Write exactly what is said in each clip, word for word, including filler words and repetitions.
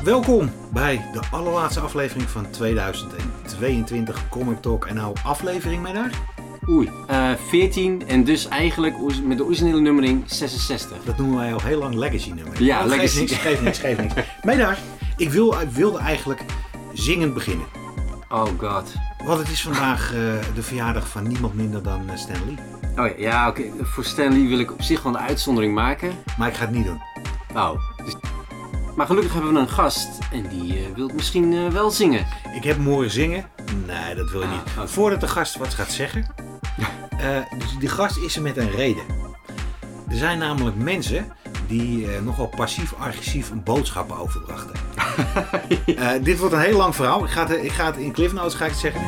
Welkom bij de allerlaatste aflevering van tweeduizend tweeëntwintig Comic Talk. En nou aflevering mee daar? Oei, uh, veertien en dus eigenlijk met de originele nummering zesenzestig. Dat noemen wij al heel lang Legacy nummering. Ja, oh, Legacy. Geef niks, geef niks, geef niks. Mee daar, ik, wil, ik wilde eigenlijk zingend beginnen. Oh god. Want het is vandaag uh, de verjaardag van niemand minder dan uh, Stan Lee. Oh ja, ja oké. Okay. Voor Stan Lee wil ik op zich wel een uitzondering maken. Maar ik ga het niet doen. Oh. Dus... Maar gelukkig hebben we een gast en die uh, wil misschien uh, wel zingen. Ik heb hem horen zingen. Nee, dat wil je ah, niet. Okay. Voordat de gast wat gaat zeggen. Uh, dus die gast is er met een reden. Er zijn namelijk mensen die uh, nogal passief-agressief boodschappen overbrachten. uh, dit wordt een heel lang verhaal. Ik ga het, ik ga het in Cliff Notes ga ik het zeggen.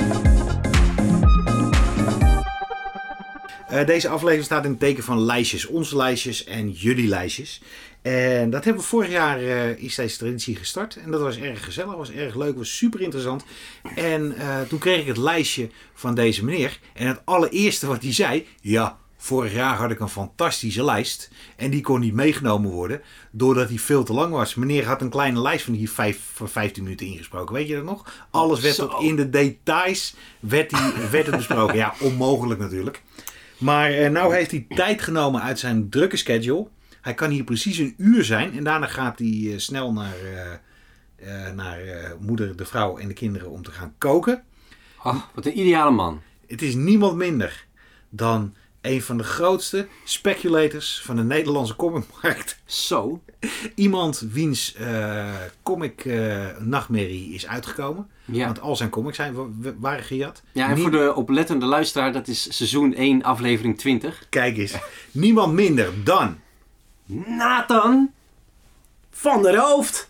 Uh, deze aflevering staat in het teken van lijstjes. Onze lijstjes en jullie lijstjes. En dat hebben we vorig jaar uh, is deze traditie gestart. En dat was erg gezellig, was erg leuk, was super interessant. En uh, toen kreeg ik het lijstje van deze meneer. En het allereerste wat hij zei, ja, vorig jaar had ik een fantastische lijst. En die kon niet meegenomen worden, doordat die veel te lang was. Meneer had een kleine lijst van hier vijf, van vijftien minuten ingesproken. Weet je dat nog? Alles werd tot in de details werd, die, werd het besproken. Ja, onmogelijk natuurlijk. Maar uh, nou heeft hij tijd genomen uit zijn drukke schedule. Hij kan hier precies een uur zijn en daarna gaat hij uh, snel naar, uh, uh, naar uh, moeder, de vrouw en de kinderen om te gaan koken. Oh, wat een ideale man. Het is niemand minder dan een van de grootste speculators van de Nederlandse comicmarkt. Zo. Iemand wiens uh, comic uh, nachtmerrie is uitgekomen. Ja. Want al zijn comics zijn, waren gejat. Ja, en Nie- voor de oplettende luisteraar, dat is seizoen één, aflevering twintig. Kijk eens. Niemand minder dan... Nathan van der Hoofd.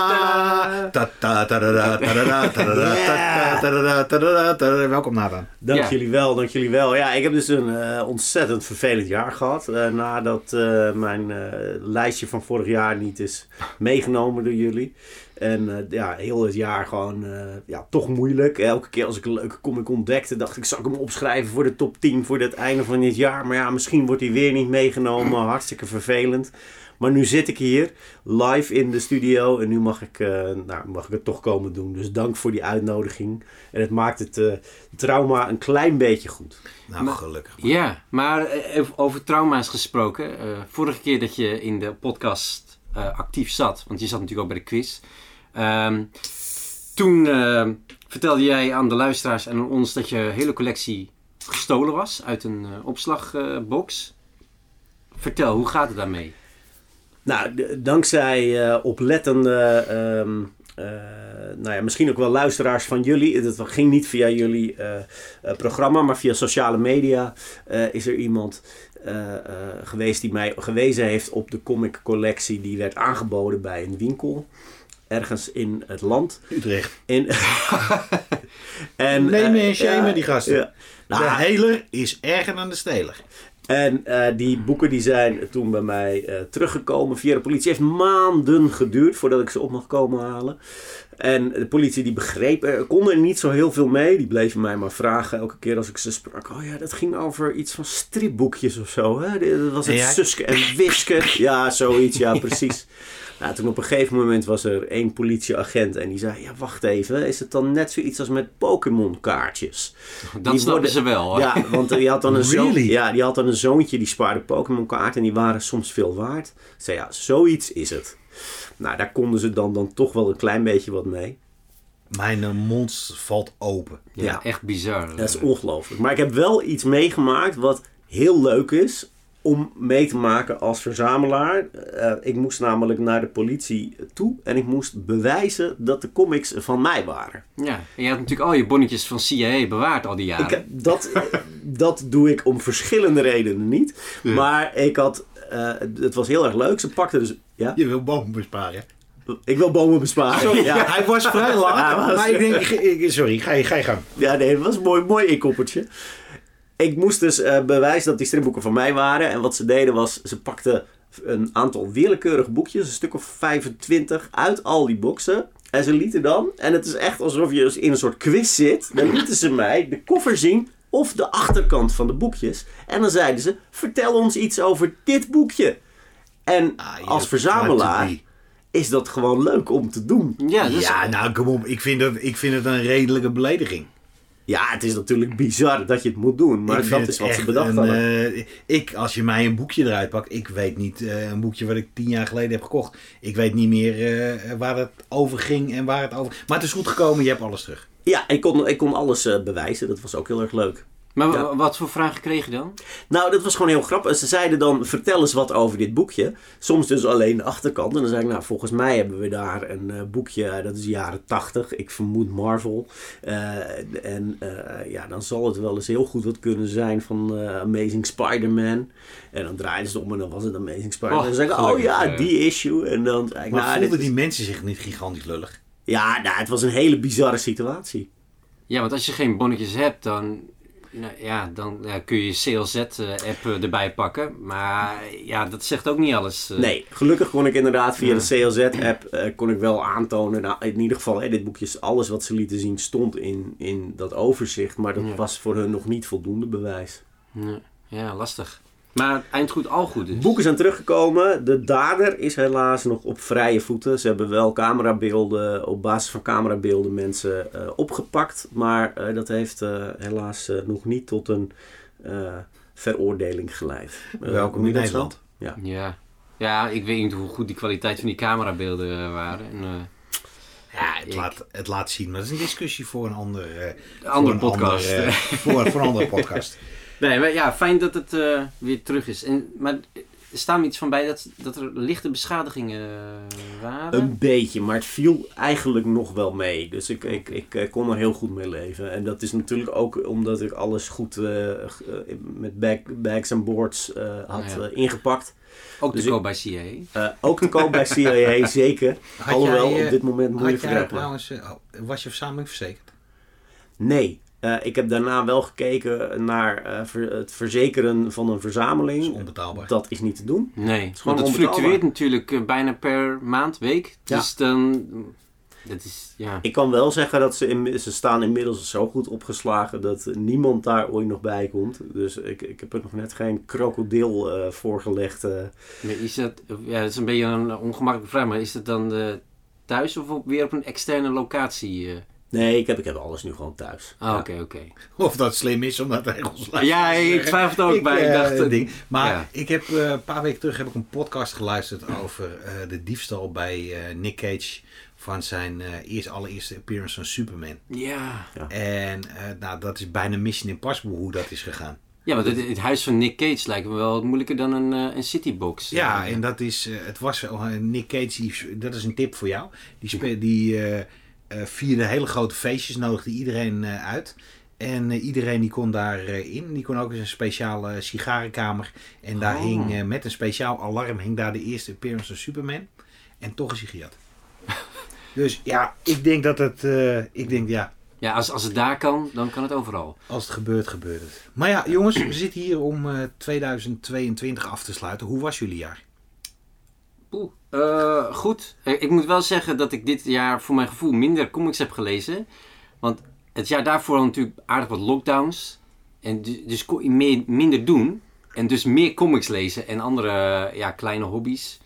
Welkom Nathan. Dank ja. jullie wel, dank jullie wel. Ja, ik heb dus een uh, ontzettend vervelend jaar gehad. Uh, nadat uh, mijn uh, lijstje van vorig jaar niet is meegenomen door jullie. En uh, ja, heel het jaar gewoon uh, ja, toch moeilijk. Elke keer als ik een leuke comic ontdekte, dacht ik, zal ik hem opschrijven voor de top tien voor het einde van dit jaar. Maar ja, misschien wordt hij weer niet meegenomen. Hartstikke vervelend. Maar nu zit ik hier, live in de studio en nu mag ik, uh, nou, mag ik het toch komen doen. Dus dank voor die uitnodiging. En het maakt het uh, trauma een klein beetje goed. Nou, maar, gelukkig. Maar. Ja, maar over trauma's gesproken. Uh, vorige keer dat je in de podcast uh, actief zat, want je zat natuurlijk ook bij de quiz. Um, toen uh, vertelde jij aan de luisteraars en aan ons dat je hele collectie gestolen was uit een uh, opslagbox. Uh, Vertel, hoe gaat het daarmee? Nou, d- dankzij uh, oplettende, um, uh, nou ja, misschien ook wel luisteraars van jullie. Het ging niet via jullie uh, uh, programma, maar via sociale media uh, is er iemand uh, uh, geweest die mij gewezen heeft op de comic collectie die werd aangeboden bij een winkel. Ergens in het land. Utrecht. In, en, nee, nee, shame uh, die gasten. Ja. Nou, de heler is erger dan de steler. En uh, die boeken die zijn toen bij mij uh, teruggekomen via de politie. Het heeft maanden geduurd voordat ik ze op mag komen halen. En de politie die begreep, er kon er niet zo heel veel mee. Die bleven mij maar vragen elke keer als ik ze sprak. Oh ja, dat ging over iets van stripboekjes of zo. Hè? Dat was het ja. Suske en Wiske. Ja, zoiets. Ja, precies. Nou, toen op een gegeven moment was er één politieagent en die zei, ja wacht even, is het dan net zoiets als met Pokémon kaartjes? Dat die snappen worden, ze wel hoor. Ja, want die had dan een, really? zoon, ja, die had dan een zoontje die spaarde Pokémon kaarten en die waren soms veel waard. Ik zei, ja, zoiets is het. Nou, daar konden ze dan, dan toch wel een klein beetje wat mee. Mijn mond valt open. Ja, ja, echt bizar. Dat is ongelooflijk. Maar ik heb wel iets meegemaakt wat heel leuk is om mee te maken als verzamelaar. Uh, ik moest namelijk naar de politie toe en ik moest bewijzen dat de comics van mij waren. Ja, en je had natuurlijk al je bonnetjes van C I A bewaard al die jaren. Ik, dat, dat doe ik om verschillende redenen niet. Ja. Maar ik had, uh, het was heel erg leuk. Ze pakten dus... Ja? Je wil bomen besparen. Ik wil bomen besparen. Sorry, ja. Hij was vrij lang. Ja, was... Maar ik denk, ik, sorry, ga je, ga je gang. Ja, nee, het was een mooi, mooi inkoppertje. Ik moest dus uh, bewijzen dat die stripboeken van mij waren. En wat ze deden was, ze pakten een aantal willekeurige boekjes, een stuk of vijfentwintig, uit al die boxen. En ze lieten dan, en het is echt alsof je in een soort quiz zit, dan lieten ze mij de koffer zien of de achterkant van de boekjes. En dan zeiden ze, vertel ons iets over dit boekje. En ah, als verzamelaar is dat gewoon leuk om te doen. Ja, dus, Ja, nou kom op. Ik vind, dat, ik vind het een redelijke belediging. Ja, het is natuurlijk bizar dat je het moet doen, maar Ik vind dat het is wat ze echt bedacht een, hadden. eh, ik, als je mij een boekje eruit pakt, ik weet niet, uh, een boekje wat ik tien jaar geleden heb gekocht. Ik weet niet meer uh, waar het over ging en waar het over... Maar het is goed gekomen, je hebt alles terug. Ja, ik kon, ik kon alles uh, bewijzen, dat was ook heel erg leuk. maar ja. wat voor vragen kreeg je dan? Nou, dat was gewoon heel grappig. Ze zeiden dan, vertel eens wat over dit boekje. Soms dus alleen de achterkant. En dan zei ik, nou, volgens mij hebben we daar een uh, boekje, dat is de jaren tachtig. Ik vermoed Marvel. Uh, en uh, ja, dan zal het wel eens heel goed wat kunnen zijn van uh, Amazing Spider-Man. En dan draaiden ze het om en dan was het Amazing Spider-Man. Oh, en dan zei ik, oh ja, die issue. En dan zei ik, Maar nou, voelden dit die is... mensen zich niet gigantisch lullig? Ja, nou, het was een hele bizarre situatie. Ja, want als je geen bonnetjes hebt, dan, nou, ja, dan ja, kun je je C L Z-app erbij pakken. Maar ja, dat zegt ook niet alles. Uh. Nee, gelukkig kon ik inderdaad via Ja. de C L Z-app uh, kon ik wel aantonen. Nou, in ieder geval, hè, dit boekje is alles wat ze lieten zien stond in, in dat overzicht. Maar dat Ja. was voor hun nog niet voldoende bewijs. Ja, ja, lastig. Maar eind goed, al goed dus. Boeken zijn teruggekomen. De dader is helaas nog op vrije voeten. Ze hebben wel camerabeelden, op basis van camerabeelden mensen uh, opgepakt. Maar uh, dat heeft uh, helaas uh, nog niet tot een uh, veroordeling geleid. Uh, Welkom in Nederland. Ja. Ja. ja, ik weet niet hoe goed die kwaliteit van die camerabeelden uh, waren. En, uh, Ja, het, ik... laat, het laat zien. Maar dat is een discussie voor een ander, uh, andere voor een podcast. Ander, uh, voor, voor een andere podcast. Nee, maar ja, fijn dat het uh, weer terug is. En, maar er staat me iets van bij dat, dat er lichte beschadigingen uh, waren. Een beetje, maar het viel eigenlijk nog wel mee. Dus ik, ik, ik, ik kon er heel goed mee leven. En dat is natuurlijk ook omdat ik alles goed uh, met bag, bags en boards uh, had ja. uh, ingepakt. Ook dus te koop bij C I A. Uh, ook te koop bij C I A, zeker. Had Alhoewel jij, uh, op dit moment moeilijk had jij vergrijpbaar. trouwens, uh, oh, was je verzameling verzekerd? Nee. Uh, ik heb daarna wel gekeken naar uh, ver, het verzekeren van een verzameling. Dat is onbetaalbaar. Dat is niet te doen. Nee, is want het fluctueert natuurlijk uh, bijna per maand, week. Dus ja. dan... Dat is, ja. Ik kan wel zeggen dat ze, in, ze staan inmiddels zo goed opgeslagen dat niemand daar ooit nog bij komt. Dus ik, ik heb er nog net geen krokodil uh, voorgelegd. Uh. Maar is dat, ja, dat is een beetje een ongemakkelijke vraag, maar is dat dan uh, thuis of op, weer op een externe locatie? Uh? Nee, ik heb, ik heb alles nu gewoon thuis. Ah, oké, ja. oké. Okay, okay. Of dat slim is, omdat wij ons luisteren. Ja, ik twijfel het ook ik, bij. Ik uh, dacht, uh, ding. Maar ja. ik heb uh, een paar weken terug heb ik een podcast geluisterd over uh, de diefstal bij uh, Nick Cage van zijn uh, eerst, allereerste appearance van Superman. Ja. ja. En uh, nou, dat is bijna Mission Impossible hoe dat is gegaan. Ja, want het, het huis van Nick Cage lijkt me wel wat moeilijker dan een, uh, een citybox. Ja, uh, en dat is, uh, het was uh, Nick Cage, die, dat is een tip voor jou. Die, spe, die uh, uh, vierde hele grote feestjes, nodigde iedereen uh, uit. En uh, iedereen die kon daarin. Uh, in. Die kon ook eens een speciale uh, sigarenkamer. En daar oh. hing uh, met een speciaal alarm hing daar de eerste appearance van Superman. En toch is hij gejat. Dus ja, ik denk dat het, uh, ik denk ja. Ja, als, als het daar kan, dan kan het overal. Als het gebeurt, gebeurt het. Maar ja, jongens, we zitten hier om uh, tweeduizend tweeëntwintig af te sluiten. Hoe was jullie jaar? Oeh, uh, goed. Ik moet wel zeggen dat ik dit jaar voor mijn gevoel minder comics heb gelezen. Want het jaar daarvoor natuurlijk aardig wat lockdowns. En dus, dus kon je meer, minder doen. En dus meer comics lezen en andere ja, kleine hobby's.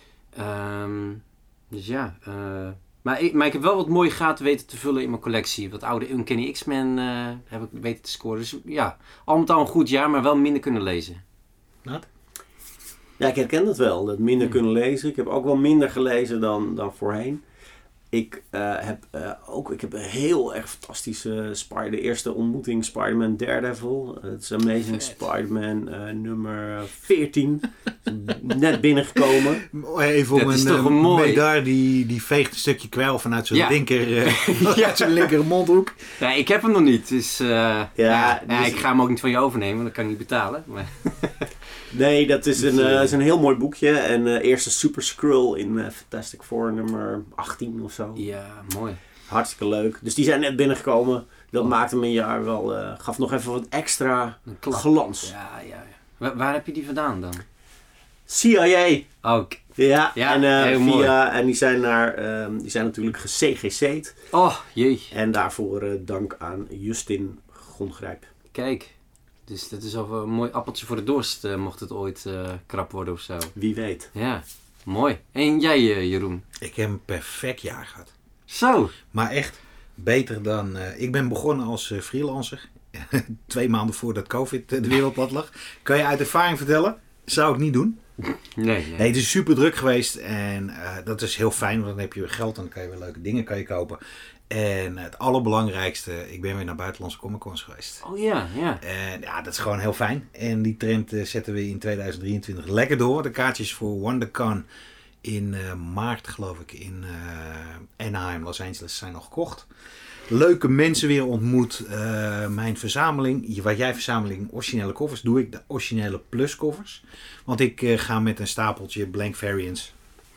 Um, dus ja... Uh, Maar ik, maar ik heb wel wat mooie gaten weten te vullen in mijn collectie. Wat oude Uncanny X-Men uh, heb ik weten te scoren. Dus ja, al met al een goed jaar, maar wel minder kunnen lezen. Wat? Ja, ik herken dat wel. Dat minder ja. kunnen lezen. Ik heb ook wel minder gelezen dan, dan voorheen. Ik uh, heb uh, ook ik heb een heel erg fantastische Spider, de eerste ontmoeting Spider-Man Daredevil. Het is Amazing Vet. Spider-Man uh, nummer veertien. Net binnengekomen. Even om een, een mooi. Daar die, die veegt een stukje kwijl vanuit zijn, ja. linker, uh, vanuit zijn linker mondhoek. Nee, ik heb hem nog niet. Dus, uh, ja, ja, dus... ja, ik ga hem ook niet van je overnemen, want dat kan ik niet betalen. Maar... Nee, dat is een, uh, is een heel mooi boekje. En uh, eerste Super Skrull in uh, Fantastic Four nummer achttien of zo. Ja, mooi. Hartstikke leuk. Dus die zijn net binngekomen. Dat oh. maakte mijn jaar wel... Uh, gaf nog even wat extra glans. Ja, ja, ja. Waar, waar heb je die vandaan dan? C I A. Oh, ja, ja, en, uh, heel via, mooi. En die zijn, naar, uh, die zijn natuurlijk ge-C G C'd. Oh, jee. En daarvoor uh, dank aan Justin Gongrijp. Kijk. Dus dat is al een mooi appeltje voor de dorst, uh, mocht het ooit uh, krap worden of zo. Wie weet. Ja. Mooi. En jij, uh, Jeroen? Ik heb een perfect jaar gehad. Zo. Maar echt beter dan... Uh, ik ben begonnen als uh, freelancer. Twee maanden voordat COVID de wereld plat lag. Kan je uit ervaring vertellen? Zou ik niet doen. Nee, nee. nee, het is super druk geweest. En uh, dat is heel fijn. Want dan heb je geld en dan kan je weer leuke dingen kan je kopen. En het allerbelangrijkste, ik ben weer naar buitenlandse Comic-Cons geweest. Oh ja, ja. En ja, dat is gewoon heel fijn. En die trend uh, zetten we in tweeduizend drieëntwintig lekker door. De kaartjes voor WonderCon in uh, maart, geloof ik, in uh, Anaheim, Los Angeles zijn nog gekocht. Leuke mensen weer ontmoet. Uh, mijn verzameling, wat jij verzameling originele covers, doe ik de originele plus covers. Want ik uh, ga met een stapeltje blank variants.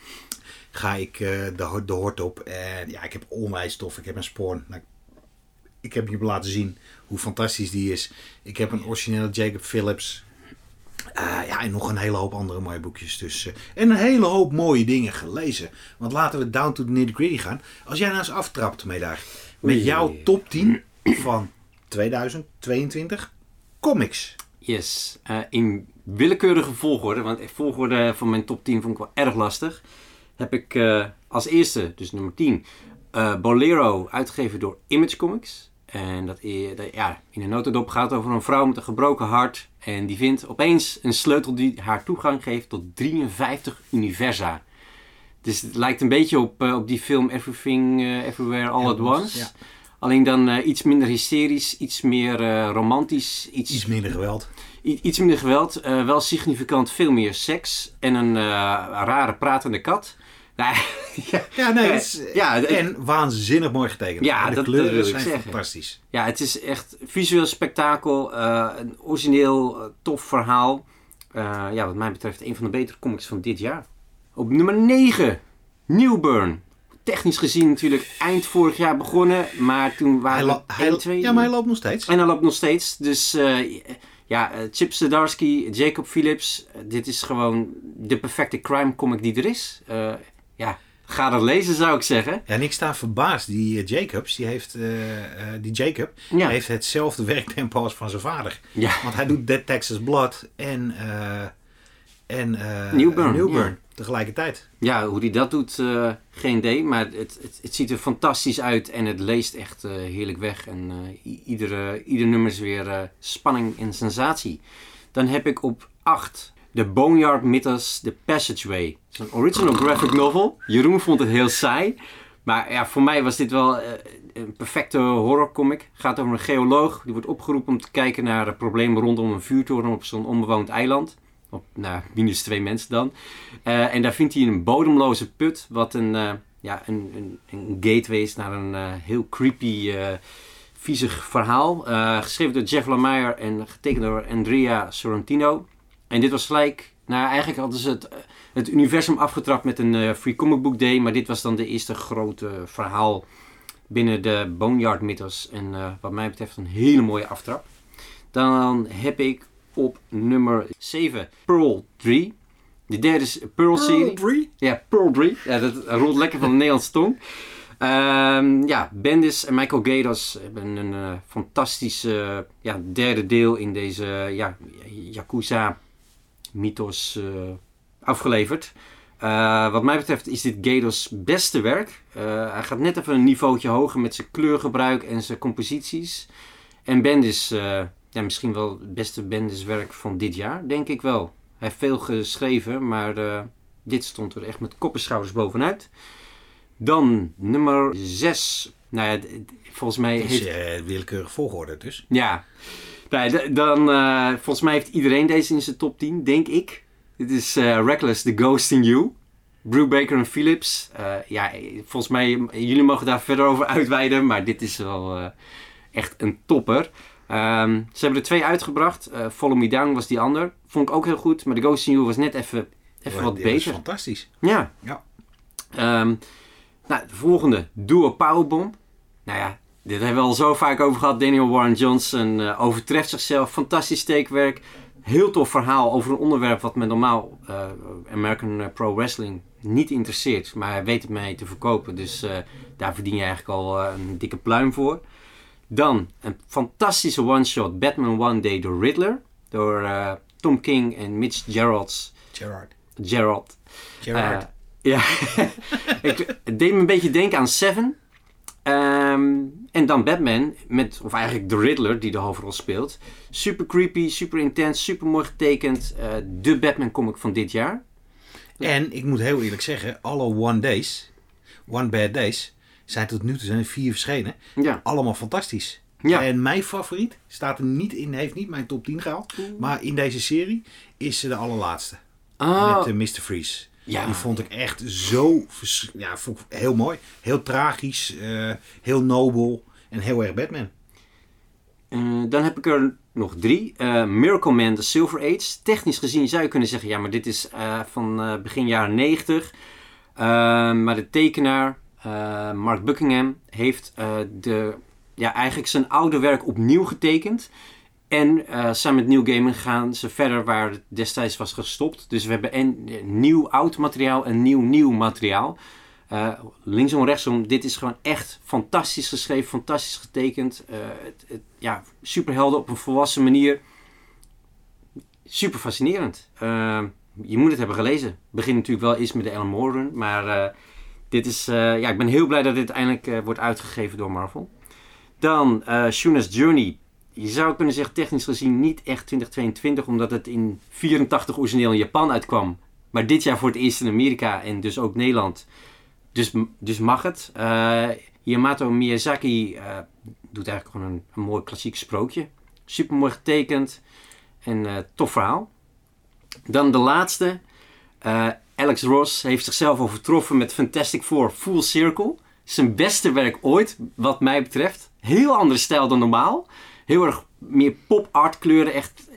Ga ik uh, de, de hort op. En ja, ik heb onwijs tof. Ik heb een Spawn. Nou, ik heb je laten zien hoe fantastisch die is. Ik heb een originele Jacob Phillips. Uh, ja, en nog een hele hoop andere mooie boekjes. Dus, uh, en een hele hoop mooie dingen gelezen. Want laten we down to the nitty gritty gaan. Als jij nou eens aftrapt, Medaar, met jouw top tien van tweeduizend tweeëntwintig comics. Yes. Uh, in willekeurige volgorde, want de volgorde van mijn top tien vond ik wel erg lastig. Heb ik uh, als eerste, dus nummer tien, uh, Bolero, uitgegeven door Image Comics. En dat, dat ja, in een notendop gaat over een vrouw met een gebroken hart. En die vindt opeens een sleutel die haar toegang geeft tot drieënvijftig universa. Dus het lijkt een beetje op, uh, op die film Everything, uh, Everywhere, All at Once. Ja. Alleen dan uh, iets minder hysterisch, iets meer uh, romantisch. Iets, iets minder geweld. I- iets minder geweld, uh, wel significant veel meer seks. En een uh, rare pratende kat. Nou, ja, ja, nee, het is, ja, en waanzinnig mooi getekend. Ja, en de dat, kleuren dat wil ik zijn zeggen. fantastisch. Ja, het is echt visueel spektakel, uh, een origineel uh, tof verhaal. Uh, ja, wat mij betreft een van de betere comics van dit jaar. Op nummer negen, Newburn. Technisch gezien natuurlijk eind vorig jaar begonnen, maar toen waren hij lo- één, twee... Ja, maar hij loopt nog steeds. En hij loopt nog steeds, dus uh, ja, uh, Chip Zdarsky, Jacob Phillips, uh, dit is gewoon de perfecte crime comic die er is. Uh, ja, ga dat lezen zou ik zeggen. Ja, en ik sta verbaasd, die uh, Jacobs, die heeft, uh, uh, die Jacob, ja. heeft hetzelfde werktempo als van zijn vader. Ja. Want hij doet Dead Texas Blood en, uh, en uh, Newburn, Newburn ja. tegelijkertijd. Ja, hoe hij dat doet, uh, geen idee. Maar het, het, het ziet er fantastisch uit en het leest echt uh, heerlijk weg. En uh, i- iedere, ieder nummer is weer uh, spanning en sensatie. Dan heb ik op acht The Boneyard Mythos, The Passageway. Het is een original graphic novel. Jeroen vond het heel saai. Maar ja, voor mij was dit wel uh, een perfecte horrorcomic. Het gaat over een geoloog. Die wordt opgeroepen om te kijken naar uh, problemen rondom een vuurtoren op zo'n onbewoond eiland. Op nou, minus twee mensen dan. Uh, en daar vindt hij een bodemloze put. Wat een, uh, ja, een, een, een gateway is naar een uh, heel creepy, uh, viezig verhaal. Uh, geschreven door Jeff Lemire en getekend door Andrea Sorrentino. En dit was gelijk... Nou, eigenlijk hadden ze het, het universum afgetrapt met een uh, Free Comic Book Day. Maar dit was dan de eerste grote verhaal binnen de Boneyard Mythos. En uh, wat mij betreft een hele mooie aftrap. Dan heb ik op nummer zeven Pearl drie. De derde is Pearl serie. drie? Ja, Pearl drie. Ja, dat rolt lekker van de Nederlandse tong. Um, ja, Bendis en Michael Gaydos hebben een uh, fantastische uh, ja, derde deel in deze uh, ja, Yakuza mythos uh, afgeleverd. Uh, wat mij betreft is dit Gaydos' beste werk. Uh, hij gaat net even een niveautje hoger met zijn kleurgebruik en zijn composities. En Bendis, uh, ja, misschien wel het beste Bendis werk van dit jaar, denk ik wel. Hij heeft veel geschreven, maar uh, dit stond er echt met kop en schouders bovenuit. Dan nummer zes. Nou ja, d- d- volgens mij Het is heeft... uh, willekeurig volgorde dus. Ja. Nee, d- dan, uh, volgens mij heeft iedereen deze in zijn top tien, denk ik. Dit is uh, Reckless, The Ghost in You. Brubaker en Phillips. Uh, ja, volgens mij, jullie mogen daar verder over uitweiden, maar dit is wel uh, echt een topper. Um, ze hebben er twee uitgebracht. Uh, Follow Me Down was die ander. Vond ik ook heel goed, maar The Ghost in You was net even, even wat Dit beter. is fantastisch. Ja. Ja. Um, nou, de volgende. Duo Powerbomb. Nou ja, dit hebben we al zo vaak over gehad. Daniel Warren Johnson uh, overtreft zichzelf. Fantastisch steekwerk. Heel tof verhaal over een onderwerp wat me normaal uh, American Pro Wrestling niet interesseert. Maar hij weet het mee te verkopen. Dus uh, daar verdien je eigenlijk al uh, een dikke pluim voor. Dan een fantastische one-shot. Batman One Day, The Riddler. Door uh, Tom King en Mitch Gerards. Gerard. Geralt. Gerard. Uh, ja, ik, het deed me een beetje denken aan Seven. Um, en dan Batman, met, of eigenlijk de Riddler die de hoofdrol speelt. Super creepy, super intens, super mooi getekend. Uh, de Batman comic van dit jaar. En ik moet heel eerlijk zeggen, alle One Days, One Bad Days, zijn tot nu toe zijn er vier verschenen. Ja. Allemaal fantastisch. Ja. En mijn favoriet staat er niet in, heeft niet mijn top tien gehaald. Maar in deze serie is ze de allerlaatste. Oh. Met uh, mister Freeze. Ja. Die vond ik echt zo vers- ja, vond ik heel mooi. Heel tragisch, uh, heel nobel en heel erg Batman. Uh, dan heb ik er nog drie. Uh, Miracle Man, The Silver Age. Technisch gezien zou je kunnen zeggen, ja, maar dit is uh, van uh, begin jaren negentig. Uh, maar de tekenaar, uh, Mark Buckingham, heeft uh, de, ja, eigenlijk zijn oude werk opnieuw getekend. En uh, samen met Neil Gaiman gaan ze verder waar het destijds was gestopt. Dus we hebben en nieuw oud materiaal en nieuw nieuw materiaal. Uh, linksom, rechtsom. Dit is gewoon echt fantastisch geschreven, fantastisch getekend. Uh, het, het, ja, superhelden op een volwassen manier. Super fascinerend. Uh, je moet het hebben gelezen. Het begint natuurlijk wel eens met de Alan Moore run. Maar uh, dit is, uh, ja, ik ben heel blij dat dit eindelijk uh, wordt uitgegeven door Marvel. Dan uh, Shuna's Journey. Je zou kunnen zeggen, technisch gezien niet echt twintig tweeëntwintig, omdat het in vierentachtig origineel in Japan uitkwam. Maar dit jaar voor het eerst in Amerika en dus ook Nederland. Dus, dus mag het. Uh, Yamato Miyazaki uh, doet eigenlijk gewoon een, een mooi klassiek sprookje. Super mooi getekend en uh, tof verhaal. Dan de laatste. Uh, Alex Ross heeft zichzelf overtroffen met Fantastic Four Full Circle. Zijn beste werk ooit, wat mij betreft. Heel andere stijl dan normaal. Heel erg meer pop-art kleuren, echt.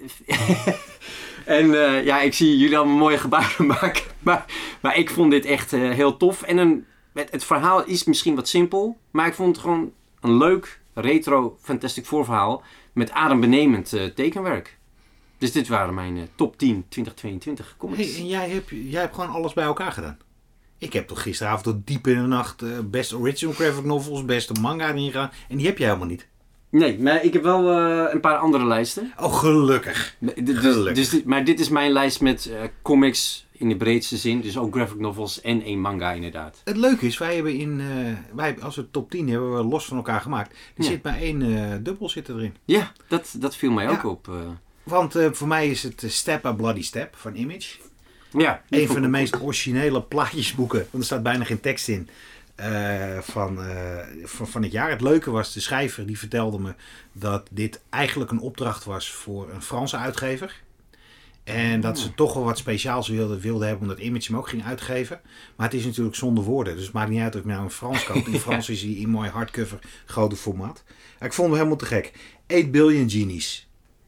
En uh, ja, ik zie jullie allemaal mooie gebaren maken. Maar, maar ik vond dit echt uh, heel tof. En een, het, het verhaal is misschien wat simpel. Maar ik vond het gewoon een leuk, retro Fantastic Four verhaal. Met adembenemend uh, tekenwerk. Dus dit waren mijn uh, top tien twintig tweeëntwintig comics. Hey, en jij hebt, jij hebt gewoon alles bij elkaar gedaan. Ik heb toch gisteravond tot diep in de nacht uh, best original graphic novels, beste manga erin gegaan. En die heb jij helemaal niet. Nee, maar ik heb wel uh, een paar andere lijsten. Oh, gelukkig. Dus, gelukkig. Dus, dus, maar dit is mijn lijst met uh, comics in de breedste zin. Dus ook graphic novels en één manga inderdaad. Het leuke is, wij hebben in, uh, wij, als we top tien hebben we los van elkaar gemaakt. Er Ja. zit maar één uh, dubbel zit erin. Ja, dat, dat viel mij Ja. ook op. Uh, Want uh, voor mij is het uh, Step a Bloody Step van Image. ja, Een van de meest originele plaatjesboeken, want er staat bijna geen tekst in, uh, van, uh, van, van het jaar. Het leuke was, de schrijver die vertelde me dat dit eigenlijk een opdracht was voor een Franse uitgever. En dat ze toch wel wat speciaals wilden, wilden hebben, omdat Image hem ook ging uitgeven. Maar het is natuurlijk zonder woorden, dus het maakt niet uit of ik nou in Frans koopt. In Frans is hij in mooi hardcover, grote formaat. Ik vond hem helemaal te gek. eight billion Genies.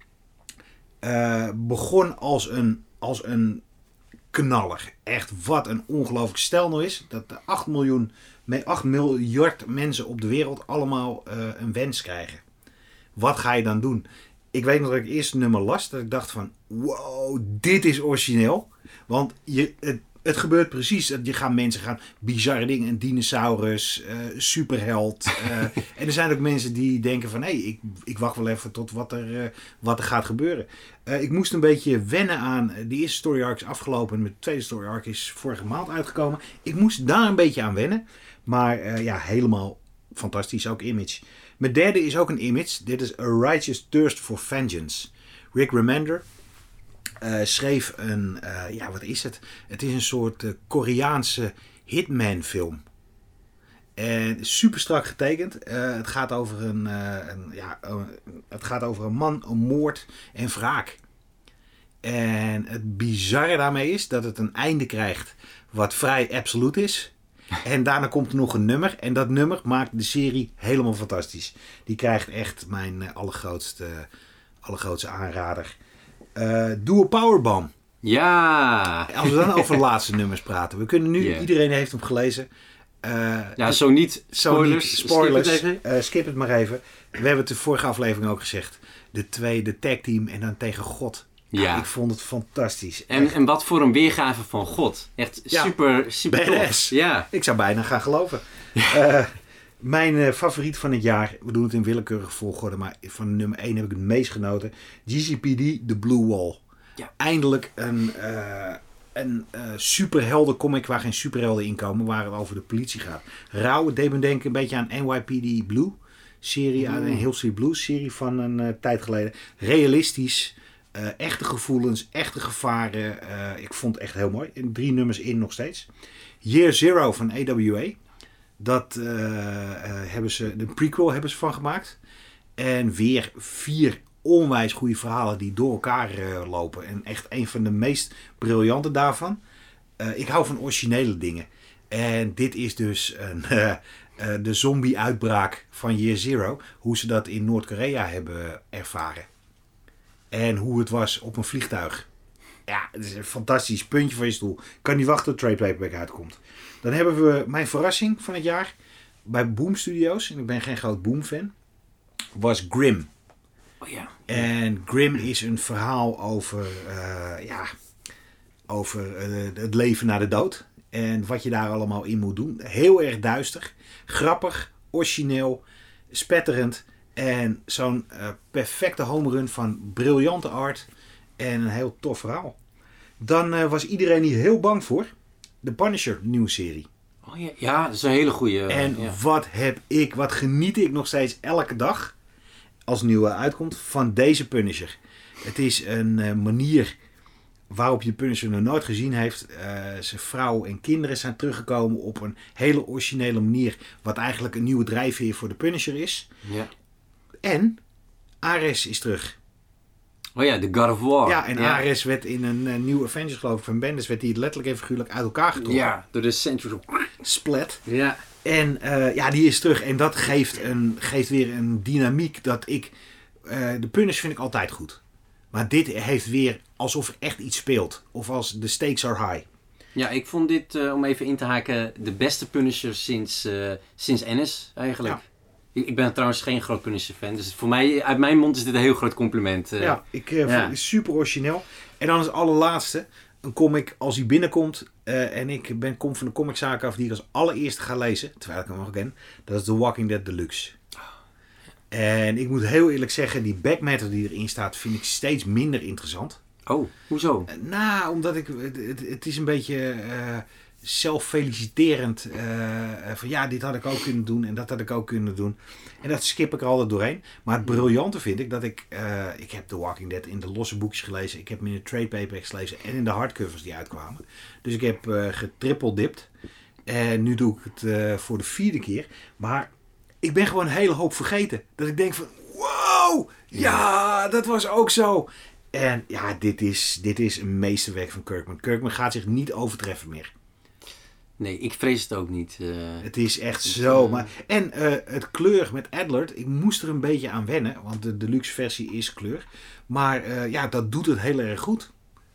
Uh, begon als een, als een knaller. Echt, wat een ongelooflijk stel nou is. Dat de acht miljoen, acht miljard mensen op de wereld allemaal uh, een wens krijgen. Wat ga je dan doen? Ik weet nog dat ik het eerste nummer las. Dat ik dacht van, wow, dit is origineel. Want je, het, het gebeurt precies. Je gaan mensen gaan bizarre dingen. Een dinosaurus, uh, superheld. Uh, en er zijn ook mensen die denken van, hé, hey, ik, ik wacht wel even tot wat er, uh, wat er gaat gebeuren. Uh, ik moest een beetje wennen aan, de eerste story arc is afgelopen. En de tweede story arc is vorige maand uitgekomen. Ik moest daar een beetje aan wennen. Maar uh, ja, helemaal fantastisch. Ook Image. Mijn derde is ook een Image. Dit is A Righteous Thirst for Vengeance. Rick Remender uh, schreef een, uh, ja wat is het? Het is een soort uh, Koreaanse hitman film. En super strak getekend. Uh, het gaat over een, uh, een, ja, uh, het gaat over een man, een moord en wraak. En het bizarre daarmee is dat het een einde krijgt wat vrij absoluut is. En daarna komt er nog een nummer. En dat nummer maakt de serie helemaal fantastisch. Die krijgt echt mijn uh, allergrootste, allergrootste aanrader. Uh, Doe een Powerbomb. Ja. Als we dan over de laatste nummers praten. We kunnen nu, Yeah. Iedereen heeft hem gelezen. Uh, Ja, zo niet. Spoilers. Zo niet, spoilers. Skip het even. Uh, skip het maar even. We hebben het de vorige aflevering ook gezegd. De twee, de tag team en dan tegen God. Ja. Ja. Ik vond het fantastisch. En, Echt. en wat voor een weergave van God. Echt Ja. super, super Badass. tof. Ja. Ik zou bijna gaan geloven. Uh, mijn uh, favoriet van het jaar, we doen het in willekeurige volgorde, maar van nummer één heb ik het meest genoten. G C P D, The Blue Wall. Ja. Eindelijk een, uh, een uh, superheldencomic waar geen superhelden in komen, waar het over de politie gaat. Rauw, het deed me denken een beetje aan N Y P D Blue. Serie, mm. een Hill Street Blues serie van een uh, tijd geleden. Realistisch, uh, echte gevoelens, echte gevaren. Uh, ik vond het echt heel mooi. En drie nummers in nog steeds. Year Zero van A W A. Dat uh, uh, hebben ze, de prequel hebben ze van gemaakt. En weer vier onwijs goede verhalen die door elkaar uh, lopen. En echt een van de meest briljante daarvan. Uh, ik hou van originele dingen. En dit is dus een, uh, uh, de zombie-uitbraak van Year Zero. Hoe ze dat in Noord-Korea hebben ervaren. En hoe het was op een vliegtuig. Ja, het is een fantastisch puntje van je stoel. Ik kan niet wachten tot Trade Paperback uitkomt. Dan hebben we mijn verrassing van het jaar. Bij Boom Studios. En ik ben geen groot Boom fan. Was Grimm. Oh ja. En Grimm is een verhaal over, uh, ja, over uh, het leven na de dood. En wat je daar allemaal in moet doen. Heel erg duister. Grappig. Origineel. Spetterend. En zo'n uh, perfecte home run van briljante art. En een heel tof verhaal. Dan uh, was iedereen hier heel bang voor. The Punisher, nieuwe serie. Oh ja, ja, dat is een hele goede. Uh, en ja. wat heb ik, wat geniet ik nog steeds elke dag. Als nieuwe uitkomt van deze Punisher. Het is een uh, manier waarop je Punisher nog nooit gezien heeft. Uh, zijn vrouw en kinderen zijn teruggekomen op een hele originele manier. Wat eigenlijk een nieuwe drijfveer voor de Punisher is. Ja. En Ares is terug. Oh ja, de God of War. Ja, en ja. Ares werd in een uh, nieuwe Avengers geloof ik van Bendis. Werd hij letterlijk en figuurlijk uit elkaar getrokken. Ja, door de Century. Splat. Ja. En uh, ja, die is terug. En dat geeft, een, geeft weer een dynamiek dat ik... Uh, de Punisher vind ik altijd goed. Maar dit heeft weer alsof er echt iets speelt. Of als de stakes are high. Ja, ik vond dit, uh, om even in te haken, de beste Punisher sinds, uh, sinds Ennis eigenlijk. Ja. Ik, ik ben trouwens geen groot Punisher fan. Dus voor mij, uit mijn mond is dit een heel groot compliment. Uh, ja, ik uh, ja. vond het super origineel. En dan als allerlaatste, een comic als hij binnenkomt. Uh, en ik ben, kom van de comiczaak af die ik als allereerste ga lezen. Terwijl ik hem nog ken. Dat is The Walking Dead Deluxe. En ik moet heel eerlijk zeggen, die backmatter die erin staat, vind ik steeds minder interessant. Oh, hoezo? Uh, nou, omdat ik, het, het, het is een beetje uh, zelffeliciterend. Uh, van ja, dit had ik ook kunnen doen en dat had ik ook kunnen doen. En dat skip ik er altijd doorheen. Maar het briljante vind ik dat ik, uh, ik heb The Walking Dead in de losse boekjes gelezen. Ik heb hem in de trade paperbacks gelezen en in de hardcovers die uitkwamen. Dus ik heb uh, getrippeldipt. En nu doe ik het uh, voor de vierde keer. Maar ik ben gewoon een hele hoop vergeten. Dat ik denk van, wow, ja, dat was ook zo. En ja, dit is, dit is een meesterwerk van Kirkman. Kirkman gaat zich niet overtreffen meer. Nee, ik vrees het ook niet. Uh, het is echt het, zo. Uh, maar, en uh, het kleur met Adlard, ik moest er een beetje aan wennen. Want de deluxe versie is kleur. Maar uh, ja, dat doet het heel erg goed.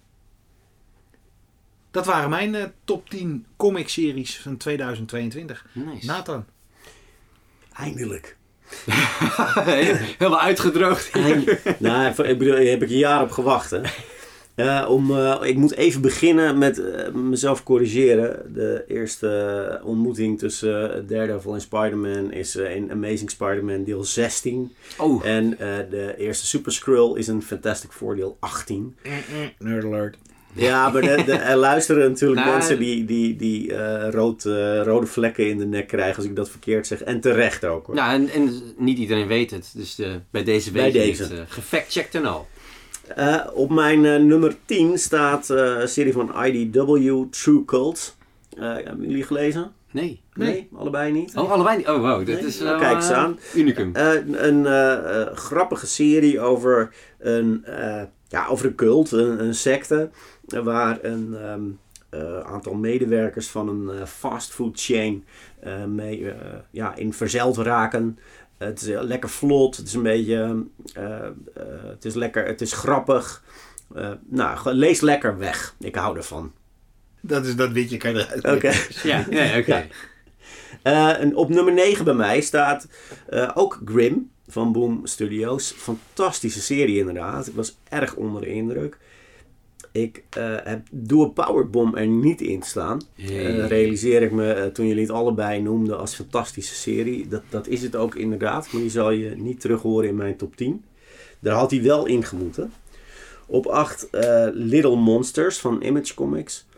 Dat waren mijn uh, top tien comic series van tweeduizend tweeëntwintig. Nice. Nathan. Eindelijk. Helemaal uitgedroogd. nou, ik bedoel, heb ik een jaar op gewacht. Hè. Uh, om, uh, ik moet even beginnen met uh, mezelf corrigeren. De eerste uh, ontmoeting tussen uh, Daredevil en Spider-Man is uh, in Amazing Spider-Man deel zestien. Oh. En uh, de eerste Super Skrull is een Fantastic Four deel achttien. Nerd alert. Ja, maar de, de, er luisteren natuurlijk nou, mensen die, die, die uh, rood, uh, rode vlekken in de nek krijgen als ik dat verkeerd zeg. En terecht ook. Hoor. Nou, en, en niet iedereen weet het. Dus uh, bij deze weet bij je deze. het. Uh, gefactcheckt en al. Uh, op mijn uh, nummer tien staat uh, een serie van I D W, True Cult. Uh, hebben jullie gelezen? Nee. Nee, nee, allebei niet. Oh, allebei niet? Oh, wow. Dat nee? is nou, uh, kijk eens aan. Unicum. Uh, een uh, uh, grappige serie over een, uh, ja, over een cult, een, een secte, uh, waar een um, uh, aantal medewerkers van een uh, fastfood chain uh, mee uh, ja, in verzeild raken. Uh, het is uh, lekker vlot, het is een beetje, uh, uh, het is lekker, het is grappig. Uh, nou, lees lekker weg. Ik hou ervan. Dat is dat witje, kan je eruit. Oké. Okay. Ja, nee, oké. Okay. Ja. Uh, en op nummer negen bij mij staat uh, ook Grimm van Boom Studios. Fantastische serie inderdaad. Ik was erg onder de indruk. Ik uh, heb Doe a Powerbomb er niet in staan. Hey. Uh, realiseer ik me uh, toen jullie het allebei noemden als fantastische serie. Dat, dat is het ook inderdaad. Maar die zal je niet terug horen in mijn top tien. Daar had hij wel in gemoeten. Op acht uh, Little Monsters van Image Comics.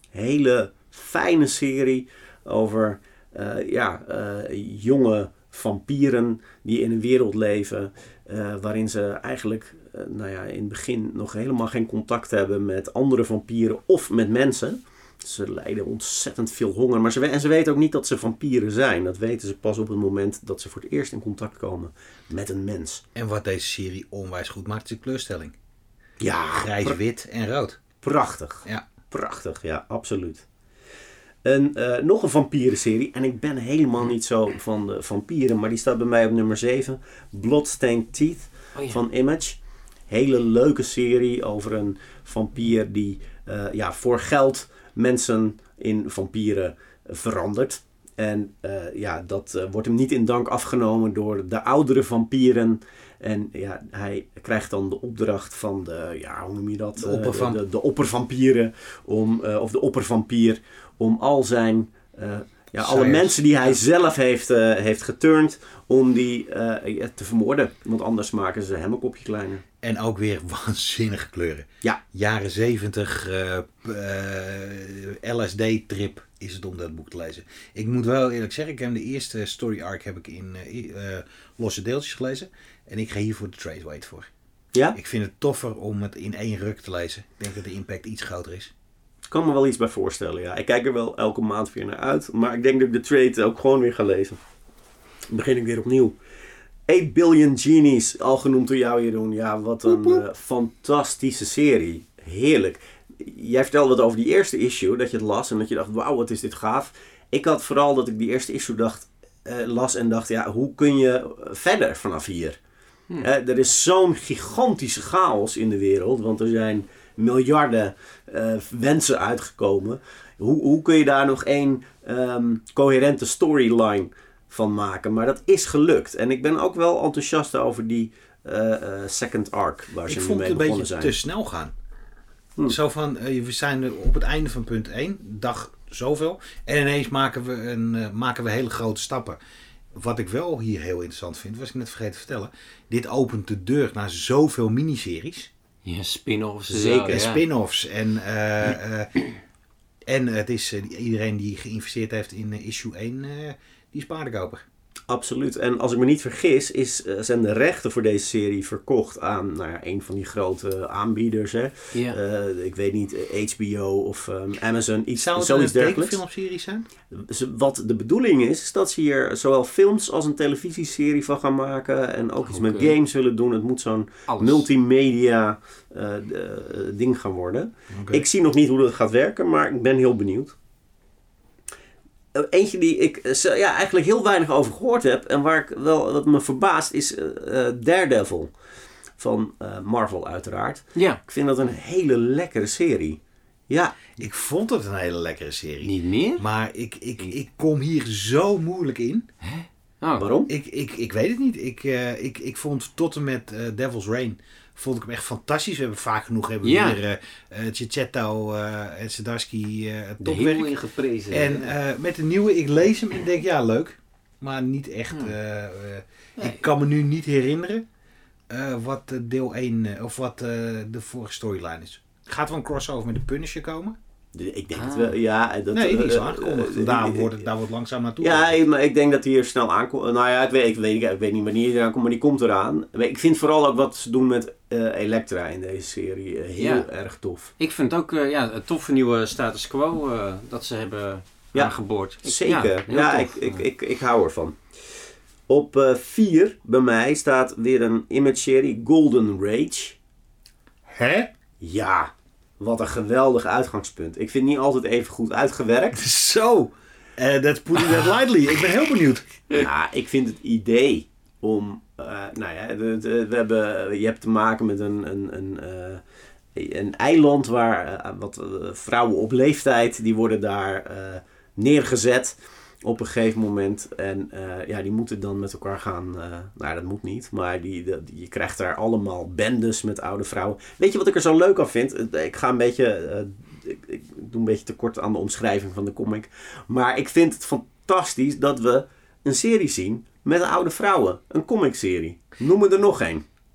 hele fijne serie over uh, ja, uh, jonge vampieren die in een wereld leven uh, waarin ze eigenlijk uh, nou ja, in het begin nog helemaal geen contact hebben met andere vampieren of met mensen. Ze lijden ontzettend veel honger, maar ze, en ze weten ook niet dat ze vampieren zijn. Dat weten ze pas op het moment dat ze voor het eerst in contact komen met een mens. En wat deze serie onwijs goed maakt, is de kleurstelling. Ja, grijs, pra- wit en rood. Prachtig. Ja. Prachtig, ja, absoluut. En uh, nog een vampierenserie. En ik ben helemaal niet zo van de vampieren, maar die staat bij mij op nummer zeven. Bloodstained Teeth oh, ja. van Image. Hele leuke serie over een vampier die uh, ja, voor geld mensen in vampieren verandert. En uh, ja, dat uh, wordt hem niet in dank afgenomen door de oudere vampieren. En ja, hij krijgt dan de opdracht van de, ja, hoe noem je dat? De, oppervamp- uh, de, de oppervampieren, om, uh, of de oppervampier, om al zijn, uh, ja, alle mensen die hij zelf heeft, uh, heeft geturnd, om die uh, te vermoorden. Want anders maken ze hem een kopje kleiner. En ook weer waanzinnige kleuren. Ja. Jaren zeventig uh, uh, L S D-trip is het om dat boek te lezen. Ik moet wel eerlijk zeggen, ik heb de eerste story arc heb ik in uh, uh, losse deeltjes gelezen. En ik ga hier voor de trade weight voor. Ja? Ik vind het toffer om het in één ruk te lezen. Ik denk dat de impact iets groter is. Ik kan me wel iets bij voorstellen, ja. Ik kijk er wel elke maand weer naar uit. Maar ik denk dat ik de trade ook gewoon weer ga lezen. Dan begin ik weer opnieuw. eight billion Genies, al genoemd door jou, Jeroen. Ja, wat een uh, fantastische serie. Heerlijk. Jij vertelde wat over die eerste issue, dat je het las en dat je dacht, wauw, wat is dit gaaf. Ik had vooral dat ik die eerste issue dacht, uh, las en dacht, ja, hoe kun je verder vanaf hier? Hmm. Uh, er is zo'n gigantische chaos in de wereld, want er zijn miljarden uh, wensen uitgekomen. Hoe, hoe kun je daar nog één um, coherente storyline van maken? Maar dat is gelukt. En ik ben ook wel enthousiast over die uh, uh, second arc waar ze nu mee begonnen zijn. Ik vond het een beetje te snel gaan. Hmm. Zo van, uh, we zijn op het einde van punt één, dag zoveel. En ineens maken we, een, uh, maken we hele grote stappen. Wat ik wel hier heel interessant vind, was ik net vergeten te vertellen. Dit opent de deur naar zoveel miniseries. Ja, spin-offs. Zeker, ja. En spin-offs. En, uh, uh, en het is uh, iedereen die geïnvesteerd heeft in uh, issue één, uh, die is paardenkoper. Absoluut. En als ik me niet vergis, is, uh, zijn de rechten voor deze serie verkocht aan nou ja, een van die grote aanbieders. Hè? Ja. Uh, ik weet niet, H B O of um, Amazon, iets, Zou het zoiets een dergelijks. tekenfilmserie zijn? Wat de bedoeling is, is dat ze hier zowel films als een televisieserie van gaan maken. En ook iets okay. met games willen doen. Het moet zo'n Alles. multimedia uh, uh, ding gaan worden. Okay. Ik zie nog niet hoe dat gaat werken, maar ik ben heel benieuwd. Eentje die ik uh, ja, eigenlijk heel weinig over gehoord heb en waar ik wel wat me verbaast is uh, Daredevil van uh, Marvel uiteraard. Ja. Ik vind dat een hele lekkere serie. Ja. Ik vond het een hele lekkere serie. Niet meer? Maar ik, ik, ik kom hier zo moeilijk in. Hè? Oh. Waarom? Ik, ik, ik weet het niet. Ik, uh, ik, ik vond tot en met uh, Devil's Reign vond ik hem echt fantastisch. We hebben vaak genoeg hebben we ja. weer uh, uh, Cicetto uh, en Zdarsky uh, de topwerk. hemel in geprezen. En uh, met de nieuwe, ik lees hem en denk ja leuk. Maar niet echt. Uh, uh, nee. Ik kan me nu niet herinneren uh, wat uh, deel één uh, of wat uh, de vorige storyline is. Gaat er een crossover met de Punisher komen? Ik denk ah. het wel, ja. Dat, nee, die is uh, aangekondigd. Uh, daar, wordt het, daar wordt langzaam naartoe. Ja, ik, maar ik denk dat hij hier snel aankomt. Nou ja, ik weet, ik, weet, ik weet niet wanneer hij aankomt, maar die komt eraan. Ik vind vooral ook wat ze doen met uh, Elektra in deze serie uh, heel ja. erg tof. Ik vind ook uh, ja, een toffe nieuwe status quo uh, dat ze hebben ja, aangeboord. Ik, zeker, ja, ja ik, ik, ik, ik hou ervan. Op uh, vier bij mij staat weer een image-serie, Golden Rage. Hè? Ja. Wat een geweldig uitgangspunt. Ik vind het niet altijd even goed uitgewerkt. Zo, uh, that's putting that lightly. Ik ben heel benieuwd. Nou, ik vind het idee om... Uh, nou ja, de, de, we hebben, je hebt te maken met een, een, een, uh, een eiland waar uh, wat uh, vrouwen op leeftijd... die worden daar uh, neergezet op een gegeven moment. En uh, ja, die moeten dan met elkaar gaan... Uh, nou, dat moet niet. Maar die, de, die, je krijgt daar allemaal bendes met oude vrouwen. Weet je wat ik er zo leuk aan vind? Ik ga een beetje... Uh, ik, ik doe een beetje tekort aan de omschrijving van de comic. Maar ik vind het fantastisch dat we een serie zien met oude vrouwen. Een comicserie. Noem me er nog één.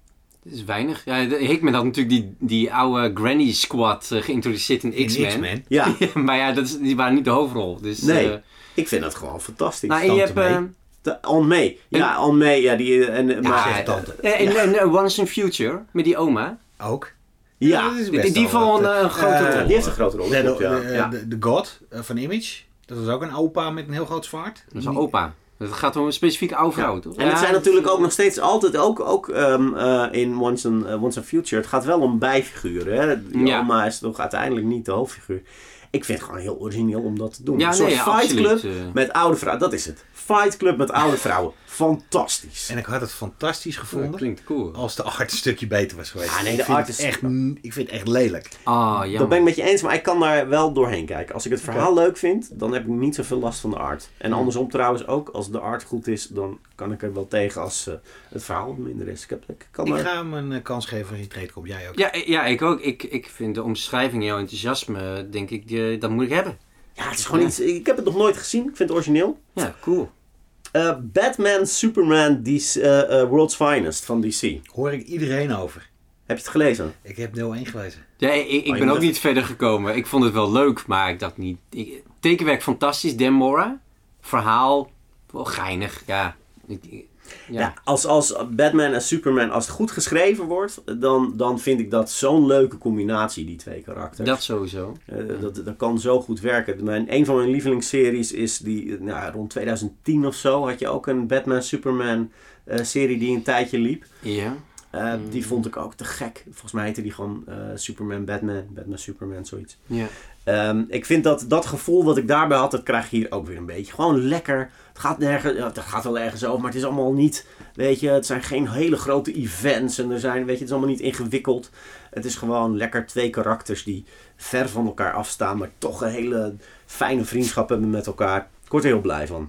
Dat is weinig. Ja, de- Hickman had natuurlijk die, die oude Granny Squad uh, geïntroduceerd in, In X-Men. X-Men. Ja, maar ja, dat is, die waren niet de hoofdrol. Dus, Nee. uh, ik vind dat gewoon fantastisch. nou, en je Tante hebt... May. Uh, De On May. Ja, On May. Ja, die, en, Ja, maar, zeg tante. en, en, en uh, Once in Future, met die oma. Ook. Ja, dat is Die, best die wel vond wat, een eh, uh, grote eh, rol. die heeft een grote rol. De, klopt, de, ja. de, Ja. de, de God uh, van Image. Dat was ook een opa met een heel groot zwaard. Dat is een opa. Het gaat om een specifieke oude vrouw, toch? En het zijn natuurlijk ook nog steeds altijd, ook, ook um, uh, in Once in, uh, Once in Future, het gaat wel om bijfiguren. Hè? Die Ja. oma is toch uiteindelijk niet de hoofdfiguur. Ik vind het gewoon heel origineel om dat te doen. Ja, een soort nee, ja, Fight absoluut, Club uh. met oude vrouwen, dat is het. Fight Club met oude vrouwen. Fantastisch. En ik had het fantastisch Dat gevonden. klinkt cool. Als de art een stukje beter was geweest. Ja, nee, de ik vind art het is- echt, ik vind het echt lelijk. Ah, jammer. Dat ben ik met je eens, maar ik kan daar wel doorheen kijken. Als ik het verhaal leuk vind, dan heb ik niet zoveel last van de art. En andersom trouwens ook, als de art goed is, dan kan ik er wel tegen als uh, het verhaal wat minder is. Ik, heb, ik kan Ik er... ga hem een uh, kans geven als je trade komt. Jij ook. Ja, ja, ik ook. Ik, ik vind de omschrijving, jouw enthousiasme, denk ik, die, dat moet ik hebben. Ja, het is gewoon Ja. iets... Ik heb het nog nooit gezien. Ik vind het origineel. Ja, cool. Uh, Batman, Superman, D C, uh, uh, World's Finest van D C. Hoor ik iedereen over. Heb je het gelezen? Ik heb nul één gelezen. Ja, ik, ik je ben moet ook het- niet verder gekomen. Ik vond het wel leuk, maar ik dacht niet... Ik, tekenwerk fantastisch, Dan Mora. Verhaal, wel geinig, ja. Ik- ik- Ja. ja. als, als Batman en Superman, als het goed geschreven wordt, dan, dan vind ik dat zo'n leuke combinatie, die twee karakters. Dat sowieso. Uh, dat, dat kan zo goed werken. Mijn, een van mijn lievelingsseries is die, uh, nou, rond twintig tien of zo, had je ook een Batman-Superman uh, serie die een tijdje liep. Ja. Uh, die vond ik ook te gek. Volgens mij heette die gewoon uh, Superman, Batman, Batman, Superman, zoiets. Ja. Um, ik vind dat dat gevoel wat ik daarbij had, dat krijg je hier ook weer een beetje. Gewoon lekker. Het gaat nergens, ja, het gaat wel ergens over, maar het is allemaal niet, weet je, het zijn geen hele grote events en er zijn, weet je, het is allemaal niet ingewikkeld. Het is gewoon lekker twee karakters die ver van elkaar afstaan, maar toch een hele fijne vriendschap hebben met elkaar. Ik word er heel blij van.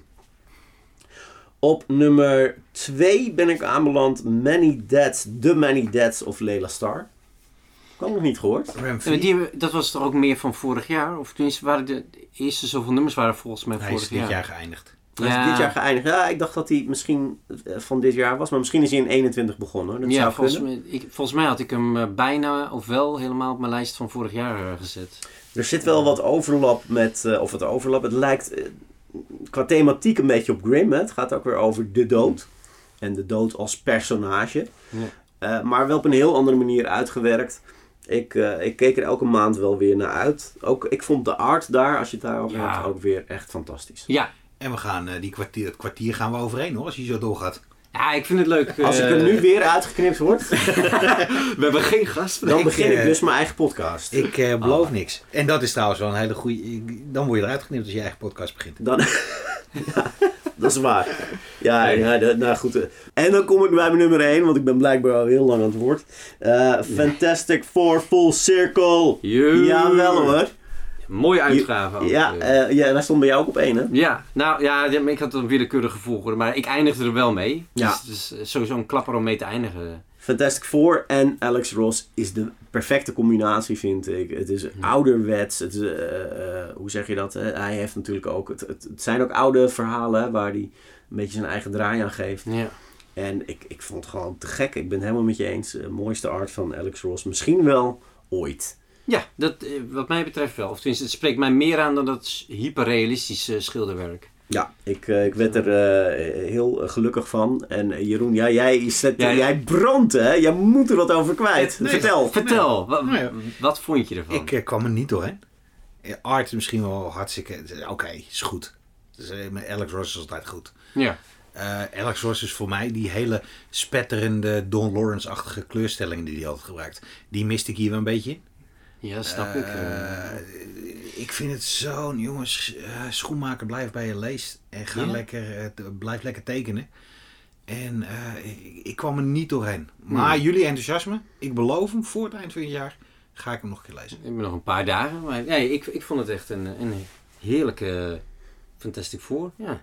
Op nummer twee ben ik aanbeland, Many Deaths, The Many Deaths of Layla Starr. Ik had nog niet gehoord. Ram Ja, die, hebben- dat was toch ook meer van vorig jaar? Of tenminste, waren de, de eerste zoveel nummers waren volgens mij Hij vorig is dit jaar. jaar geëindigd. Hij is Ja. dit jaar geëindigd. Ja, ik dacht dat hij misschien uh, van dit jaar was, maar misschien is hij in eenentwintig begonnen. Dat ja, zou volgens kunnen. mij, ik, volgens mij had ik hem uh, bijna of wel helemaal op mijn lijst van vorig jaar uh, gezet. Er zit wel wat overlap met, uh, of wat overlap, het lijkt uh, qua thematiek een beetje op Grimm. Hè? Het gaat ook weer over de dood. En de dood als personage. Ja. Uh, maar wel op een heel andere manier uitgewerkt. Ik, uh, ik keek er elke maand wel weer naar uit. Ook, ik vond de art daar, als je het daarover Ja. hebt, ook weer echt fantastiast. Ja. En we gaan uh, die kwartier, het kwartier gaan we overheen hoor, als je zo doorgaat. Ja, ik vind het leuk. Als ik uh, er nu weer uitgeknipt word, We hebben geen gast. dan Ik, begin ik uh, dus mijn eigen podcast. Ik uh, beloof niks. En dat is trouwens wel een hele goede... Dan word je eruit geknipt als je eigen podcast begint. Dan... ja, dat is waar. Ja, ja dat, nou goed. En dan kom ik bij mijn nummer één, want ik ben blijkbaar al heel lang aan het woord. Uh, Fantastic Four Full Circle. Jee. Jawel hoor. Mooie uitgave ook. Ja, uh. uh, ja, daar stond bij jou ook op één hè? Ja, nou ja, ja, maar ik had een willekeurige volgorde, maar ik eindigde er wel mee. Ja. Dus het is sowieso een klapper om mee te eindigen. Fantastic Four en Alex Ross is de perfecte combinatie, vind ik. Het is ouderwets. Het is, uh, uh, hoe zeg je dat? Hè? Hij heeft natuurlijk ook... Het, het, het zijn ook oude verhalen hè, waar hij een beetje zijn eigen draai aan geeft. Ja. En ik, ik vond het gewoon te gek. Ik ben het helemaal met je eens. Uh, mooiste art van Alex Ross. Misschien wel ooit. Ja, dat, eh, wat mij betreft wel. Of tenminste, het spreekt mij meer aan dan dat hyperrealistische schilderwerk. Ja, ik, uh, ik werd er uh, heel uh, gelukkig van. En uh, Jeroen, ja, jij, zet, Ja, ja. jij brandt hè? Jij moet er wat over kwijt. Nee, Vertel. Vertel, wa- Nou ja. wat vond je ervan? Ik uh, kwam er niet doorheen. Uh, Art misschien wel hartstikke... Oké, okay, is goed. Dus, uh, met Alex Ross is altijd goed. Ja. Uh, Alex Ross is voor mij die hele spetterende Don Lawrence-achtige kleurstellingen die hij altijd gebruikt. Die miste ik hier wel een beetje in. Ja, snap ik. Uh, eh. ik vind het zo'n jongens, uh, schoenmaker blijf bij je lees en ga Ja? lekker, uh, t- blijf lekker tekenen. En uh, ik, ik kwam er niet doorheen. Maar Hmm. jullie enthousiasme, ik beloof hem, voor het eind van het jaar ga ik hem nog een keer lezen. Ik ben nog een paar dagen, maar nee, ik, ik vond het echt een, een heerlijke Fantastic Four. Ja.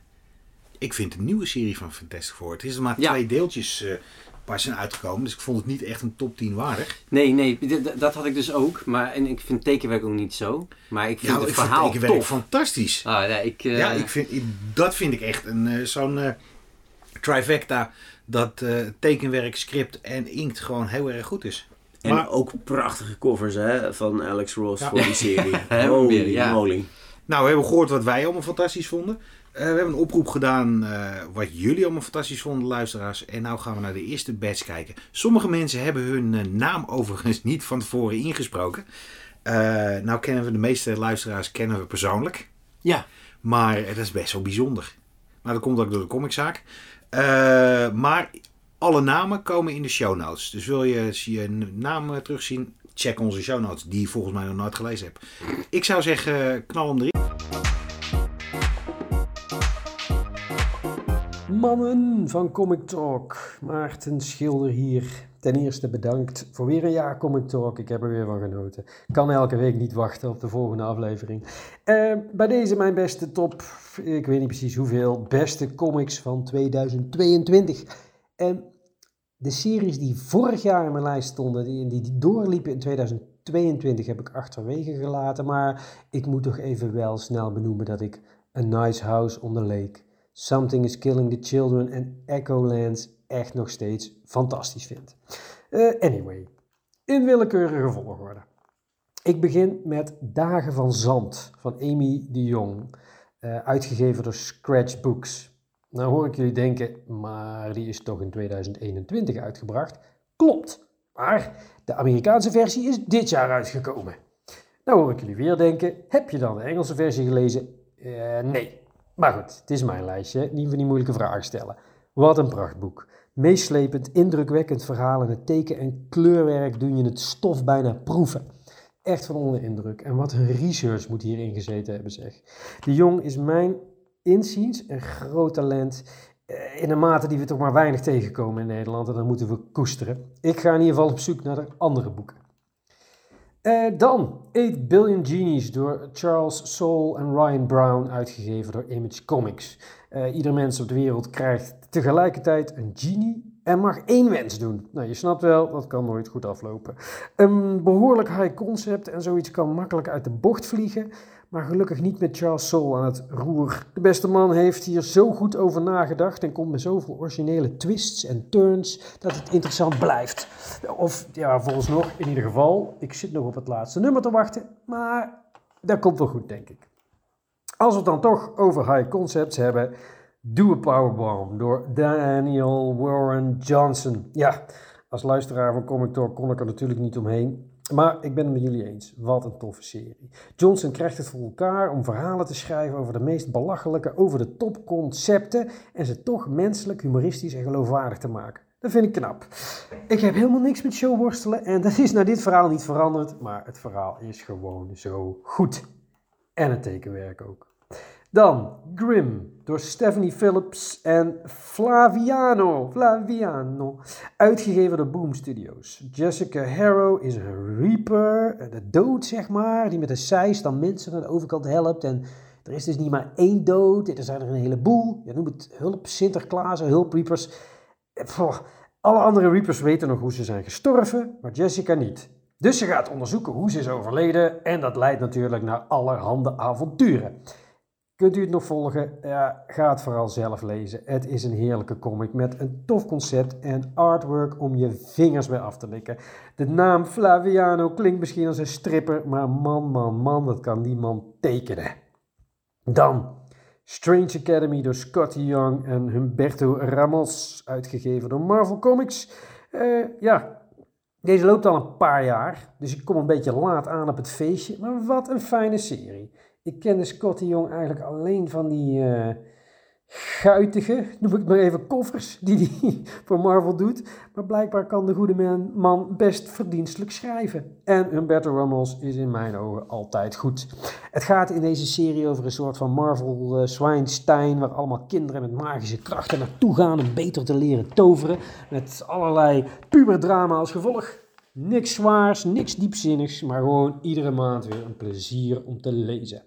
Ik vind de nieuwe serie van Fantastic Four, het is er maar Ja. twee deeltjes uh, pas zijn uitgekomen, dus ik vond het niet echt een top tien waardig. Nee, nee, d- d- dat had ik dus ook. Maar, en ik vind tekenwerk ook niet zo. Maar ik vind Ja, het ik vond verhaal het tekenwerk tof. fantastisch. Ah, ja, ik, uh, Ja, ik vind, ik- dat vind ik echt een, uh, zo'n uh, trifecta dat uh, tekenwerk, script en inkt gewoon heel erg goed is. En maar ook prachtige covers hè, van Alex Ross ja. voor die serie. Holy ja. moly. Nou, we hebben gehoord wat wij allemaal fantastisch vonden. Uh, we hebben een oproep gedaan uh, wat jullie allemaal fantastisch vonden, luisteraars. En nou gaan we naar de eerste batch kijken. Sommige mensen hebben hun uh, naam overigens niet van tevoren ingesproken. Uh, nou kennen we de meeste luisteraars kennen we persoonlijk. Ja. Maar uh, dat is best wel bijzonder. Maar dat komt ook door de comiczaak. Uh, maar alle namen komen in de show notes. Dus wil je je naam uh, terugzien, check onze show notes. Die je volgens mij nog nooit gelezen hebt. Ik zou zeggen, uh, knal hem erin. Mannen van Comic Talk, Maarten Schilder hier. Ten eerste bedankt voor weer een jaar Comic Talk. Ik heb er weer van genoten. Kan elke week niet wachten op de volgende aflevering. Uh, bij deze mijn beste top, ik weet niet precies hoeveel, beste comics van tweeduizend tweeëntwintig. Uh, de series die vorig jaar in mijn lijst stonden, die, die, die doorliepen in tweeduizend tweeëntwintig, heb ik achterwege gelaten. Maar ik moet toch even wel snel benoemen dat ik A Nice House on the Lake, Something is Killing the Children en Echolands echt nog steeds fantastisch vind. Uh, anyway, in willekeurige volgorde. Ik begin met Dagen van Zand van Amy de Jong, uh, uitgegeven door Scratch Books. Nou hoor ik jullie denken, maar die is toch in tweeduizend eenentwintig uitgebracht? Klopt, maar de Amerikaanse versie is dit jaar uitgekomen. Nou hoor ik jullie weer denken, heb je dan de Engelse versie gelezen? Uh, nee. Maar goed, het is mijn lijstje, niet van die moeilijke vragen stellen. Wat een prachtboek. Meeslepend, indrukwekkend verhaal en het teken- en kleurwerk doen je het stof bijna proeven. Echt van onder de indruk. En wat een research moet hierin gezeten hebben zeg. De Jong is mijn inziens een groot talent in een mate die we toch maar weinig tegenkomen in Nederland. En dan moeten we koesteren. Ik ga in ieder geval op zoek naar de andere boeken. Uh, dan eight billion Genies door Charles Soule en Ryan Brown, uitgegeven door Image Comics. Uh, ieder mens op de wereld krijgt tegelijkertijd een genie en mag één wens doen. Nou, je snapt wel, dat kan nooit goed aflopen. Een behoorlijk high concept en zoiets kan makkelijk uit de bocht vliegen, maar gelukkig niet met Charles Soule aan het roer. De beste man heeft hier zo goed over nagedacht en komt met zoveel originele twists en turns dat het interessant blijft. Of ja, vooralsnog in ieder geval. Ik zit nog op het laatste nummer te wachten, maar dat komt wel goed, denk ik. Als we het dan toch over high concepts hebben, Do a Powerbomb door Daniel Warren Johnson. Ja, als luisteraar van Comic Talk kon ik er natuurlijk niet omheen. Maar ik ben het met jullie eens. Wat een toffe serie. Johnson krijgt het voor elkaar om verhalen te schrijven over de meest belachelijke, over de top concepten en ze toch menselijk, humoristisch en geloofwaardig te maken. Dat vind ik knap. Ik heb helemaal niks met showworstelen en dat is naar dit verhaal niet veranderd, maar het verhaal is gewoon zo goed. En het tekenwerk ook. Dan Grimm door Stephanie Phillips en Flaviano, Flaviano, uitgegeven door Boom Studios. Jessica Harrow is een Reaper, de dood zeg maar, die met een zeis dan mensen aan de overkant helpt. En er is dus niet maar één dood, er zijn er een heleboel. Je noemt het hulp Sinterklaas, hulp Reapers. Pff, alle andere Reapers weten nog hoe ze zijn gestorven, maar Jessica niet. Dus ze gaat onderzoeken hoe ze is overleden en dat leidt natuurlijk naar allerhande avonturen. Kunt u het nog volgen? Ja, ga het vooral zelf lezen. Het is een heerlijke comic met een tof concept en artwork om je vingers bij af te likken. De naam Flaviano klinkt misschien als een stripper, maar man, man, man, dat kan die man tekenen. Dan Strange Academy door Scotty Young en Humberto Ramos, uitgegeven door Marvel Comics. Uh, ja, deze loopt al een paar jaar, dus ik kom een beetje laat aan op het feestje, maar wat een fijne serie. Ik kende Scotty Young eigenlijk alleen van die uh, guitige, noem ik maar even, koffers die hij voor Marvel doet. Maar blijkbaar kan de goede man, man best verdienstelijk schrijven. En Humberto Ramos is in mijn ogen altijd goed. Het gaat in deze serie over een soort van Marvel uh, Zwijnstein, waar allemaal kinderen met magische krachten naartoe gaan om beter te leren toveren. Met allerlei puberdrama als gevolg. Niks zwaars, niks diepzinnigs, maar gewoon iedere maand weer een plezier om te lezen.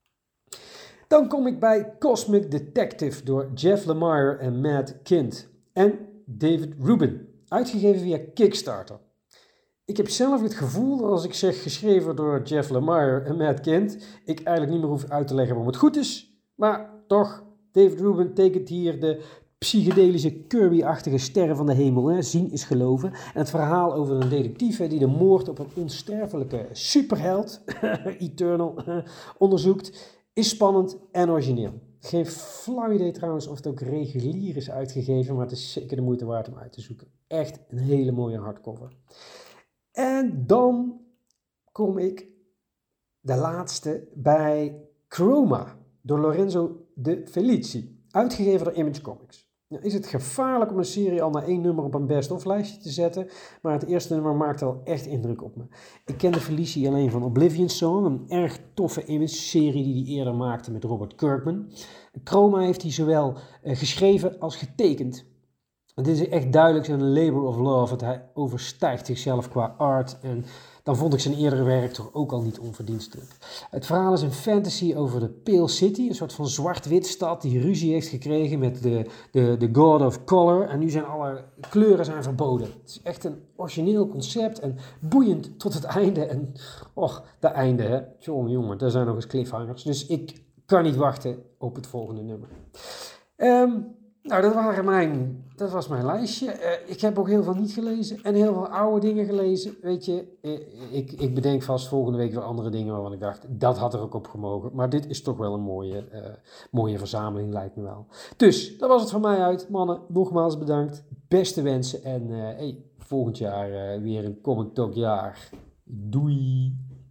Dan kom ik bij Cosmic Detective door Jeff Lemire en Matt Kindt en David Rubin, uitgegeven via Kickstarter. Ik heb zelf het gevoel dat als ik zeg geschreven door Jeff Lemire en Matt Kindt, ik eigenlijk niet meer hoef uit te leggen waarom het goed is, maar toch, David Rubin tekent hier de psychedelische Kirby-achtige sterren van de hemel. Hè. Zien is geloven. En het verhaal over een detectief hè, die de moord op een onsterfelijke superheld, Eternal, onderzoekt, is spannend en origineel. Geen flauw idee trouwens of het ook regulier is uitgegeven, maar het is zeker de moeite waard om uit te zoeken. Echt een hele mooie hardcover. En dan kom ik de laatste bij Chroma door Lorenzo De Felici, uitgegeven door Image Comics. Nou, is het gevaarlijk om een serie al na één nummer op een best-of lijstje te zetten, maar het eerste nummer maakt al echt indruk op me. Ik ken De Felici alleen van Oblivion Song, een erg toffe Image-serie die hij eerder maakte met Robert Kirkman. Chroma heeft hij zowel uh, geschreven als getekend. Het is echt duidelijk zijn labor of love, want hij overstijgt zichzelf qua art en dan vond ik zijn eerdere werk toch ook al niet onverdienstelijk. Het verhaal is een fantasy over de Pale City, een soort van zwart-wit stad die ruzie heeft gekregen met de, de, de God of Color. En nu zijn alle kleuren zijn verboden. Het is echt een origineel concept en boeiend tot het einde. En och, dat einde hè, jongen, jongen, daar zijn nog eens cliffhangers. Dus ik kan niet wachten op het volgende nummer. Um, Nou, dat, waren mijn, dat was mijn lijstje. Uh, ik heb ook heel veel niet gelezen en heel veel oude dingen gelezen. Weet je, uh, ik, ik bedenk vast volgende week weer andere dingen waarvan ik dacht, dat had er ook op gemogen. Maar dit is toch wel een mooie, uh, mooie verzameling, lijkt me wel. Dus, dat was het van mij uit. Mannen, nogmaals bedankt. Beste wensen en uh, hey, volgend jaar uh, weer een Comic Talk jaar. Doei!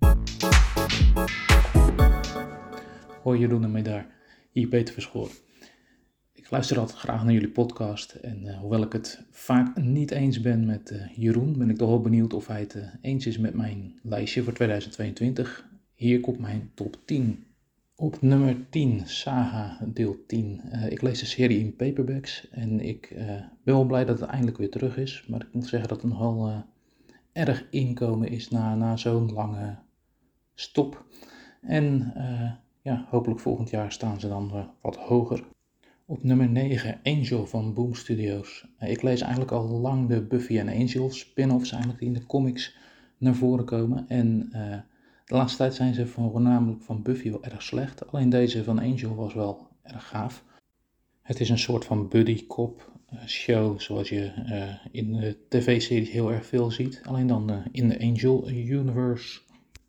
Hoi Jeroen en mij daar. Hier Peter Verschoor. Ik luister altijd graag naar jullie podcast en uh, hoewel ik het vaak niet eens ben met uh, Jeroen, ben ik toch wel benieuwd of hij het uh, eens is met mijn lijstje voor tweeduizend tweeëntwintig. Hier komt mijn top tien. Op nummer tien, Saga deel tien. Uh, ik lees de serie in paperbacks en ik uh, ben wel blij dat het eindelijk weer terug is, maar ik moet zeggen dat het nogal uh, erg inkomen is na, na zo'n lange stop. En uh, ja, hopelijk volgend jaar staan ze dan uh, wat hoger. Op nummer negen, Angel van Boom Studios. Ik lees eigenlijk al lang de Buffy en Angel spin-offs eigenlijk die in de comics naar voren komen. En uh, de laatste tijd zijn ze voornamelijk van Buffy wel erg slecht. Alleen deze van Angel was wel erg gaaf. Het is een soort van buddy cop show zoals je uh, in de tv-series heel erg veel ziet. Alleen dan uh, in de Angel Universe.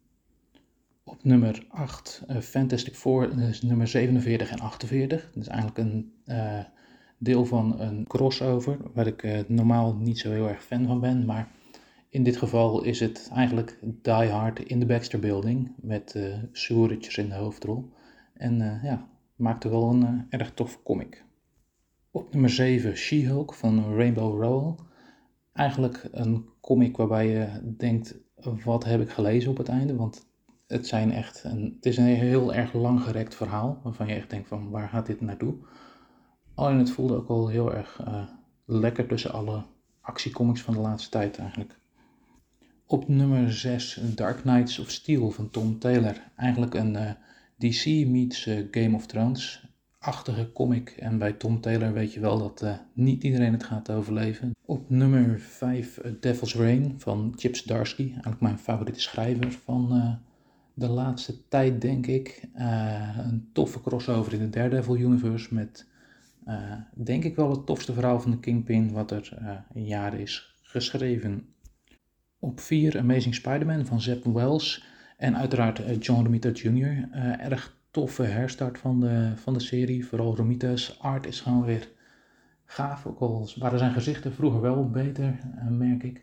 Op nummer acht, uh, Fantastic Four, dat is nummer zevenenveertig en achtenveertig. Dat is eigenlijk een uh, deel van een crossover, waar ik uh, normaal niet zo heel erg fan van ben. Maar in dit geval is het eigenlijk Die Hard in de Baxter Building, met uh, Sue Richards in de hoofdrol. En uh, ja, maakte wel een uh, erg tof comic. Op nummer zeven, She-Hulk van Rainbow Rowell. Eigenlijk een comic waarbij je denkt, wat heb ik gelezen op het einde, want Het, zijn echt een, het is een heel erg langgerekt verhaal, waarvan je echt denkt van waar gaat dit naartoe. Alleen het voelde ook wel heel erg uh, lekker tussen alle actiecomics van de laatste tijd eigenlijk. Op nummer zes, Dark Knights of Steel van Tom Taylor. Eigenlijk een uh, D C meets uh, Game of Thrones-achtige comic. En bij Tom Taylor weet je wel dat uh, niet iedereen het gaat overleven. Op nummer vijf, uh, Devil's Reign van Chip Zdarsky. Eigenlijk mijn favoriete schrijver van Uh, de laatste tijd, denk ik, uh, een toffe crossover in de Daredevil universe met, uh, denk ik wel het tofste verhaal van de Kingpin wat er uh, in jaren is geschreven. Op vier, Amazing Spider-Man van Zeb Wells en uiteraard uh, John Romita junior Uh, erg toffe herstart van de, van de serie, vooral Romita's art is gewoon weer gaaf, ook al waren zijn gezichten vroeger wel beter, uh, merk ik.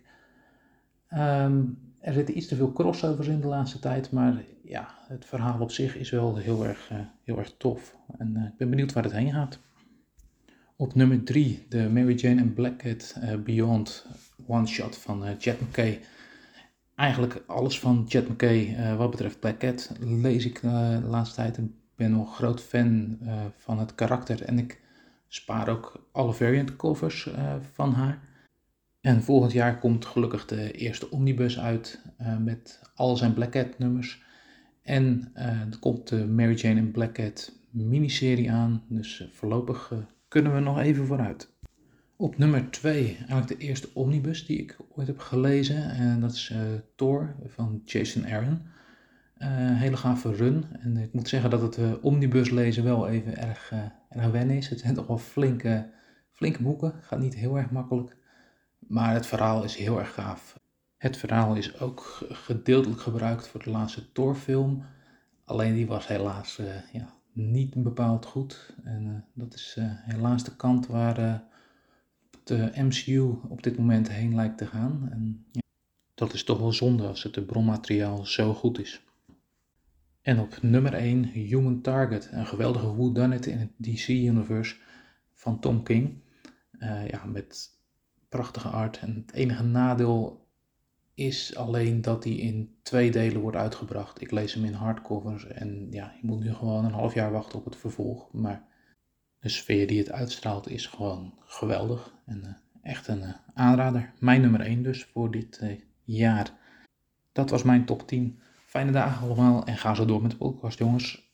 Um, Er zitten iets te veel crossovers in de laatste tijd, maar ja, het verhaal op zich is wel heel erg, uh, heel erg tof. En uh, ik ben benieuwd waar het heen gaat. Op nummer drie, de Mary Jane and Black Cat uh, Beyond one-shot van uh, Jed MacKay. Eigenlijk alles van Jed MacKay uh, wat betreft Black Cat lees ik uh, de laatste tijd. Ik ben nog groot fan uh, van het karakter en ik spaar ook alle variant covers uh, van haar. En volgend jaar komt gelukkig de eerste omnibus uit uh, met al zijn Black Cat nummers. En uh, er komt de Mary Jane and Black Cat miniserie aan, dus uh, voorlopig uh, kunnen we nog even vooruit. Op nummer twee, eigenlijk de eerste omnibus die ik ooit heb gelezen. En dat is uh, Thor van Jason Aaron. Uh, hele gave run. En ik moet zeggen dat het uh, omnibus lezen wel even erg, uh, erg wennen is. Het zijn toch wel flinke, flinke boeken, gaat niet heel erg makkelijk. Maar het verhaal is heel erg gaaf. Het verhaal is ook gedeeltelijk gebruikt voor de laatste Thor-film. Alleen die was helaas uh, ja, niet bepaald goed. En uh, dat is uh, helaas de kant waar uh, de M C U op dit moment heen lijkt te gaan. En ja, dat is toch wel zonde als het bronmateriaal zo goed is. En op nummer één, Human Target. Een geweldige whodunit in het D C-universe van Tom King. Uh, ja, met prachtige art. En het enige nadeel is alleen dat hij in twee delen wordt uitgebracht. Ik lees hem in hardcover en ja, je moet nu gewoon een half jaar wachten op het vervolg. Maar de sfeer die het uitstraalt is gewoon geweldig. En uh, echt een uh, aanrader. Mijn nummer één dus voor dit uh, jaar. Dat was mijn top tien. Fijne dagen allemaal en ga zo door met de podcast, jongens.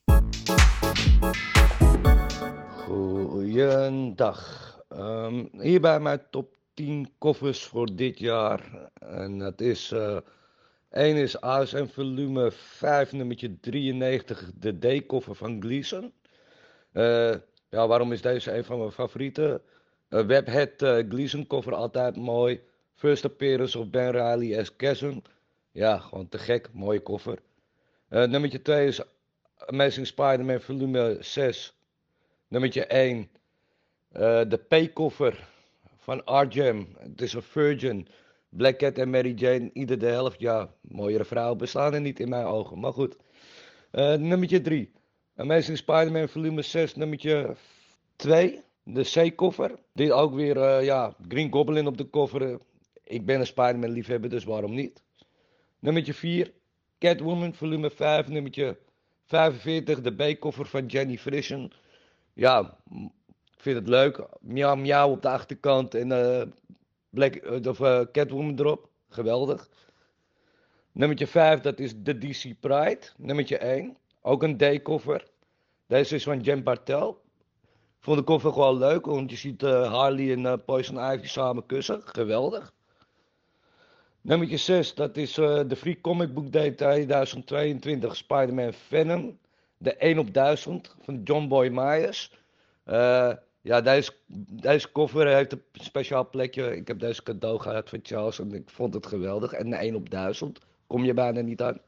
Goeiedag. Um, hierbij mijn top tien covers voor dit jaar. En dat is... Uh, één is A S M volume vijf, nummertje drieënnegentig, de D-cover van Gleason. Uh, ja, waarom is deze een van mijn favorieten? Uh, Webhead uh, Gleason cover altijd mooi. First appearance of Ben Reilly as Chasm. Ja, gewoon te gek. Mooie cover. Uh, nummertje twee is Amazing Spider-Man volume zes. Nummertje één. Uh, de P-cover van R-Jam. Het is een Virgin. Black Cat en Mary Jane. Ieder de helft. Ja, mooiere vrouwen bestaan er niet in mijn ogen. Maar goed. Uh, nummertje drie. Amazing Spider-Man volume zes. Nummertje twee. De C-cover. Dit ook weer, uh, ja, Green Goblin op de cover. Ik ben een Spider-Man liefhebber, dus waarom niet? Nummertje vier. Catwoman volume vijf. Nummertje vijfenveertig. De B-cover van Jenny Frison. Ja, ik vind het leuk. Miauw miauw op de achterkant en uh, Black, uh, of, uh, Catwoman erop. Geweldig. Nummertje vijf, dat is de D C Pride. Nummertje één. Ook een D-cover. Deze is van Jen Bartel. Ik vond de cover gewoon leuk, want je ziet uh, Harley en uh, Poison Ivy samen kussen. Geweldig. Nummertje zes, dat is uh, de Free Comic Book Day tweeduizend tweeëntwintig. Spider-Man Venom. De één op duizend van John Boy Myers. Uh, ja, deze, deze cover heeft een speciaal plekje. Ik heb deze cadeau gehad van Charles en ik vond het geweldig. En de één op duizend. Kom je bijna niet aan.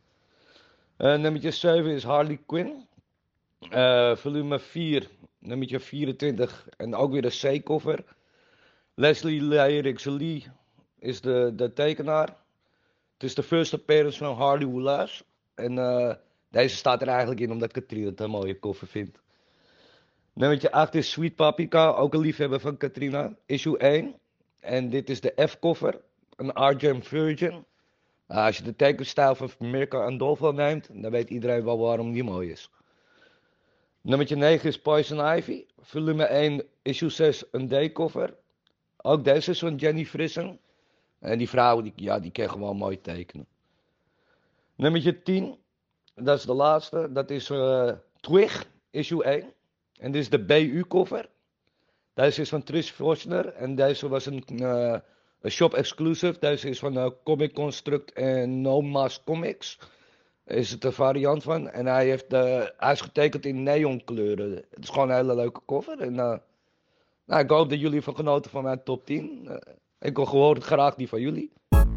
Uh, nummertje zeven is Harley Quinn. Uh, volume vier. Nummertje vierentwintig. En ook weer een C-cover. Leslie Lyrics Lee is de, de tekenaar. Het is de first appearance van Harley Woolaz. En uh, deze staat er eigenlijk in omdat Katrina het een mooie cover vindt. Nummertje acht is Sweet Paprika, ook een liefhebber van Katrina. Issue één. En dit is de F-cover. Een R-Jam Virgin. Uh, als je de tekenstijl van Mirka Andolfo neemt, dan weet iedereen wel waarom die mooi is. Nummertje negen is Poison Ivy. Volume één, issue zes, een D-cover. Ook deze is van Jenny Frison. En die vrouw, die, ja, die kan gewoon mooi tekenen. Nummertje tien, dat is de laatste. Dat is uh, Twig, issue één. En dit is de B U-cover. Deze is van Trish Forsner. En deze was een, uh, een shop exclusive. Deze is van uh, Comic Construct en No Mas Comics. Is het een variant van. En hij, heeft, uh, hij is getekend in neonkleuren. Het is gewoon een hele leuke cover. En uh, nou, ik hoop dat jullie van genoten van mijn top tien. Uh, ik wil gewoon graag die van jullie.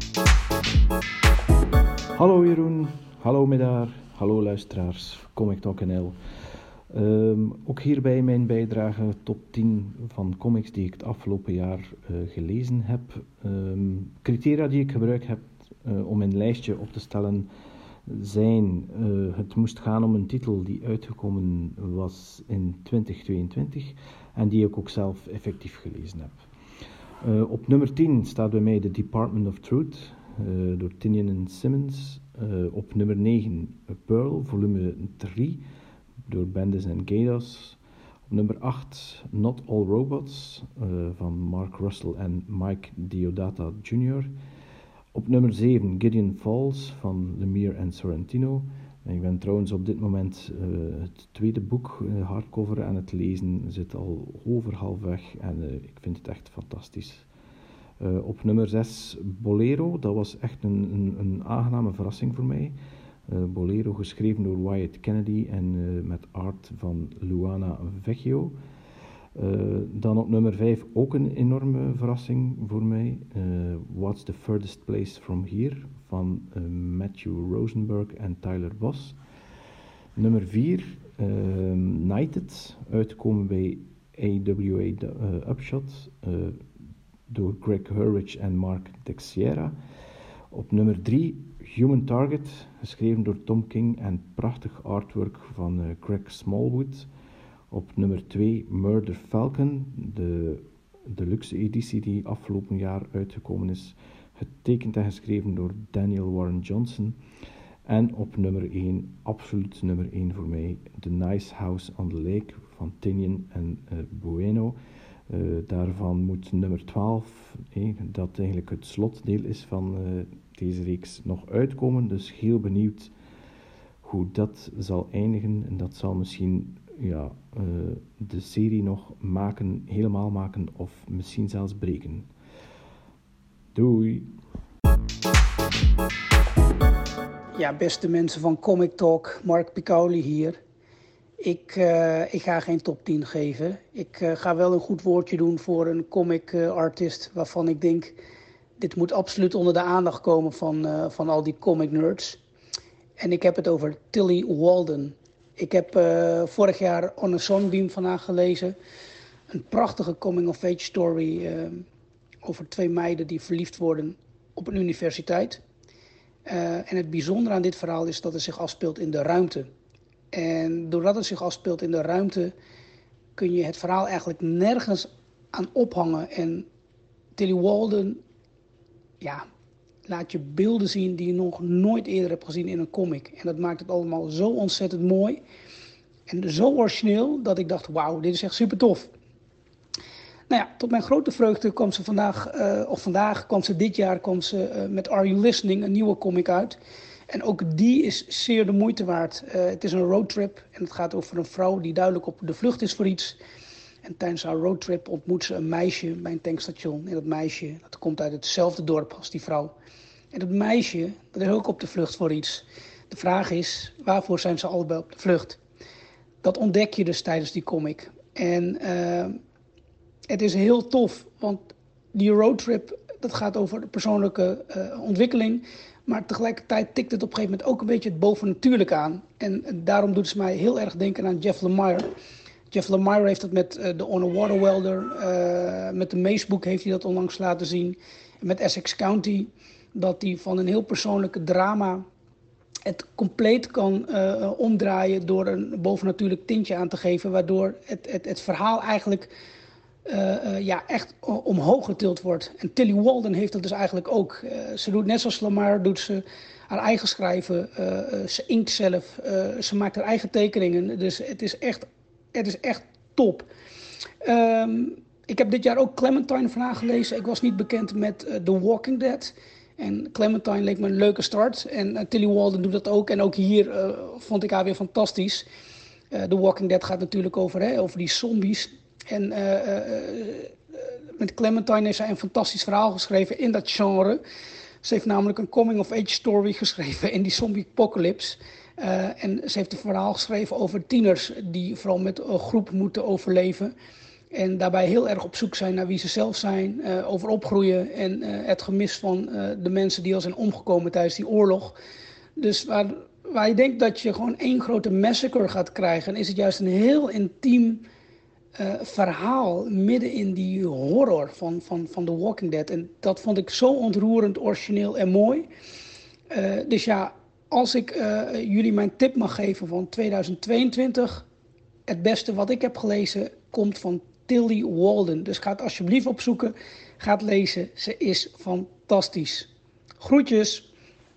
Hallo Jeroen, hallo Medaar, hallo luisteraars, Comic Talk N L. Um, ook hierbij mijn bijdrage top tien van comics die ik het afgelopen jaar uh, gelezen heb. Um, criteria die ik gebruikt heb uh, om een lijstje op te stellen zijn, uh, het moest gaan om een titel die uitgekomen was in twintig tweeëntwintig en die ik ook zelf effectief gelezen heb. Uh, op nummer tien staat bij mij The Department of Truth uh, door Tinian en Simmons. Uh, op nummer negen Pearl, volume drie door Bendis en Gaydos. Op nummer acht Not All Robots uh, van Mark Russell en Mike Deodato junior Op nummer zeven Gideon Falls van Lemire en Sorrentino. En ik ben trouwens op dit moment uh, het tweede boek, uh, hardcover, aan het lezen. Zit al over halfweg en uh, ik vind het echt fantastisch. Uh, op nummer zes Bolero, dat was echt een, een, een aangename verrassing voor mij. Uh, Bolero geschreven door Wyatt Kennedy en uh, met art van Luana Vecchio. Uh, dan op nummer vijf ook een enorme verrassing voor mij. Uh, What's the Furthest Place From Here van uh, Matthew Rosenberg en Tyler Boss. Nummer vier, uh, Knighted, uitgekomen bij A W A uh, Upshot uh, door Greg Hurwitz en Mark Texiera. Op nummer drie, Human Target, geschreven door Tom King en prachtig artwork van uh, Greg Smallwood. Op nummer twee, Murder Falcon, de deluxe editie die afgelopen jaar uitgekomen is, getekend en geschreven door Daniel Warren Johnson. En op nummer één, absoluut nummer één voor mij, The Nice House on the Lake van Tinian en uh, Bueno. Uh, daarvan moet nummer twaalf, eh, dat eigenlijk het slotdeel is van uh, deze reeks, nog uitkomen. Dus heel benieuwd hoe dat zal eindigen. En dat zal misschien ja, uh, de serie nog maken, helemaal maken of misschien zelfs breken. Doei! Ja, beste mensen van Comic Talk, Mark Picauli hier. Ik, uh, ik ga geen top tien geven. Ik uh, ga wel een goed woordje doen voor een comic uh, artist waarvan ik denk, dit moet absoluut onder de aandacht komen van, uh, van al die comic nerds. En ik heb het over Tillie Walden. Ik heb uh, vorig jaar On a Sunbeam van haar gelezen. Een prachtige coming-of-age story uh, over twee meiden die verliefd worden op een universiteit. Uh, en het bijzondere aan dit verhaal is dat het zich afspeelt in de ruimte. En doordat het zich afspeelt in de ruimte, kun je het verhaal eigenlijk nergens aan ophangen. En Tillie Walden, ja, laat je beelden zien die je nog nooit eerder hebt gezien in een comic. En dat maakt het allemaal zo ontzettend mooi. En zo origineel dat ik dacht, wauw, dit is echt super tof. Nou ja, tot mijn grote vreugde kwam ze vandaag, uh, of vandaag kwam ze dit jaar, kwam ze uh, met Are You Listening, een nieuwe comic uit. En ook die is zeer de moeite waard. Uh, het is een roadtrip en het gaat over een vrouw die duidelijk op de vlucht is voor iets. En tijdens haar roadtrip ontmoet ze een meisje bij een tankstation. En dat meisje, dat komt uit hetzelfde dorp als die vrouw. En dat meisje, dat is ook op de vlucht voor iets. De vraag is, waarvoor zijn ze allebei op de vlucht? Dat ontdek je dus tijdens die comic. En uh, het is heel tof, want die roadtrip, dat gaat over de persoonlijke uh, ontwikkeling. Maar tegelijkertijd tikt het op een gegeven moment ook een beetje het bovennatuurlijke aan. En daarom doet het mij heel erg denken aan Jeff Lemire. Jeff Lemire heeft dat met uh, de On a Water Welder, uh, met de Macebook heeft hij dat onlangs laten zien. En met Essex County, dat hij van een heel persoonlijke drama het compleet kan uh, omdraaien door een bovennatuurlijk tintje aan te geven. Waardoor het, het, het verhaal eigenlijk uh, uh, ja, echt omhoog getild wordt. En Tillie Walden heeft dat dus eigenlijk ook. Uh, ze doet net zoals Lamar, doet ze haar eigen schrijven. Uh, uh, ze inkt zelf. Uh, ze maakt haar eigen tekeningen. Dus het is echt, het is echt top. Um, ik heb dit jaar ook Clementine van haar gelezen. Ik was niet bekend met uh, The Walking Dead. En Clementine leek me een leuke start. En uh, Tillie Walden doet dat ook. En ook hier uh, vond ik haar weer fantastisch. Uh, The Walking Dead gaat natuurlijk over, hè, over die zombies. En uh, uh, uh, met Clementine heeft zij een fantastisch verhaal geschreven in dat genre. Ze heeft namelijk een coming-of-age story geschreven in die zombie-apocalypse. Uh, en ze heeft een verhaal geschreven over tieners die vooral met een groep moeten overleven. En daarbij heel erg op zoek zijn naar wie ze zelf zijn, uh, over opgroeien en uh, het gemis van uh, de mensen die al zijn omgekomen tijdens die oorlog. Dus waar, waar je denkt dat je gewoon één grote massacre gaat krijgen, is het juist een heel intiem uh, verhaal midden in die horror van, van, van The Walking Dead. En dat vond ik zo ontroerend, origineel en mooi. Uh, dus ja, als ik uh, jullie mijn tip mag geven van tweeduizend tweeëntwintig, het beste wat ik heb gelezen komt van Tillie Walden. Dus ga het alsjeblieft opzoeken. Ga het lezen. Ze is fantastisch. Groetjes.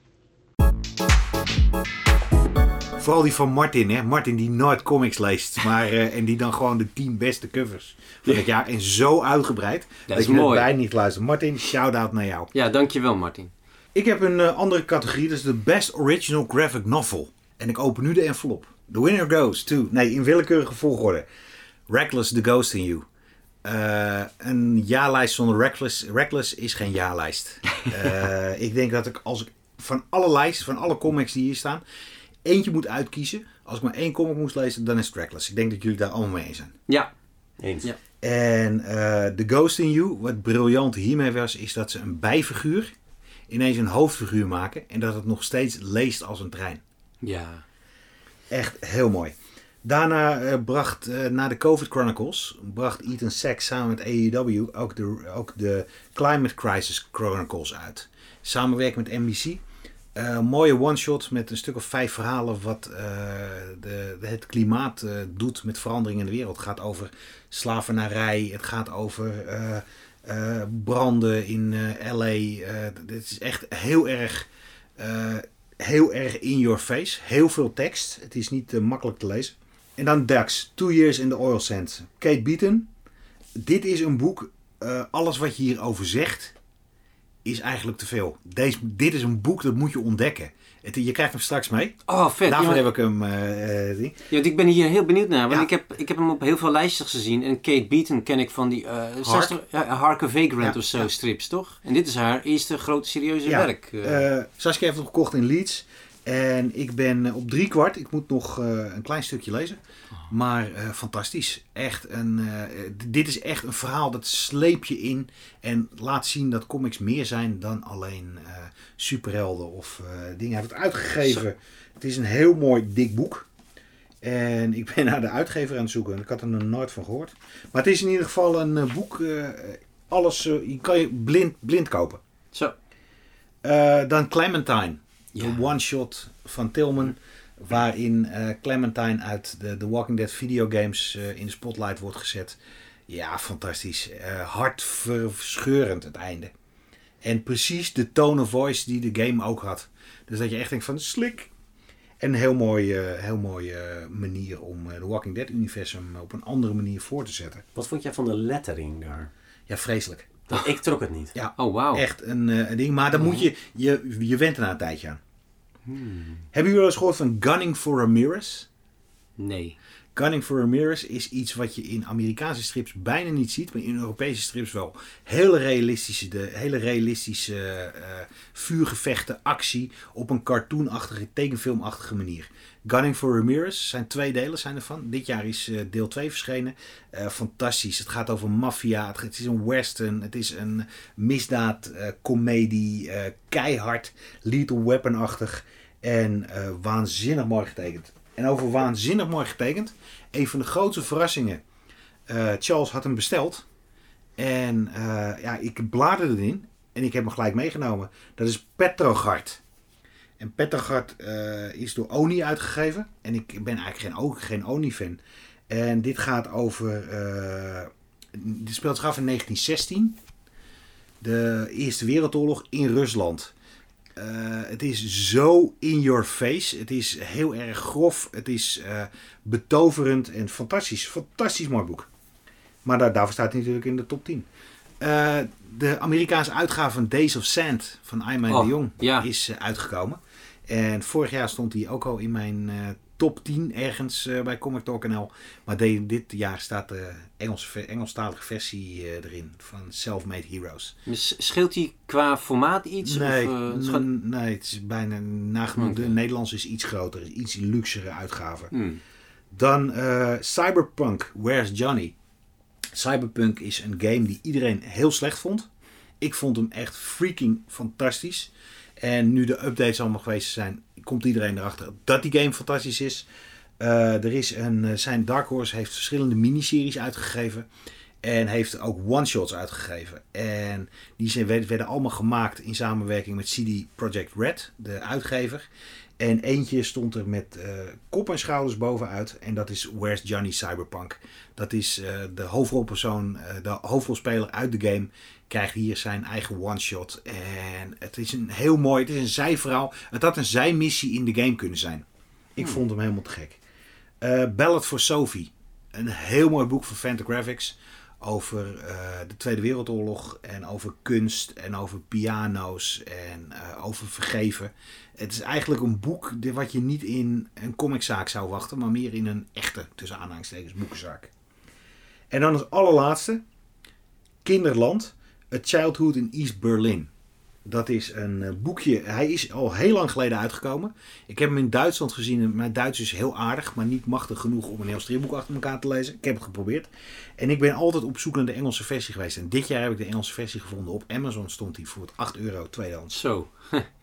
Vooral die van Martin, hè? Martin die nooit comics leest. Maar, uh, en die dan gewoon de tien beste covers van het jaar. En zo uitgebreid. Dat, dat is je mooi. Bij niet luistert. Martin, shout-out naar jou. Ja, dankjewel Martin. Ik heb een uh, andere categorie. Dat is de Best Original Graphic Novel. En ik open nu de envelop. The winner goes to... Nee, in willekeurige volgorde. Reckless, The Ghost in You. Uh, een jaarlijst zonder Reckless. Reckless is geen jaarlijst. Uh, ik denk dat ik als ik van alle lijsten, van alle comics die hier staan, eentje moet uitkiezen. Als ik maar één comic moest lezen, dan is het Reckless. Ik denk dat jullie daar allemaal mee eens zijn. Ja. Eens. Ja. En uh, The Ghost in You, wat briljant hiermee was, is dat ze een bijfiguur ineens een hoofdfiguur maken. En dat het nog steeds leest als een trein. Ja. Echt heel mooi. Daarna uh, bracht, uh, na de COVID Chronicles, bracht Ethan Sachs samen met A E W ook de, ook de Climate Crisis Chronicles uit. Samenwerking met N B C. Uh, mooie one-shot met een stuk of vijf verhalen wat uh, de, de, het klimaat uh, doet met veranderingen in de wereld. Het gaat over slavernij, het gaat over uh, uh, branden in uh, L A. Uh, dit is echt heel erg, uh, heel erg in your face. Heel veel tekst. Het is niet uh, makkelijk te lezen. En dan Dax, Two Years in the Oil Sands. Kate Beaton. Dit is een boek, uh, alles wat je hierover zegt, is eigenlijk te veel. Deze, dit is een boek dat moet je ontdekken. Het, je krijgt hem straks mee. Oh, vet. Daarvoor ja, heb ik hem... Uh, uh, ja, ik ben hier heel benieuwd naar. Want ja. ik, heb, ik heb hem op heel veel lijstjes gezien. En Kate Beaton ken ik van die... Uh, zestig, ja, Hark a Vagrant ja, of zo ja. strips, toch? En dit is haar eerste grote serieuze ja. werk. Uh. Uh, Saskia heeft hem gekocht in Leeds. En ik ben op drie kwart. Ik moet nog uh, een klein stukje lezen. Maar uh, fantastisch. Echt een, uh, dit is echt een verhaal dat sleep je in. En laat zien dat comics meer zijn dan alleen uh, superhelden of uh, dingen. Hij heeft het uitgegeven. Zo. Het is een heel mooi dik boek. En ik ben naar de uitgever aan het zoeken. Ik had er nog nooit van gehoord. Maar het is in ieder geval een uh, boek. Uh, alles uh, je kan je blind, blind kopen. Zo. Uh, dan Clementine. Ja. Een one-shot van Tillman. Waarin uh, Clementine uit de, de Walking Dead videogames uh, in de spotlight wordt gezet. Ja, fantastisch. Uh, hartverscheurend het einde. En precies de tone of voice die de game ook had. Dus dat je echt denkt van slik. En een heel mooie, heel mooie manier om de Walking Dead universum op een andere manier voor te zetten. Wat vond jij van de lettering daar? Ja, vreselijk. Dat, ik trok het niet. Ja, oh, wow. Echt een, uh, een ding. Maar dan moet je, je, je went er na een tijdje aan. Hmm. Hebben jullie wel eens gehoord van Gunning for Ramirez? Nee. Gunning for Ramirez is iets wat je in Amerikaanse strips bijna niet ziet, maar in Europese strips wel. Hele realistische, de, hele realistische uh, vuurgevechten, actie op een cartoonachtige, tekenfilmachtige manier. Gunning for Ramirez zijn twee delen zijn ervan. Dit jaar is uh, deel twee verschenen. Uh, fantastisch. Het gaat over maffia. Het, het is een western. Het is een misdaad, uh, comedie, uh, keihard, Lethal Weapon-achtig en uh, waanzinnig mooi getekend. En over waanzinnig mooi getekend. Een van de grootste verrassingen. Uh, Charles had hem besteld. En uh, ja, ik bladerde erin. En ik heb hem gelijk meegenomen. Dat is Petrogard. En Petrogard uh, is door Oni uitgegeven. En ik ben eigenlijk geen, geen Oni-fan. En dit gaat over... Uh, dit speelt zich af in negentien zestien. De Eerste Wereldoorlog in Rusland. Uh, het is zo in your face. Het is heel erg grof. Het is uh, betoverend en fantastisch. Fantastisch mooi boek. Maar daar, daarvoor staat hij natuurlijk in de top tien. Uh, de Amerikaanse uitgave van Days of Sand van Ayman oh, de Jong ja. is uh, uitgekomen. En vorig jaar stond hij ook al in mijn uh, top tien ergens uh, bij Comic Talk N L. Maar de, dit jaar staat de Engelse, Engelstalige versie uh, erin van Self-Made Heroes. Scheelt hij qua formaat iets? Nee, of, uh, scha- n- nee het is bijna nagenoeg. Okay. De Nederlandse is iets groter, iets luxere uitgave. Hmm. Dan uh, Cyberpunk, Where's Johnny? Cyberpunk is een game die iedereen heel slecht vond. Ik vond hem echt freaking fantastisch. En nu de updates allemaal geweest zijn, komt iedereen erachter dat die game fantastisch is. Uh, er is een, zijn Dark Horse heeft verschillende miniseries uitgegeven. En heeft ook one-shots uitgegeven. En die zijn, werden allemaal gemaakt in samenwerking met C D Projekt Red, de uitgever. En eentje stond er met uh, kop en schouders bovenuit. En dat is Where's Johnny Cyberpunk. Dat is uh, de hoofdrolpersoon, uh, de hoofdrolspeler uit de game. Krijgt hier zijn eigen one-shot. En het is een heel mooi, het is een zijverhaal. Het had een zijmissie in de game kunnen zijn. Ik hmm. vond hem helemaal te gek. Uh, Ballad for Sophie. Een heel mooi boek van Fantagraphics. Over uh, de Tweede Wereldoorlog. En over kunst. En over piano's. En uh, over vergeven. Het is eigenlijk een boek wat je niet in een comiczaak zou wachten. Maar meer in een echte, tussen aanhalingstekens, boekenzaak. En dan als allerlaatste. Kinderland. A Childhood in East Berlin. Dat is een uh, boekje. Hij is al heel lang geleden uitgekomen. Ik heb hem in Duitsland gezien. Mijn Duits is heel aardig, maar niet machtig genoeg om een heel stripboek achter elkaar te lezen. Ik heb het geprobeerd. En ik ben altijd op zoek naar de Engelse versie geweest. En dit jaar heb ik de Engelse versie gevonden. Op Amazon stond hij voor acht euro tweedehands. Zo.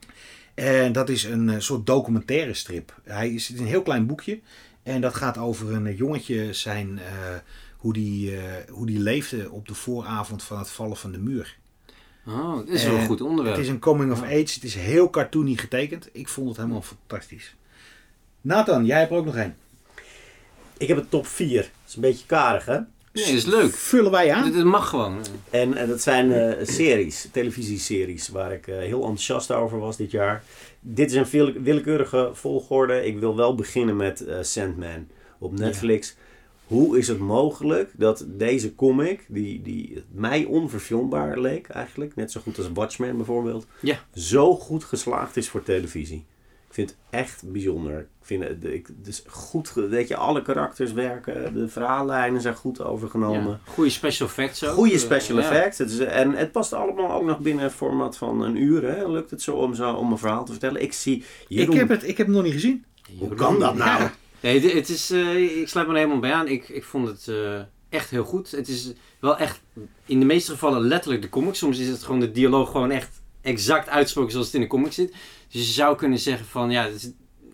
En dat is een uh, soort documentaire strip. Hij is, het is een heel klein boekje. En dat gaat over een uh, jongetje zijn... Uh, hoe die, uh, hoe die leefde op de vooravond van het vallen van de muur. Oh, dat is wel een goed onderwerp. Het is een coming of age. Het is heel cartoony getekend. Ik vond het helemaal fantastisch. Nathan, jij hebt er ook nog één. Ik heb een top vier. Dat is een beetje karig, hè? Nee, dat is leuk. Vullen wij aan. Dat mag gewoon. En, en dat zijn uh, series, televisieseries, waar ik uh, heel enthousiast over was dit jaar. Dit is een veel, willekeurige volgorde. Ik wil wel beginnen met uh, Sandman op Netflix. Ja. Hoe is het mogelijk dat deze comic, die, die mij onverfilmbaar leek eigenlijk, net zo goed als Watchmen bijvoorbeeld, ja. zo goed geslaagd is voor televisie? Ik vind het echt bijzonder. Ik vind het, ik, het is goed, weet je, alle karakters werken, de verhaallijnen zijn goed overgenomen. Ja. Goede special effects ook. Goede special uh, effects. Ja. Het is, en het past allemaal ook nog binnen een format van een uur. Hè? Lukt het zo om, zo om een verhaal te vertellen? Ik zie Jeroen... Ik heb het, ik heb hem nog niet gezien. Hoe kan dat nou? Ja. Nee, het is, uh, ik sluit me er helemaal bij aan. Ik, ik vond het uh, echt heel goed. Het is wel echt, in de meeste gevallen letterlijk de comic. Soms is het gewoon de dialoog gewoon echt exact uitgesproken zoals het in de comic zit. Dus je zou kunnen zeggen van, ja, het,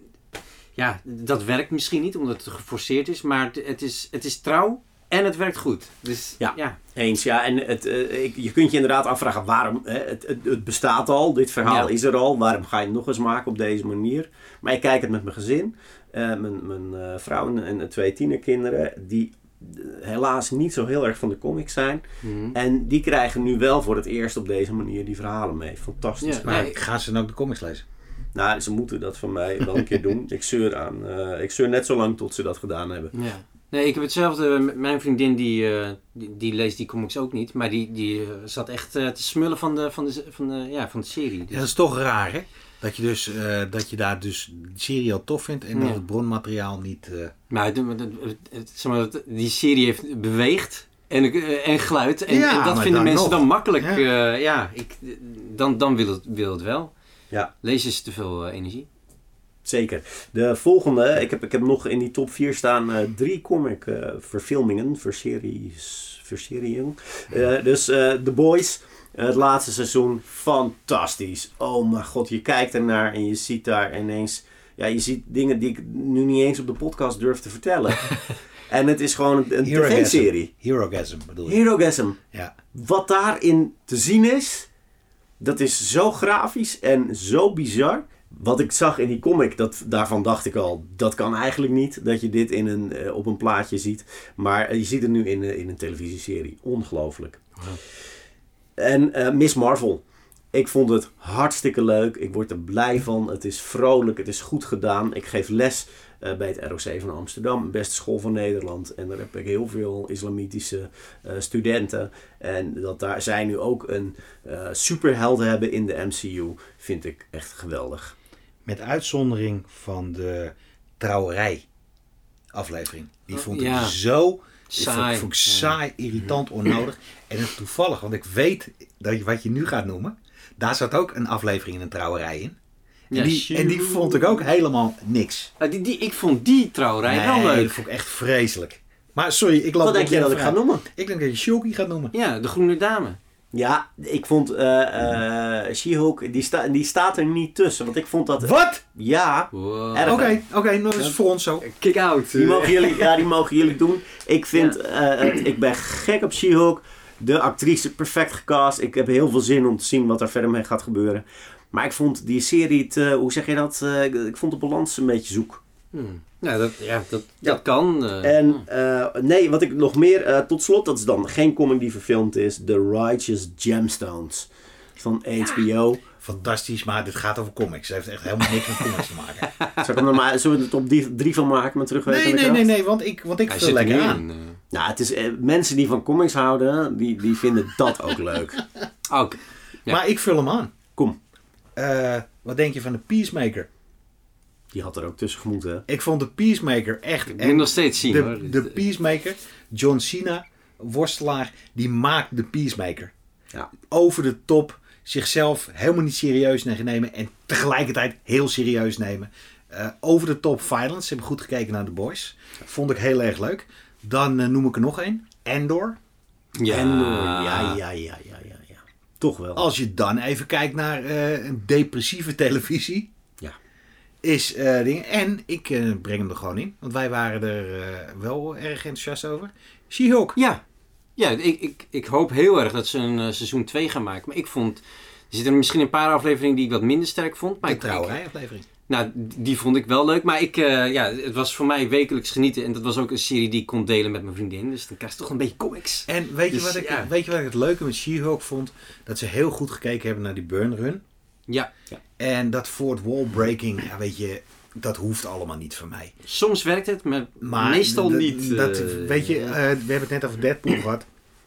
ja dat werkt misschien niet omdat het geforceerd is. Maar het, het, is, het is trouw en het werkt goed. Dus ja, ja. eens. Ja, en het, uh, ik, je kunt je inderdaad afvragen waarom. Hè, het, het, het bestaat al, dit verhaal ja. is er al. Waarom ga je het nog eens maken op deze manier? Maar ik kijk het met mijn gezin. Uh, mijn mijn uh, vrouw en, en twee tienerkinderen die uh, helaas niet zo heel erg van de comics zijn. Mm-hmm. En die krijgen nu wel voor het eerst op deze manier die verhalen mee. Fantastisch. Ja, maar nee. Gaan ze dan ook de comics lezen? Nou, ze moeten dat van mij wel een keer doen. Ik zeur aan. Uh, ik zeur net zo lang tot ze dat gedaan hebben. Ja. Nee, ik heb hetzelfde. Mijn vriendin die, uh, die, die leest die comics ook niet. Maar die, die uh, zat echt uh, te smullen van de, van de, van de, ja, van de serie. Dus. Ja, dat is toch raar, hè? Dat je, dus, uh, dat je daar dus de serie al tof vindt en ja. dat het bronmateriaal niet... Uh... Maar, de, de, de, de, zeg maar die serie heeft beweegt en, uh, en geluid. En, ja, en dat vinden mensen nog. dan makkelijk. Ja, uh, ja ik, dan, dan wil, het, wil het wel. Ja. Lezen is te veel uh, energie. Zeker. De volgende, ik heb, ik heb nog in die top vier staan uh, drie comic uh, verfilmingen, verseries, verserieën. Uh, dus uh, The Boys... Het laatste seizoen, fantastisch. Oh mijn god, je kijkt ernaar en je ziet daar ineens... Ja, je ziet dingen die ik nu niet eens op de podcast durf te vertellen. En het is gewoon een, een tv-serie. Herogasm bedoel je? Herogasm. Ja. Wat daarin te zien is, dat is zo grafisch en zo bizar. Wat ik zag in die comic, dat, daarvan dacht ik al, dat kan eigenlijk niet. Dat je dit in een, uh, op een plaatje ziet. Maar uh, je ziet het nu in, uh, in een televisieserie. Ongelooflijk. Wow. En uh, Miss Marvel. Ik vond het hartstikke leuk. Ik word er blij van. Het is vrolijk. Het is goed gedaan. Ik geef les uh, bij het R O C van Amsterdam. Beste school van Nederland. En daar heb ik heel veel islamitische uh, studenten. En dat daar zij nu ook een uh, superhelden hebben in de M C U. Vind ik echt geweldig. Met uitzondering van de trouwerij aflevering. Die vond ik ja. zo... Saai. Vond, vond ik saai, irritant, onnodig. En het is toevallig, want ik weet dat je, wat je nu gaat noemen. Daar zat ook een aflevering in een trouwerij in. En, ja, die, en die vond ik ook helemaal niks. Uh, die, die, ik vond die trouwerij nee, wel leuk. Dat vond ik echt vreselijk. Maar sorry, ik laat Wat denk je dat ik ga noemen? Ik denk dat je Shoki gaat noemen. Ja, de groene dame. Ja, ik vond uh, uh, She-Hulk, die, sta, die staat er niet tussen. Want ik vond dat... Wat? Ja. Oké, wow. oké, okay, dat is voor ons zo. Kick out. Die mogen jullie, ja, die mogen jullie doen. Ik vind, ja. uh, ik ben gek op She-Hulk. De actrice perfect gecast. Ik heb heel veel zin om te zien wat er verder mee gaat gebeuren. Maar ik vond die serie, te, hoe zeg je dat? Uh, ik vond de balans een beetje zoek. Hmm. Ja, dat, ja, dat, dat kan. Uh, en uh, nee, wat ik nog meer, uh, tot slot, dat is dan geen comic die verfilmd is. The Righteous Gemstones van H B O. Ja, fantastisch, maar dit gaat over comics. Het heeft echt helemaal niks met comics te maken. Zal ik er maar, zullen we er top drie van maken, maar terugweten? Nee, nee, nee, nee, want ik, want ik Hij vul lekker aan. In, uh... Nou, het is, uh, mensen die van comics houden, die, die vinden dat ook leuk. Oké. Okay. Ja. Maar ik vul hem aan. Kom. Uh, wat denk je van de Peacemaker? Die had er ook tussen gemoeten. Ik vond de Peacemaker echt... Ik moet nog steeds zien de, hoor. De Peacemaker, John Cena, worstelaar, die maakt de Peacemaker. Ja. Over de top, zichzelf helemaal niet serieus nemen en tegelijkertijd heel serieus nemen. Uh, over de top violence. Ze hebben goed gekeken naar The Boys. Vond ik heel erg leuk. Dan uh, noem ik er nog één. Andor. Ja. Andor. Ja, ja, ja, ja, ja, ja. Toch wel. Als je dan even kijkt naar uh, een depressieve televisie. Ja. Is uh, dingen. En ik uh, breng hem er gewoon in. Want wij waren er uh, wel erg enthousiast over. She-Hulk. Ja. Ja, ik, ik, ik hoop heel erg dat ze een uh, seizoen twee gaan maken. Maar ik vond... Er zitten misschien een paar afleveringen die ik wat minder sterk vond. Maar de ik, trouwerij-aflevering. Nou, die vond ik wel leuk. Maar ik, uh, ja, het was voor mij wekelijks genieten. En dat was ook een serie die ik kon delen met mijn vriendin. Dus dan krijg je toch een beetje comics. En weet je, dus, wat, ik, ja. weet je wat ik het leuke met She-Hulk vond? Dat ze heel goed gekeken hebben naar die burn run. Ja. ja. En dat fourth wall breaking, ja, weet je, dat hoeft allemaal niet voor mij. Soms werkt het, maar, maar meestal d- niet. Dat, uh, weet je, uh, we hebben het net over Deadpool gehad.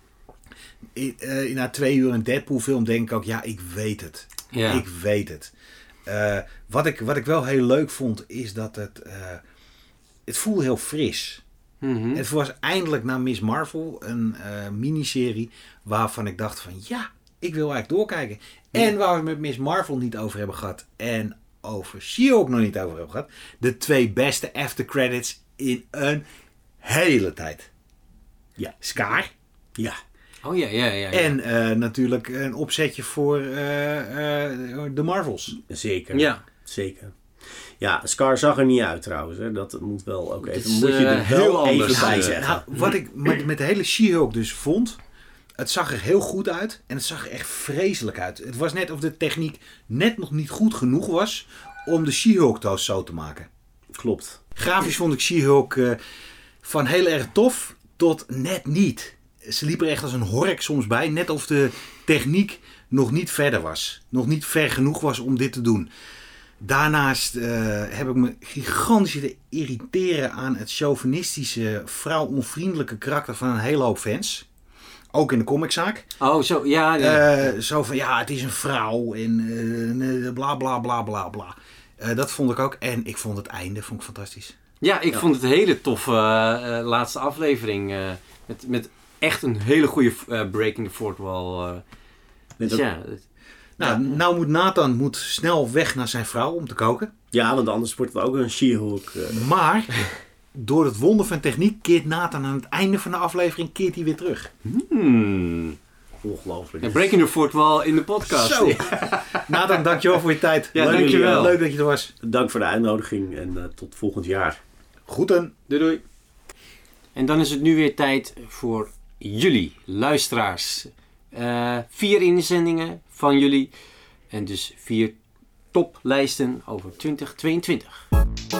I, uh, na twee uur een Deadpool film denk ik ook, ja, ik weet het. Ja. Ik weet het. Uh, wat, ik, wat ik wel heel leuk vond, is dat het... Uh, het voelde heel fris. Mm-hmm. Het was eindelijk na Miss Marvel een uh, miniserie waarvan ik dacht van, ja, ik wil eigenlijk doorkijken. Ja. En waar we met Miss Marvel niet over hebben gehad en over She-Hulk nog niet over hebben gehad. De twee beste aftercredits in een hele tijd. Ja. Scar. Ja. Oh ja, ja, ja. ja. En uh, natuurlijk een opzetje voor uh, uh, de Marvels. Zeker. Ja. Zeker. Ja, Scar zag er niet uit trouwens. Hè. Dat moet wel ook even. Is, moet je er uh, wel heel even anders. bij zeggen. Nou, wat ik met, met de hele She-Hulk dus vond. Het zag er heel goed uit. En het zag er echt vreselijk uit. Het was net of de techniek net nog niet goed genoeg was om de She-Hulk toast zo te maken. Klopt. Grafisch vond ik She-Hulk uh, van heel erg tof tot net niet. Ze liep er echt als een hork soms bij. Net of de techniek nog niet verder was. Nog niet ver genoeg was om dit te doen. Daarnaast uh, heb ik me gigantisch te irriteren aan het chauvinistische, vrouwonvriendelijke karakter van een hele hoop fans. Ook in de comiczaak. Oh, zo, ja. ja. Uh, zo van, ja, het is een vrouw en uh, bla bla bla bla bla. Uh, dat vond ik ook. En ik vond het einde vond ik fantastisch. Ja, ik ja. vond het een hele toffe uh, uh, laatste aflevering. Uh, met, met echt een hele goede uh, Breaking the Fourth Wall. Uh, dus dat... ja... Nou, nou moet Nathan moet snel weg naar zijn vrouw om te koken. Ja, want anders wordt het ook een She-Hulk. Uh. Maar door het wonder van techniek keert Nathan aan het einde van de aflevering keert hij weer terug. Hmm. Ongelooflijk. Ja, Breaking the Fourth Wall in de podcast. Zo. Nathan, dankjewel voor je tijd. Ja, leuk, dankjewel. Leuk dat je er was. Dank voor de uitnodiging en uh, tot volgend jaar. Groeten. Doei doei. En dan is het nu weer tijd voor jullie, luisteraars. Uh, vier inzendingen van jullie. En dus vier toplijsten over twintig tweeëntwintig.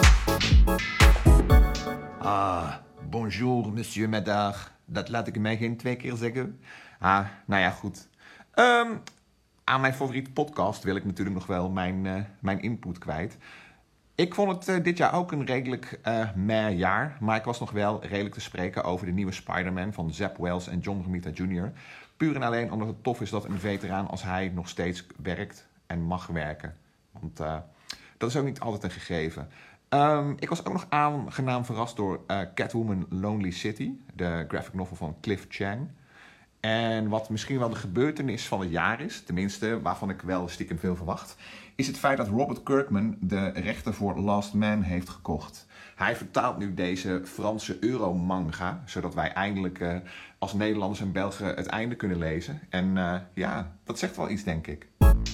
Ah, bonjour monsieur Medard. Dat laat ik mij geen twee keer zeggen. Ah, nou ja, goed. Um, aan mijn favoriete podcast wil ik natuurlijk nog wel mijn, uh, mijn input kwijt. Ik vond het uh, dit jaar ook een redelijk uh, meh jaar. Maar ik was nog wel redelijk te spreken over de nieuwe Spider-Man van Zeb Wells en John Romita junior Puur en alleen omdat het tof is dat een veteraan als hij nog steeds werkt en mag werken. Want uh, dat is ook niet altijd een gegeven. Um, ik was ook nog aangenaam verrast door uh, Catwoman Lonely City, de graphic novel van Cliff Chiang. En wat misschien wel de gebeurtenis van het jaar is, tenminste waarvan ik wel stiekem veel verwacht, is het feit dat Robert Kirkman de rechten voor Last Man heeft gekocht. Hij vertaalt nu deze Franse Euro-manga, zodat wij eindelijk uh, als Nederlanders en Belgen het einde kunnen lezen. En uh, ja, dat zegt wel iets, denk ik.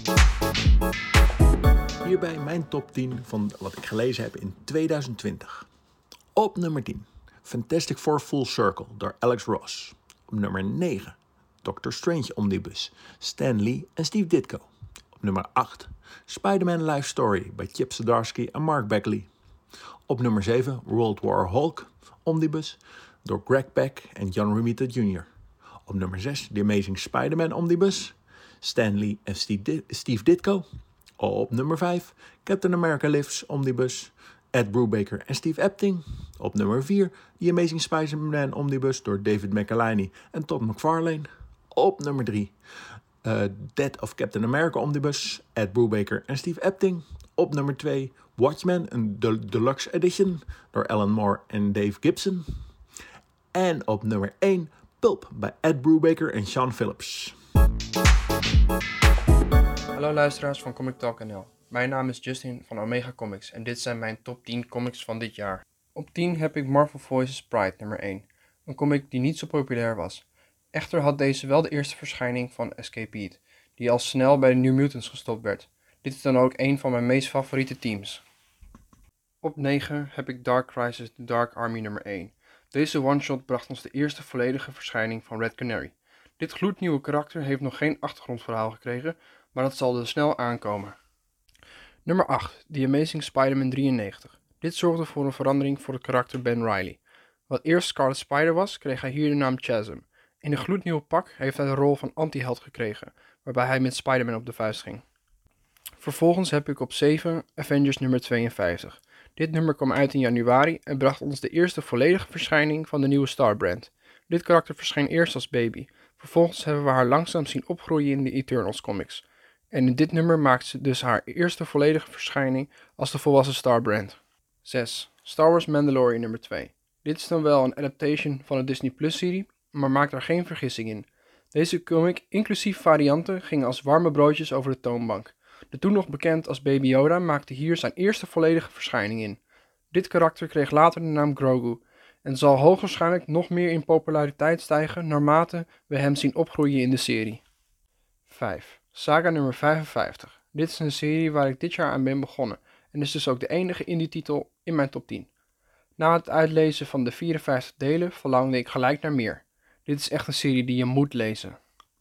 Hierbij mijn top tien van wat ik gelezen heb in tweeduizend twintig. Op nummer tien, Fantastic Four Full Circle door Alex Ross. Op nummer negen, Doctor Strange Omnibus, Stan Lee en Steve Ditko. Op nummer acht, Spider-Man Life Story bij Chip Zdarsky en Mark Bagley. Op nummer zeven, World War Hulk Omnibus door Greg Pak en John Romita junior Op nummer zes, The Amazing Spider-Man Omnibus, Stan Lee en Steve, Di- Steve Ditko. Op nummer vijf, Captain America Lives Omnibus, Ed Brubaker en Steve Epting. Op nummer vier, The Amazing Spider-Man Omnibus door David McElhinney en Todd McFarlane. Op nummer drie, uh, Death of Captain America Omnibus, Ed Brubaker en Steve Epting. Op nummer twee, Watchmen, een de- deluxe edition door Alan Moore en Dave Gibson. En op nummer één, Pulp bij Ed Brubaker en Sean Phillips. Hallo luisteraars van Comic Talk N L. Mijn naam is Justin van Omega Comics en dit zijn mijn top tien comics van dit jaar. Op tien heb ik Marvel Voices Pride nummer één, een comic die niet zo populair was. Echter had deze wel de eerste verschijning van Escapade, die al snel bij de New Mutants gestopt werd. Dit is dan ook een van mijn meest favoriete teams. Op negen heb ik Dark Crisis The Dark Army nummer één. Deze one-shot bracht ons de eerste volledige verschijning van Red Canary. Dit gloednieuwe karakter heeft nog geen achtergrondverhaal gekregen, maar dat zal er snel aankomen. Nummer acht, The Amazing Spider-Man drieënnegentig. Dit zorgde voor een verandering voor het karakter Ben Reilly. Wat eerst Scarlet Spider was, kreeg hij hier de naam Chasm. In een gloednieuwe pak heeft hij de rol van anti-held gekregen, waarbij hij met Spider-Man op de vuist ging. Vervolgens heb ik op zeven Avengers nummer tweeënvijftig. Dit nummer kwam uit in januari en bracht ons de eerste volledige verschijning van de nieuwe Starbrand. Dit karakter verscheen eerst als baby. Vervolgens hebben we haar langzaam zien opgroeien in de Eternals comics. En in dit nummer maakt ze dus haar eerste volledige verschijning als de volwassen Starbrand. zes. Star Wars Mandalorian nummer twee. Dit is dan wel een adaptation van de Disney Plus serie, maar maak daar geen vergissing in. Deze comic, inclusief varianten, gingen als warme broodjes over de toonbank. De toen nog bekend als Baby Yoda maakte hier zijn eerste volledige verschijning in. Dit karakter kreeg later de naam Grogu en zal hoogstwaarschijnlijk nog meer in populariteit stijgen naarmate we hem zien opgroeien in de serie. vijf. Saga nummer vijfenvijftig. Dit is een serie waar ik dit jaar aan ben begonnen en is dus ook de enige indie titel in mijn top tien. Na het uitlezen van de vierenvijftig delen verlangde ik gelijk naar meer. Dit is echt een serie die je moet lezen.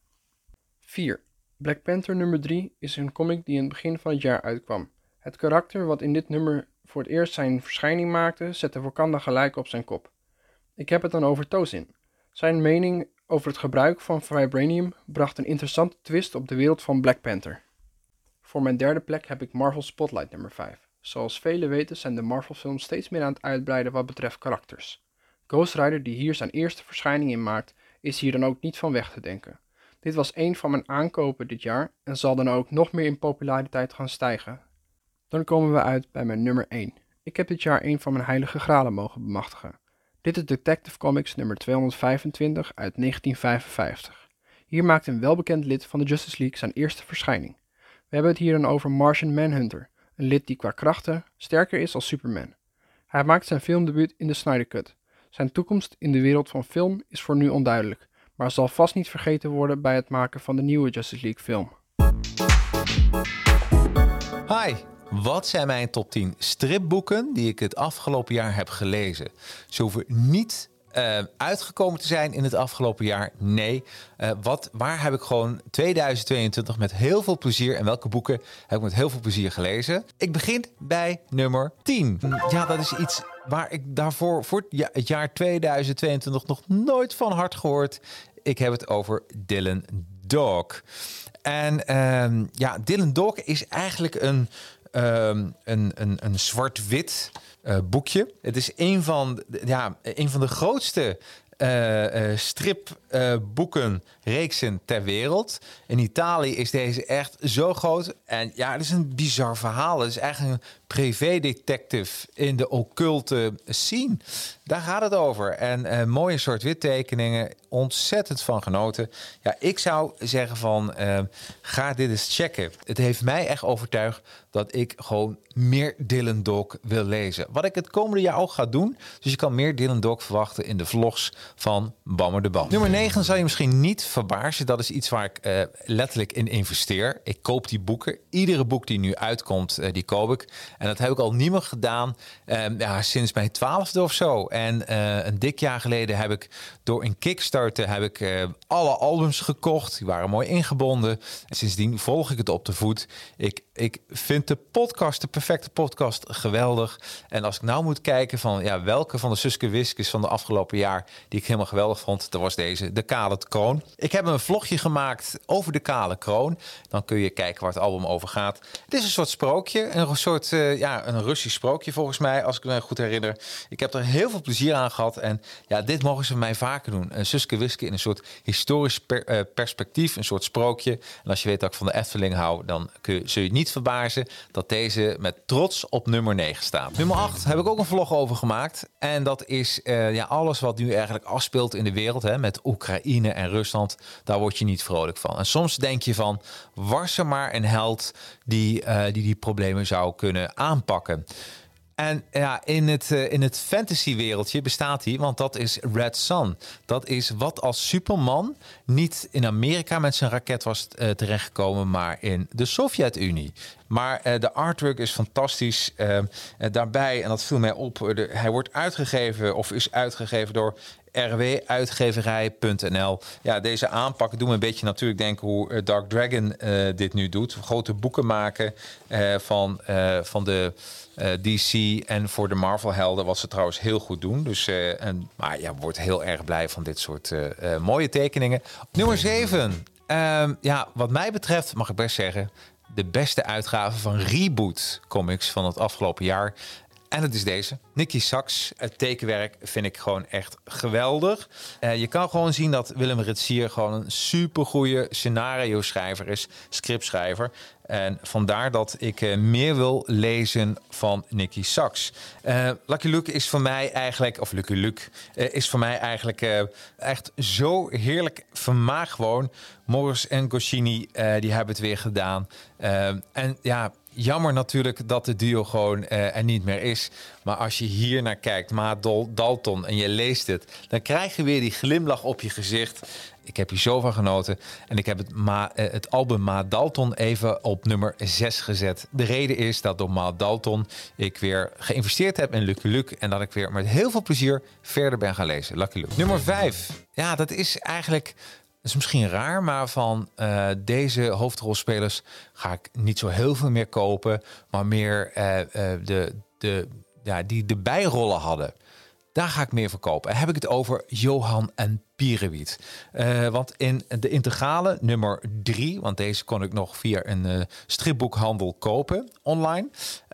vier. Black Panther nummer drie is een comic die in het begin van het jaar uitkwam. Het karakter wat in dit nummer voor het eerst zijn verschijning maakte, zette Wakanda gelijk op zijn kop. Ik heb het dan over Tozin. Zijn mening over het gebruik van vibranium bracht een interessante twist op de wereld van Black Panther. Voor mijn derde plek heb ik Marvel Spotlight nummer vijf. Zoals velen weten zijn de Marvel films steeds meer aan het uitbreiden wat betreft karakters. Ghost Rider, die hier zijn eerste verschijning in maakt, is hier dan ook niet van weg te denken. Dit was een van mijn aankopen dit jaar en zal dan ook nog meer in populariteit gaan stijgen. Dan komen we uit bij mijn nummer één. Ik heb dit jaar een van mijn heilige gralen mogen bemachtigen. Dit is Detective Comics nummer tweehonderdvijfentwintig uit negentien vijfenvijftig. Hier maakt een welbekend lid van de Justice League zijn eerste verschijning. We hebben het hier dan over Martian Manhunter, een lid die qua krachten sterker is als Superman. Hij maakt zijn filmdebuut in de Snyder Cut. Zijn toekomst in de wereld van film is voor nu onduidelijk, maar zal vast niet vergeten worden bij het maken van de nieuwe Justice League film. Hi, wat zijn mijn top tien stripboeken die ik het afgelopen jaar heb gelezen? Ze hoeven niet uh, uitgekomen te zijn in het afgelopen jaar. Nee, uh, wat, waar heb ik gewoon tweeduizend tweeëntwintig met heel veel plezier en welke boeken heb ik met heel veel plezier gelezen? Ik begin bij nummer tien. Ja, dat is iets waar ik daarvoor voor het jaar tweeduizend tweeëntwintig nog nooit van hard gehoord. Ik heb het over Dylan Dog. En um, ja, Dylan Dog is eigenlijk een, um, een, een, een zwart-wit uh, boekje. Het is een van, ja, een van de grootste uh, uh, stripboekenreeksen uh, ter wereld. In Italië is deze echt zo groot. En ja, het is een bizar verhaal. Het is eigenlijk een privédetective in de occulte scene. Daar gaat het over. En uh, mooie zwart-wit tekeningen. Ontzettend van genoten. Ja, ik zou zeggen van uh, ga dit eens checken. Het heeft mij echt overtuigd dat ik gewoon meer Dylan Dog wil lezen. Wat ik het komende jaar ook ga doen. Dus je kan meer Dylan Dog verwachten in de vlogs van Bammer de Bam. Nummer negen zal je misschien niet verbazen. Dat is iets waar ik uh, letterlijk in investeer. Ik koop die boeken. Iedere boek die nu uitkomt, uh, die koop ik. En dat heb ik al niet meer gedaan uh, ja, sinds mijn twaalfde of zo. En uh, een dik jaar geleden heb ik door een Kickstarter heb ik uh, alle albums gekocht. Die waren mooi ingebonden. En sindsdien volg ik het op de voet. Ik, ik vind de podcast, de perfecte podcast, geweldig. En als ik nou moet kijken van ja, welke van de Suske Wiskes van de afgelopen jaar die ik helemaal geweldig vond, dan was deze, De Kale Kroon. Ik heb een vlogje gemaakt over De Kale Kroon. Dan kun je kijken waar het album over gaat. Het is een soort sprookje, een soort uh, ja, een Russisch sprookje volgens mij, als ik me goed herinner. Ik heb er heel veel plezier aan gehad en ja, dit mogen ze van mij vaker doen. Een Suske Wiske in een soort historisch per, uh, perspectief, een soort sprookje. En als je weet dat ik van de Efteling hou, dan kun je, zul je niet verbazen dat deze met trots op nummer negen staat. Nummer acht heb ik ook een vlog over gemaakt. En dat is uh, ja, alles wat nu eigenlijk eigenlijk afspeelt in de wereld, hè, met Oekraïne en Rusland, daar word je niet vrolijk van. En soms denk je van, was er maar een held die uh, die, die problemen zou kunnen aanpakken. En ja, in het, uh, in het fantasy-wereldje bestaat hij, want dat is Red Sun. Dat is wat als Superman niet in Amerika met zijn raket was uh, terechtgekomen, maar in de Sovjet-Unie. Maar uh, de artwork is fantastisch. Uh, uh, daarbij, en dat viel mij op, uh, de, hij wordt uitgegeven of is uitgegeven door r w uitgeverij punt n l. Ja, deze aanpak doen me een beetje natuurlijk denken hoe Dark Dragon uh, dit nu doet. Grote boeken maken uh, van, uh, van de uh, D C en voor de Marvel-helden, wat ze trouwens heel goed doen. Dus, uh, en, maar ja, wordt heel erg blij van dit soort uh, uh, mooie tekeningen. Nummer zeven. Uh, ja, wat mij betreft mag ik best zeggen, de beste uitgave van Reboot Comics van het afgelopen jaar. En het is deze. Nicky Sachs. Het tekenwerk vind ik gewoon echt geweldig. Uh, je kan gewoon zien dat Willem Retsier gewoon een supergoeie scenario-schrijver is. Scriptschrijver. En vandaar dat ik uh, meer wil lezen van Nicky Sachs. Uh, Lucky Luke is voor mij eigenlijk... Of Lucky Luke uh, is voor mij eigenlijk uh, echt zo heerlijk vermaak gewoon. Morris en Goscinny, uh, die hebben het weer gedaan. Uh, en ja... Jammer natuurlijk dat de duo gewoon uh, er niet meer is. Maar als je hier naar kijkt, Ma Dalton, en je leest het, dan krijg je weer die glimlach op je gezicht. Ik heb hier zo van genoten. En ik heb het, Ma, uh, het album Ma Dalton even op nummer zes gezet. De reden is dat door Ma Dalton ik weer geïnvesteerd heb in Lucky Luke. En dat ik weer met heel veel plezier verder ben gaan lezen. Lucky Luke. Nummer vijf. Ja, dat is eigenlijk... Dat is misschien raar, maar van uh, deze hoofdrolspelers ga ik niet zo heel veel meer kopen. Maar meer uh, uh, de, de, ja, die de bijrollen hadden. Daar ga ik meer verkopen. En heb ik het over Johan en Pierewiet. Uh, want in de integrale nummer drie, want deze kon ik nog via een uh, stripboekhandel kopen online.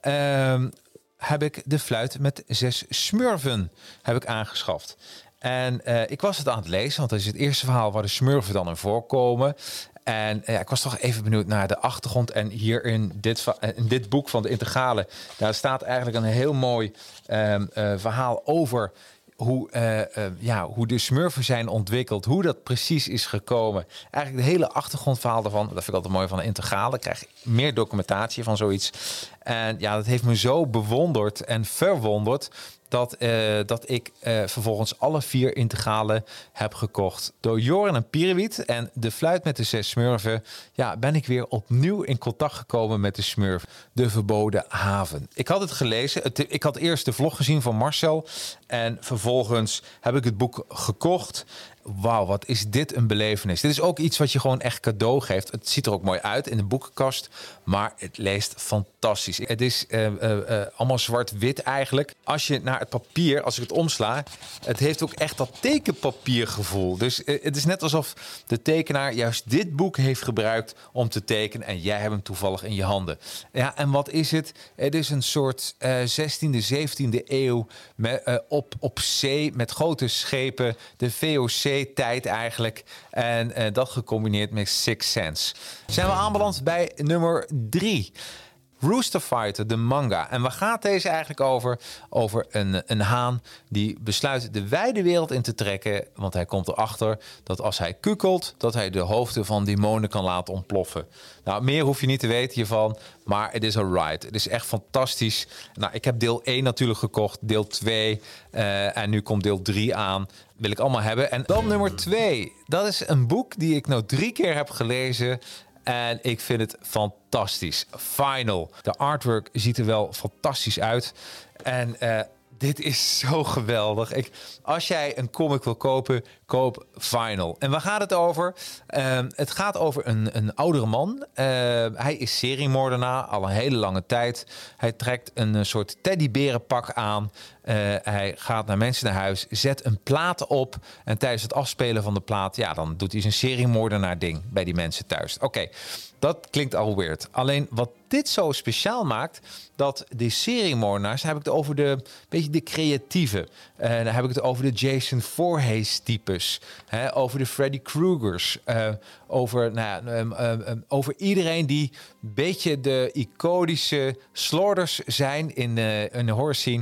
Uh, heb ik de fluit met zes smurfen heb ik aangeschaft. En uh, ik was het aan het lezen, want dat is het eerste verhaal waar de smurfen dan in voorkomen. En uh, ik was toch even benieuwd naar de achtergrond. En hier in dit, in dit boek van de integrale, daar staat eigenlijk een heel mooi uh, uh, verhaal over hoe, uh, uh, ja, hoe de smurfen zijn ontwikkeld, hoe dat precies is gekomen. Eigenlijk de hele achtergrondverhaal daarvan, dat vind ik altijd mooi van de integrale. Ik krijg meer documentatie van zoiets. En ja, dat heeft me zo bewonderd en verwonderd dat, uh, dat ik uh, vervolgens alle vier integralen heb gekocht. Door Joran en Pierewiet en de fluit met de zes smurfen, ja, ben ik weer opnieuw in contact gekomen met de smurf, de verboden haven. Ik had het gelezen. Het, ik had eerst de vlog gezien van Marcel en vervolgens heb ik het boek gekocht. Wauw, wat is dit een belevenis. Dit is ook iets wat je gewoon echt cadeau geeft. Het ziet er ook mooi uit in de boekenkast, maar het leest fantastisch. Het is uh, uh, uh, allemaal zwart-wit eigenlijk. Als je naar het papier, als ik het omsla, het heeft ook echt dat tekenpapiergevoel. Dus uh, het is net alsof de tekenaar juist dit boek heeft gebruikt om te tekenen en jij hebt hem toevallig in je handen. Ja, en wat is het? Het is een soort uh, zestiende, zeventiende eeuw met, uh, op, op zee met grote schepen, de V O C-tijd eigenlijk. En uh, dat gecombineerd met Sixth Sense. Zijn we aanbeland bij nummer drie. Rooster Fighter, de manga. En waar gaat deze eigenlijk over? Over een, een haan die besluit de wijde wereld in te trekken. Want hij komt erachter dat als hij kukelt, dat hij de hoofden van demonen kan laten ontploffen. Nou, meer hoef je niet te weten hiervan. Maar het is een ride. Het is echt fantastisch. Nou, ik heb deel één natuurlijk gekocht. Deel twee. Uh, en nu komt deel drie aan. Wil ik allemaal hebben. En dan nummer twee. Dat is een boek die ik nou drie keer heb gelezen. En ik vind het fantastisch. Final. De artwork ziet er wel fantastisch uit. En uh, dit is zo geweldig. Ik, als jij een comic wil kopen, koop Final. En waar gaat het over? Uh, het gaat over een, een oudere man. Uh, hij is seriemoordenaar al een hele lange tijd. Hij trekt een soort teddyberenpak aan. Uh, hij gaat naar mensen naar huis, zet een plaat op. En tijdens het afspelen van de plaat, ja, dan doet hij zijn seriemoordenaar ding bij die mensen thuis. Oké, okay, dat klinkt al weird. Alleen wat dit zo speciaal maakt, dat de seriemoordenaars, daar heb ik het over de beetje de creatieve. Uh, daar heb ik het over de Jason Voorhees types. Hè, over de Freddy Kruegers. Uh, over, nou ja, um, um, um, over iedereen die een beetje de iconische slaughters zijn in, uh, in de horror scene.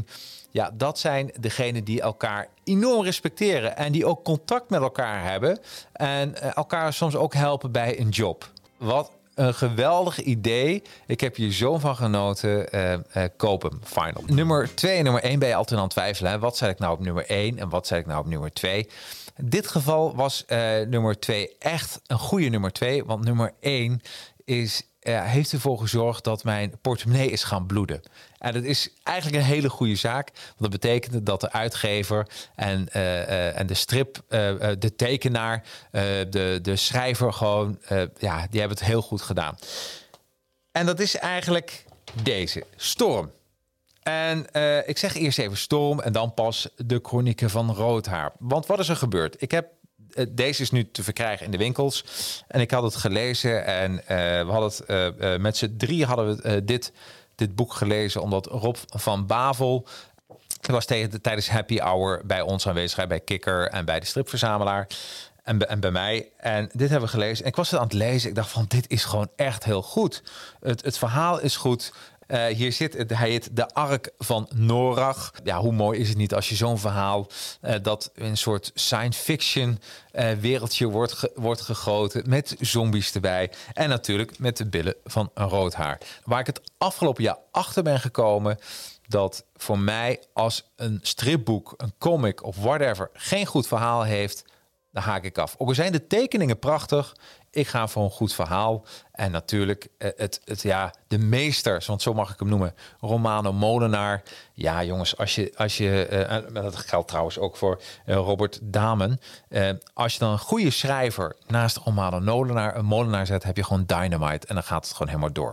Ja, dat zijn degenen die elkaar enorm respecteren en die ook contact met elkaar hebben en uh, elkaar soms ook helpen bij een job. Wat een geweldig idee. Ik heb hier zo van genoten. Uh, uh, koop hem, final. Nummer twee en nummer één ben je altijd aan het twijfelen. Hè? Wat zet ik nou op nummer één en wat zet ik nou op nummer twee? In dit geval was uh, nummer twee echt een goede nummer twee. Want nummer één is, uh, heeft ervoor gezorgd dat mijn portemonnee is gaan bloeden. En dat is eigenlijk een hele goede zaak. Want dat betekent dat de uitgever en, uh, uh, en de strip, uh, uh, de tekenaar, uh, de, de schrijver gewoon, uh, ja, die hebben het heel goed gedaan. En dat is eigenlijk deze, Storm. En uh, ik zeg eerst even Storm en dan pas de Chronieken van Roodhaar. Want wat is er gebeurd? Ik heb, uh, deze is nu te verkrijgen in de winkels. En ik had het gelezen en uh, we hadden het uh, uh, met z'n drie hadden we uh, dit... dit boek gelezen, omdat Rob van Bavel was tegen, tijdens Happy Hour bij ons aanwezig, bij Kikker en bij de stripverzamelaar en, en bij mij. En dit hebben we gelezen. En ik was het aan het lezen. Ik dacht van, dit is gewoon echt heel goed. Het, het verhaal is goed. Uh, hier zit, hij heet de Ark van Norach. Ja, hoe mooi is het niet als je zo'n verhaal uh, dat in een soort science fiction uh, wereldje wordt, ge, wordt gegoten met zombies erbij. En natuurlijk met de billen van een Roodhaar. Waar ik het afgelopen jaar achter ben gekomen dat voor mij als een stripboek, een comic of whatever geen goed verhaal heeft, dan haak ik af. Ook al zijn de tekeningen prachtig, ik ga voor een goed verhaal. En natuurlijk het, het, ja, de meesters, want zo mag ik hem noemen, Romano Molenaar. Ja, jongens, als je, als je uh, dat geldt trouwens ook voor uh, Robert Damen. Uh, als je dan een goede schrijver naast Romano Molenaar, een Molenaar zet, heb je gewoon dynamite. En dan gaat het gewoon helemaal door.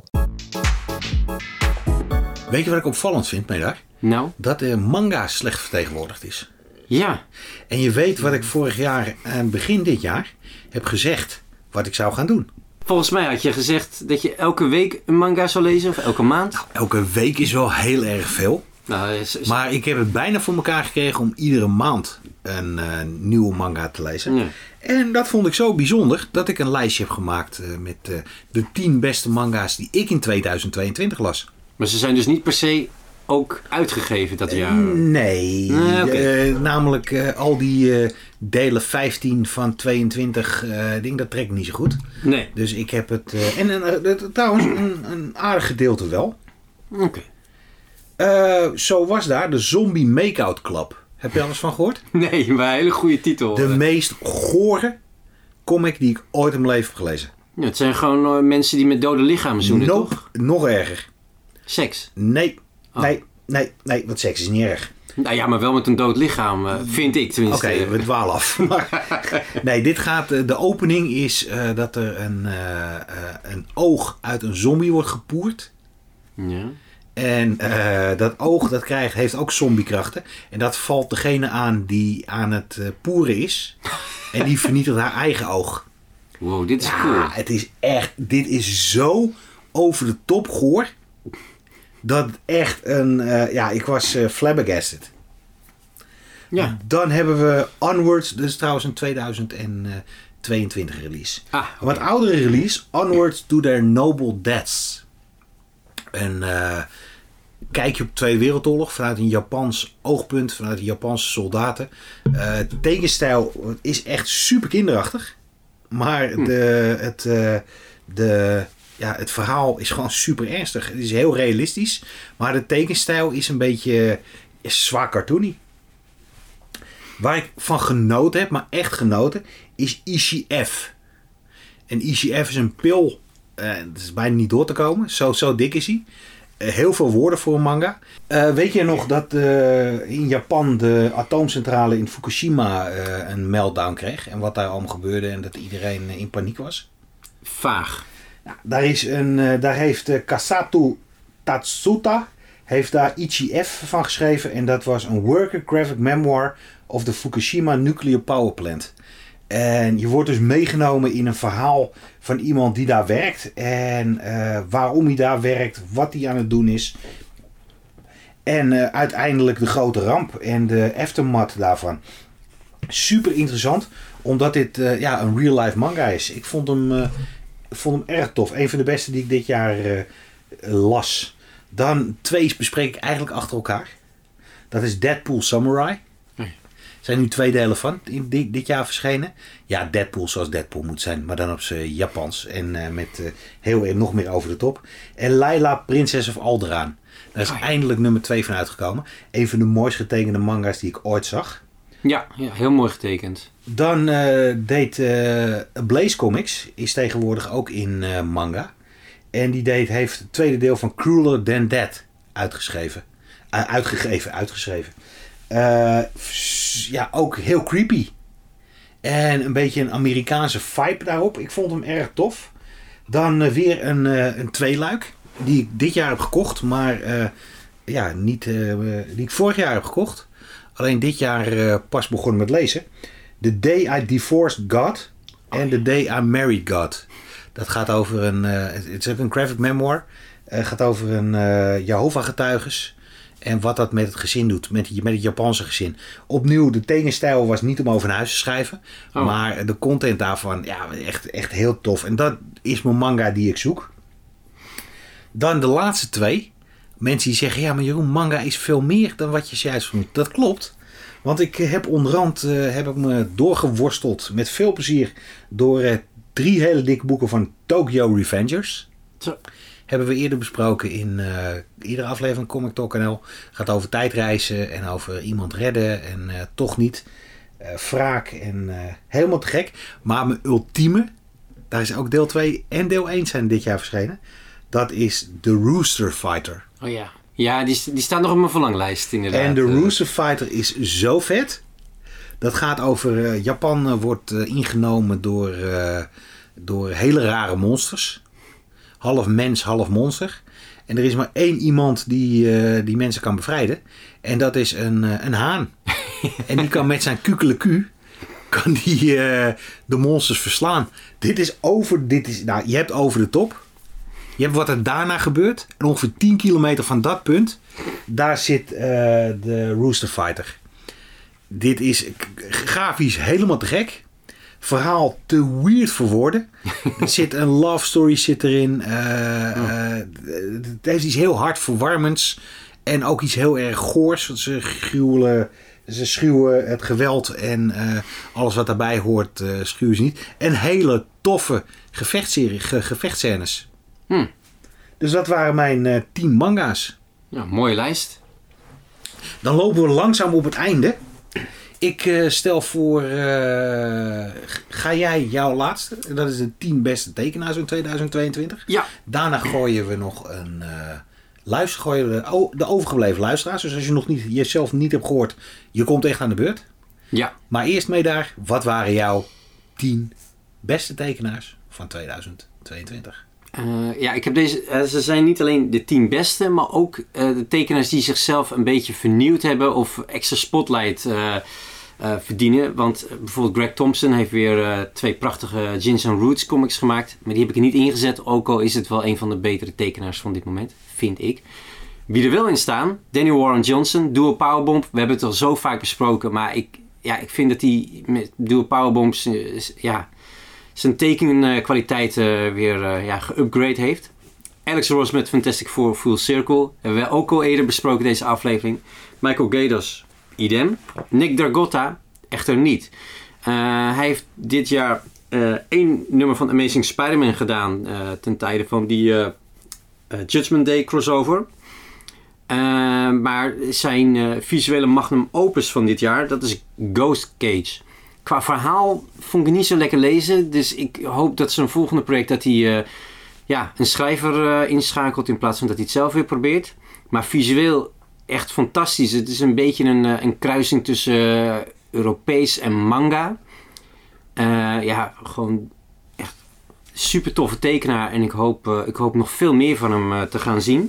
Weet je wat ik opvallend vind, Medaar? Nou? Dat de manga slecht vertegenwoordigd is. Ja. En je weet wat ik vorig jaar en begin dit jaar heb gezegd wat ik zou gaan doen. Volgens mij had je gezegd dat je elke week een manga zou lezen of elke maand. Nou, elke week is wel heel erg veel. Nou, is, is... Maar ik heb het bijna voor elkaar gekregen om iedere maand een uh, nieuwe manga te lezen. Ja. En dat vond ik zo bijzonder dat ik een lijstje heb gemaakt uh, met uh, de tien beste manga's die ik in tweeduizend tweeëntwintig las. Maar ze zijn dus niet per se ook uitgegeven dat jaar? Nee, nee okay. uh, namelijk uh, al die uh, delen vijftien van tweeëntwintig uh, ding, dat trekt niet zo goed. Nee. Dus ik heb het, uh, en uh, uh, trouwens een, een aardig gedeelte wel. Oké. Okay. Uh, zo was daar de Zombie Makeout Club. Heb je alles van gehoord? Nee, maar een hele goede titel. De meest gore comic die ik ooit in mijn leven heb gelezen. Ja, het zijn gewoon uh, mensen die met dode lichamen zoenen, nog, toch? Nog erger. Seks? Nee, oh. nee, nee, nee, want seks is niet erg. Nou ja, maar wel met een dood lichaam, uh, vind ik tenminste. Oké, okay, we dwalen af. Maar, nee, dit gaat, de opening is uh, dat er een, uh, uh, een oog uit een zombie wordt gepoerd. Ja. En uh, dat oog dat krijgt, heeft ook zombiekrachten. En dat valt degene aan die aan het uh, poeren is. En die vernietigt haar eigen oog. Wow, dit is ja, cool. Het is echt, dit is zo over de top goor. Dat echt een, uh, ja, ik was uh, flabbergasted. Ja. Dan hebben we Onwards, dat is trouwens een tweeduizend tweeëntwintig release. Ah, een wat oudere release, Onwards to Their Noble Deaths. En uh, kijk je op de Tweede Wereldoorlog vanuit een Japans oogpunt, vanuit de Japanse soldaten. Uh, de tekenstijl is echt super kinderachtig. Maar hm. de, het, uh, de, ja, het verhaal is gewoon super ernstig. Het is heel realistisch. Maar de tekenstijl is een beetje is zwaar cartoony. Waar ik van genoten heb, maar echt genoten, is Ishii F. En Ishii F is een pil. Uh, het is bijna niet door te komen. Zo, zo dik is hij. Uh, heel veel woorden voor een manga. Uh, weet je nog dat uh, in Japan de atoomcentrale in Fukushima uh, een meltdown kreeg? En wat daar allemaal gebeurde en dat iedereen uh, in paniek was? Vaag. Nou, daar, is een, uh, daar heeft uh, Kasatu Tatsuta heeft daar Ichi F van geschreven. En dat was een worker graphic memoir of the Fukushima Nuclear Power Plant. En je wordt dus meegenomen in een verhaal van iemand die daar werkt. En uh, waarom hij daar werkt, wat hij aan het doen is. En uh, uiteindelijk de grote ramp en de aftermath daarvan. Super interessant, omdat dit uh, ja, een real life manga is. Ik vond hem, uh, ik vond hem erg tof. Een van de beste die ik dit jaar uh, las. Dan twee bespreek ik eigenlijk achter elkaar. Dat is Deadpool Samurai. Nee. Er zijn nu twee delen van in dit, dit jaar verschenen. Ja, Deadpool zoals Deadpool moet zijn. Maar dan op zijn Japans. En uh, met uh, heel nog meer over de top. En Layla, Princess of Alderaan. Daar is oh, ja. eindelijk nummer twee van uitgekomen. Een van de mooist getekende manga's die ik ooit zag. Ja, ja heel mooi getekend. Dan uh, deed uh, Blaze Comics. Is tegenwoordig ook in uh, manga. En die deed, heeft het tweede deel van Crueler Than Dead uitgeschreven. Uh, uitgegeven, uitgeschreven. Uh, ja, ook heel creepy. En een beetje een Amerikaanse vibe daarop. Ik vond hem erg tof. Dan uh, weer een, uh, een tweeluik. Die ik dit jaar heb gekocht. Maar uh, ja, niet, uh, die ik vorig jaar heb gekocht. Alleen dit jaar uh, pas begonnen met lezen. The Day I Divorced God. En The Day I Married God. Dat gaat over een... Uh, het is ook een graphic memoir. Het uh, gaat over een uh, Jehovah-getuiges. En wat dat met het gezin doet. Met, met het Japanse gezin. Opnieuw, de tekenstijl was niet om over naar huis te schrijven. Oh. Maar de content daarvan, ja, echt, echt heel tof. En dat is mijn manga die ik zoek. Dan de laatste twee. Mensen die zeggen, ja, maar Jeroen, manga is veel meer dan wat je zojuist vond. Dat klopt. Want ik heb onderhand uh, heb ik me doorgeworsteld met veel plezier door uh, drie hele dikke boeken van Tokyo Revengers. Zo. Hebben we eerder besproken in uh, iedere aflevering Comic Talk N L. Gaat over tijdreizen en over iemand redden en uh, toch niet. Uh, wraak en uh, helemaal te gek. Maar mijn ultieme, daar is ook deel twee en deel één zijn dit jaar verschenen. Dat is The Rooster Fighter. Oh ja. Ja, die, die staat nog op mijn verlanglijst inderdaad. En The Rooster Fighter is zo vet. Dat gaat over uh, Japan uh, wordt uh, ingenomen door, uh, door hele rare monsters. Half mens, half monster. En er is maar één iemand die, uh, die mensen kan bevrijden. En dat is een, uh, een haan. En die kan met zijn kukeleku kan die uh, de monsters verslaan. Dit is over, dit is, nou, je hebt over de top. Je hebt wat er daarna gebeurt. En ongeveer tien kilometer van dat punt, daar zit uh, de Rooster Fighter. Dit is grafisch helemaal te gek. Verhaal te weird voor woorden. Er zit een love story zit erin. Uh, uh, het heeft iets heel hartverwarmends. En ook iets heel erg goors. Want ze gruwelen, ze schuwen het geweld en uh, alles wat daarbij hoort uh, schuwen ze niet. En hele toffe gevechtsserie, ge, gevechtscènes. Hmm. Dus dat waren mijn uh, tien manga's. Ja, mooie lijst. Dan lopen we langzaam op het einde. Ik uh, stel voor, uh, ga jij jouw laatste? Dat is de tien beste tekenaars in tweeduizend tweeëntwintig. Ja. Daarna gooien we nog een uh, luister, gooien we de, de overgebleven luisteraars. Dus als je nog niet, jezelf niet hebt gehoord, je komt echt aan de beurt. Ja. Maar eerst mee daar, wat waren jouw tien beste tekenaars van tweeduizend tweeëntwintig? Uh, ja, ik heb deze. Uh, ze zijn niet alleen de tien beste, maar ook uh, de tekenaars die zichzelf een beetje vernieuwd hebben of extra spotlight uh, uh, verdienen. Want uh, bijvoorbeeld Greg Thompson heeft weer uh, twee prachtige Gins and Roots comics gemaakt. Maar die heb ik er niet ingezet, ook al is het wel een van de betere tekenaars van dit moment, vind ik. Wie er wel in staan, Daniel Warren Johnson, Dual Powerbomb. We hebben het al zo vaak besproken, maar ik, ja, ik vind dat hij met Dual Powerbombs, uh, ja, zijn tekenkwaliteit uh, weer uh, ja, geupgrade heeft. Alex Ross met Fantastic Four Full Circle. Hebben we ook al eerder besproken deze aflevering. Michael Gaydos, idem. Nick Dragotta, echter niet. Uh, hij heeft dit jaar uh, één nummer van Amazing Spider-Man gedaan. Uh, ten tijde van die uh, uh, Judgment Day crossover. Uh, maar zijn uh, visuele magnum opus van dit jaar, dat is Ghost Cage. Qua verhaal vond ik het niet zo lekker lezen. Dus ik hoop dat zijn volgende project dat hij uh, ja, een schrijver uh, inschakelt in plaats van dat hij het zelf weer probeert. Maar visueel echt fantastisch. Het is een beetje een, een kruising tussen uh, Europees en manga. Uh, ja, gewoon echt super toffe tekenaar. En ik hoop, uh, ik hoop nog veel meer van hem uh, te gaan zien.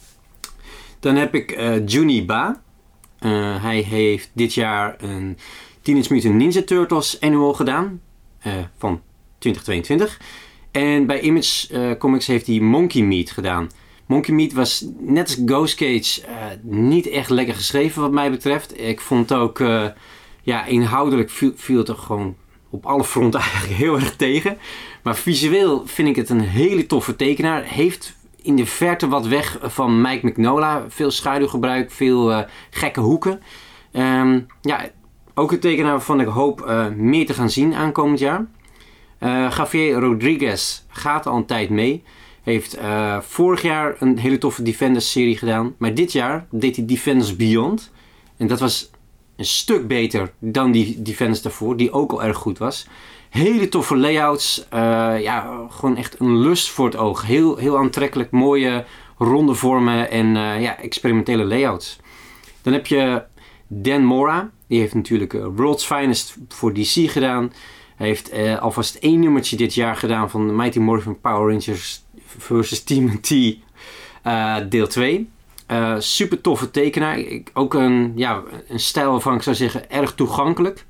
Dan heb ik uh, Juni Ba. Uh, hij heeft dit jaar een Teenage Mutant Ninja Turtles annual gedaan. Uh, van twintig tweeëntwintig. En bij Image uh, Comics heeft hij Monkey Meat gedaan. Monkey Meat was net als Ghost Cage uh, niet echt lekker geschreven wat mij betreft. Ik vond het ook, uh, ja, inhoudelijk viel, viel het er gewoon op alle fronten eigenlijk heel erg tegen. Maar visueel vind ik het een hele toffe tekenaar. Heeft in de verte wat weg van Mike Mignola. Veel schaduwgebruik, veel uh, gekke hoeken. Um, ja, ook een tekenaar waarvan ik hoop uh, meer te gaan zien aankomend jaar. Uh, Javier Rodriguez gaat al een tijd mee. Heeft uh, vorig jaar een hele toffe Defenders-serie gedaan. Maar dit jaar deed hij Defenders Beyond. En dat was een stuk beter dan die Defenders daarvoor, die ook al erg goed was. Hele toffe layouts. Uh, ja, gewoon echt een lust voor het oog. Heel, heel aantrekkelijk, mooie ronde vormen en uh, ja, experimentele layouts. Dan heb je Dan Mora. Die heeft natuurlijk uh, World's Finest voor D C gedaan. Hij heeft uh, alvast één nummertje dit jaar gedaan van Mighty Morphin Power Rangers versus Team T uh, deel twee. Uh, super toffe tekenaar. Ik, ook een, ja, een stijl waarvan ik zou zeggen erg toegankelijk.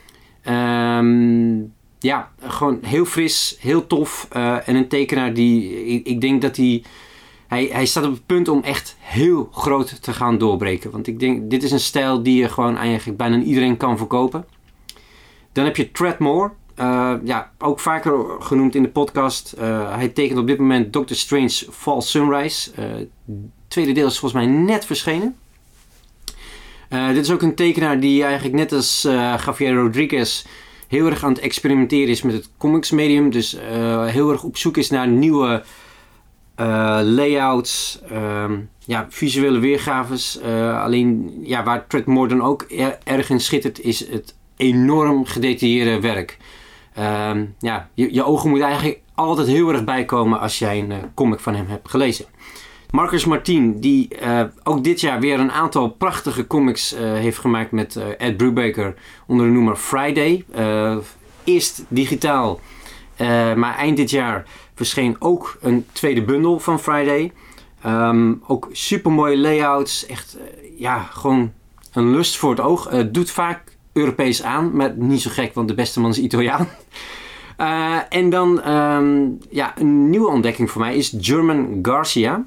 Um, ja, gewoon heel fris, heel tof. Uh, en een tekenaar die, ik, ik denk dat hij, hij... Hij staat op het punt om echt heel groot te gaan doorbreken. Want ik denk, dit is een stijl die je gewoon eigenlijk bijna iedereen kan verkopen. Dan heb je Treadmore. Uh, ja, ook vaker genoemd in de podcast. Uh, hij tekent op dit moment Doctor Strange Fall Sunrise. Uh, het tweede deel is volgens mij net verschenen. Uh, dit is ook een tekenaar die eigenlijk net als uh, Javier Rodriguez heel erg aan het experimenteren is met het comics medium. Dus uh, heel erg op zoek is naar nieuwe uh, layouts, uh, ja, visuele weergaves. Uh, alleen ja, waar Treadmore dan ook er, erg in schittert is het enorm gedetailleerde werk. Uh, ja, je, je ogen moeten eigenlijk altijd heel erg bijkomen als jij een uh, comic van hem hebt gelezen. Marcus Martin, die uh, ook dit jaar weer een aantal prachtige comics uh, heeft gemaakt met uh, Ed Brubaker onder de noemer Friday. Uh, eerst digitaal, uh, maar eind dit jaar verscheen ook een tweede bundel van Friday. Um, ook super mooie layouts, echt uh, ja, gewoon een lust voor het oog. Uh, doet vaak Europees aan, maar niet zo gek, want de beste man is Italiaan. Uh, en dan um, ja, een nieuwe ontdekking voor mij is German Garcia.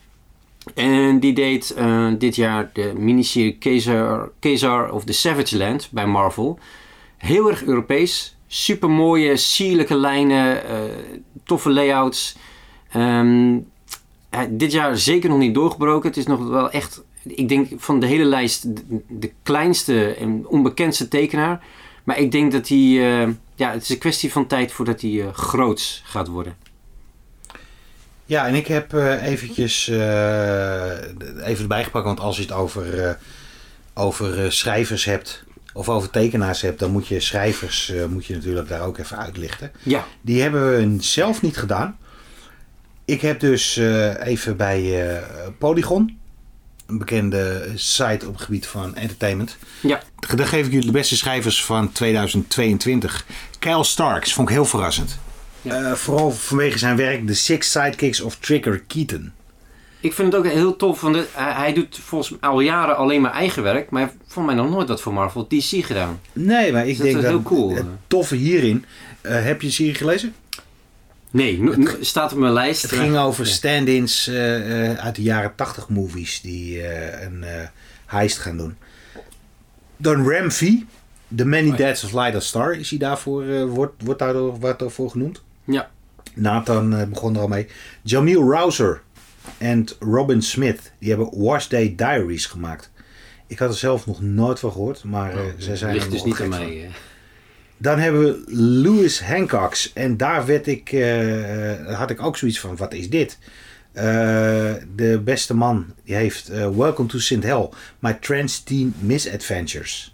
En die deed uh, dit jaar de miniserie Caesar, Caesar of the Savage Land bij Marvel. Heel erg Europees. Super mooie, sierlijke lijnen. Uh, toffe layouts. Um, uh, dit jaar zeker nog niet doorgebroken. Het is nog wel echt, ik denk van de hele lijst, de, de kleinste en onbekendste tekenaar. Maar ik denk dat hij, uh, ja, het is een kwestie van tijd voordat hij uh, groots gaat worden. Ja, en ik heb uh, eventjes uh, even erbij gepakt, want als je het over, uh, over uh, schrijvers hebt of over tekenaars hebt, dan moet je schrijvers uh, moet je natuurlijk daar ook even uitlichten. Ja. Die hebben we zelf niet gedaan. Ik heb dus uh, even bij uh, Polygon, een bekende site op het gebied van entertainment. Ja. Daar geef ik jullie de beste schrijvers van tweeduizend tweeëntwintig. Kyle Starks, vond ik heel verrassend. Ja. Uh, vooral vanwege zijn werk The Six Sidekicks of Trigger Keaton. Ik vind het ook heel tof, want hij, hij doet volgens mij al jaren alleen maar eigen werk, maar hij heeft volgens mij nog nooit dat voor Marvel D C gedaan. Nee, maar ik dus denk dat, dat heel cool. Het toffe hierin, uh, heb je de serie gelezen? Nee, no, no, staat op mijn lijst. Het ging over ja. stand-ins uh, uh, uit de jaren tachtig movies die uh, een uh, heist gaan doen. Dan Ram V, The Many oh, ja. Deaths of Light Star, is hij daarvoor, uh, wordt, wordt daardoor wat daarvoor genoemd. Ja. Nathan uh, begon er al mee. Jamil Rouser en Robin Smith, die hebben Wash Day Diaries gemaakt. Ik had er zelf nog nooit van gehoord, maar uh, oh, zij zijn ligt dus niet aan mij. Hè? Dan hebben we Lewis Hancocks en daar werd ik, uh, had ik ook zoiets van, wat is dit? Uh, de beste man, die heeft uh, Welcome to Saint Hell, My Trans Teen Misadventures.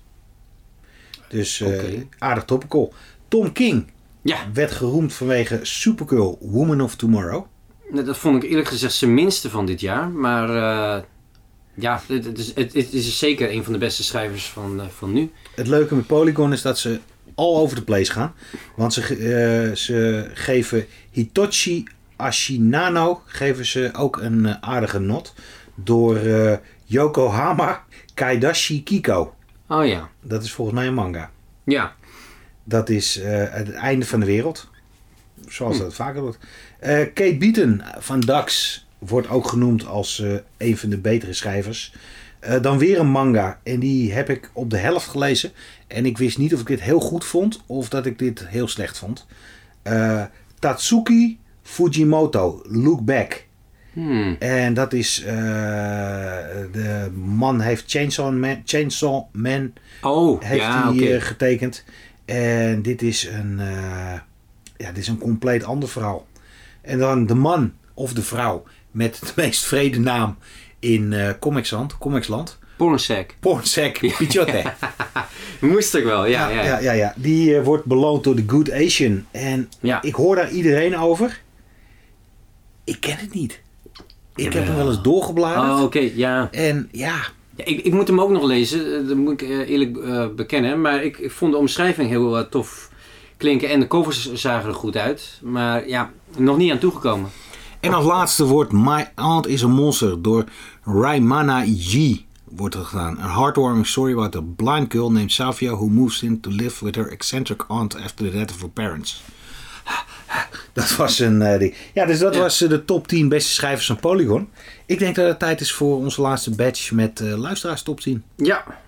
Dus uh, okay. aardig topical. Tom King. Ja. Werd geroemd vanwege Supergirl, Woman of Tomorrow. Dat vond ik eerlijk gezegd zijn minste van dit jaar. Maar uh, ja, het, het, is, het, het is zeker een van de beste schrijvers van, uh, van nu. Het leuke met Polygon is dat ze all over the place gaan. Want ze, uh, ze geven Hitoshi Ashinano geven ze ook een uh, aardige not. Door uh, Yokohama Kaidashi Kiko. Oh ja. Dat is volgens mij een manga. Ja. Dat is uh, het einde van de wereld. Zoals hm. dat vaker wordt. Uh, Kate Beaton van Dax wordt ook genoemd als uh, een van de betere schrijvers. Uh, dan weer een manga. En die heb ik op de helft gelezen. En ik wist niet of ik dit heel goed vond. Of dat ik dit heel slecht vond. Uh, Tatsuki Fujimoto. Look Back. Hmm. En dat is... Uh, de man heeft Chainsaw Man, Chainsaw Man oh, heeft ja, hij okay. uh, getekend. En dit is een... Uh, ja, dit is een compleet ander verhaal. En dan de man of de vrouw met de meest vrede naam in uh, Comicsland. Comicsland. Pornsec. Pornsec Pichote. Moest ik wel, ja. Ja, ja. ja, ja, ja. Die uh, wordt beloond door de Good Asian. En ja. ik hoor daar iedereen over. Ik ken het niet. Ik ja, heb hem wel eens doorgebladerd. Oh, oké, okay, ja. En ja... ja ik, ik moet hem ook nog lezen, dat moet ik uh, eerlijk uh, bekennen. Maar ik, ik vond de omschrijving heel uh, tof klinken. En de covers zagen er goed uit. Maar ja, nog niet aan toegekomen. En als laatste wordt My Aunt is a Monster door Raimana G. wordt er gedaan. A heartwarming story about a blind girl named Savia who moves in to live with her eccentric aunt after the death of her parents. Dat was een uh, ding. Ja, dus dat ja. was uh, de top tien beste schrijvers van Polygon. Ik denk dat het tijd is voor onze laatste batch met uh, luisteraars top tien. Ja.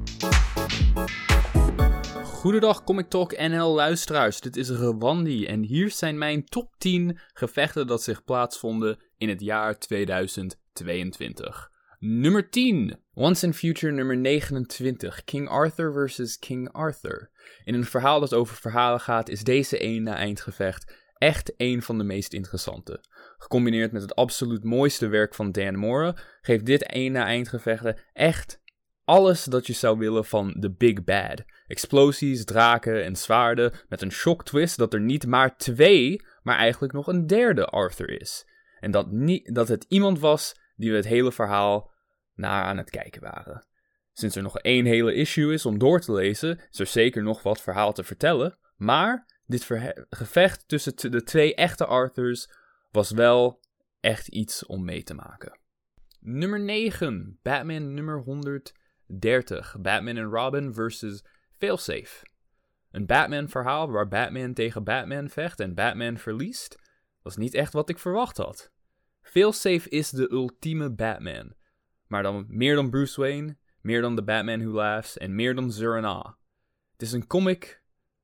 Goedendag Comic Talk N L luisteraars, dit is Rwandi en hier zijn mijn top tien gevechten dat zich plaatsvonden in het jaar tweeduizend tweeëntwintig. Nummer tien. Once and Future nummer negenentwintig. King Arthur versus King Arthur. In een verhaal dat over verhalen gaat is deze één na eindgevecht echt een van de meest interessante. Gecombineerd met het absoluut mooiste werk van Dan Mora geeft dit één na eindgevechten echt alles dat je zou willen van The Big Bad. Explosies, draken en zwaarden met een shock twist dat er niet maar twee, maar eigenlijk nog een derde Arthur is. En dat, niet, dat het iemand was die we het hele verhaal naar aan het kijken waren. Sinds er nog één hele issue is om door te lezen, is er zeker nog wat verhaal te vertellen, maar dit verhe- gevecht tussen t- de twee echte Arthurs was wel echt iets om mee te maken. Nummer negen. Batman nummer honderddertig. Batman en Robin versus Failsafe. Een Batman verhaal waar Batman tegen Batman vecht en Batman verliest, was niet echt wat ik verwacht had. Failsafe is de ultieme Batman. Maar dan meer dan Bruce Wayne, meer dan The Batman Who Laughs en meer dan Zur-En-Ah. Het is een comic,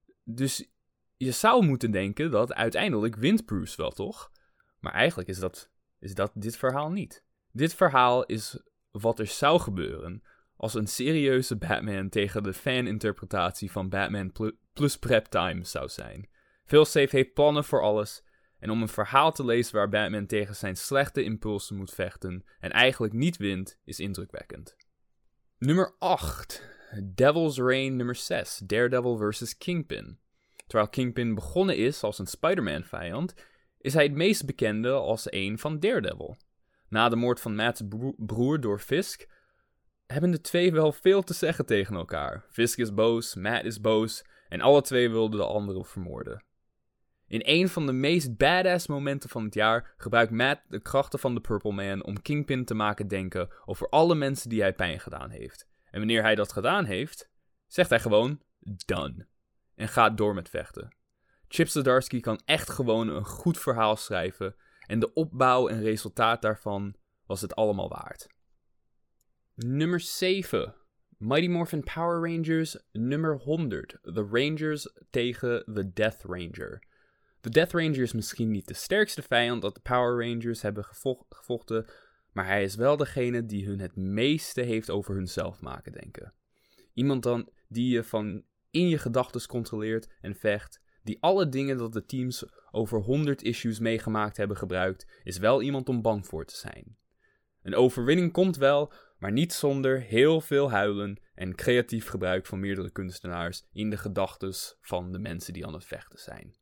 dus je zou moeten denken dat uiteindelijk wint Bruce wel, toch? Maar eigenlijk is dat, is dat dit verhaal niet. Dit verhaal is wat er zou gebeuren als een serieuze Batman tegen de faninterpretatie van Batman pl- plus Prep Time zou zijn. Failsafe heeft plannen voor alles. En om een verhaal te lezen waar Batman tegen zijn slechte impulsen moet vechten en eigenlijk niet wint, is indrukwekkend. Nummer acht. Devil's Reign nummer zes. Daredevil versus Kingpin. Terwijl Kingpin begonnen is als een Spider-Man vijand, is hij het meest bekende als een van Daredevil. Na de moord van Matt's bro- broer door Fisk hebben de twee wel veel te zeggen tegen elkaar. Fisk is boos, Matt is boos en alle twee wilden de andere vermoorden. In een van de meest badass momenten van het jaar gebruikt Matt de krachten van de Purple Man om Kingpin te maken denken over alle mensen die hij pijn gedaan heeft. En wanneer hij dat gedaan heeft, zegt hij gewoon done. En gaat door met vechten. Chip Zdarsky kan echt gewoon een goed verhaal schrijven en de opbouw en resultaat daarvan was het allemaal waard. Nummer zeven. Mighty Morphin Power Rangers nummer honderd. The Rangers tegen The Death Ranger. De Death Ranger is misschien niet de sterkste vijand dat de Power Rangers hebben gevo- gevochten, maar hij is wel degene die hun het meeste heeft over hunzelf maken denken. Iemand dan die je van in je gedachtes controleert en vecht, die alle dingen dat de teams over honderd issues meegemaakt hebben gebruikt, is wel iemand om bang voor te zijn. Een overwinning komt wel, maar niet zonder heel veel huilen en creatief gebruik van meerdere kunstenaars in de gedachtes van de mensen die aan het vechten zijn.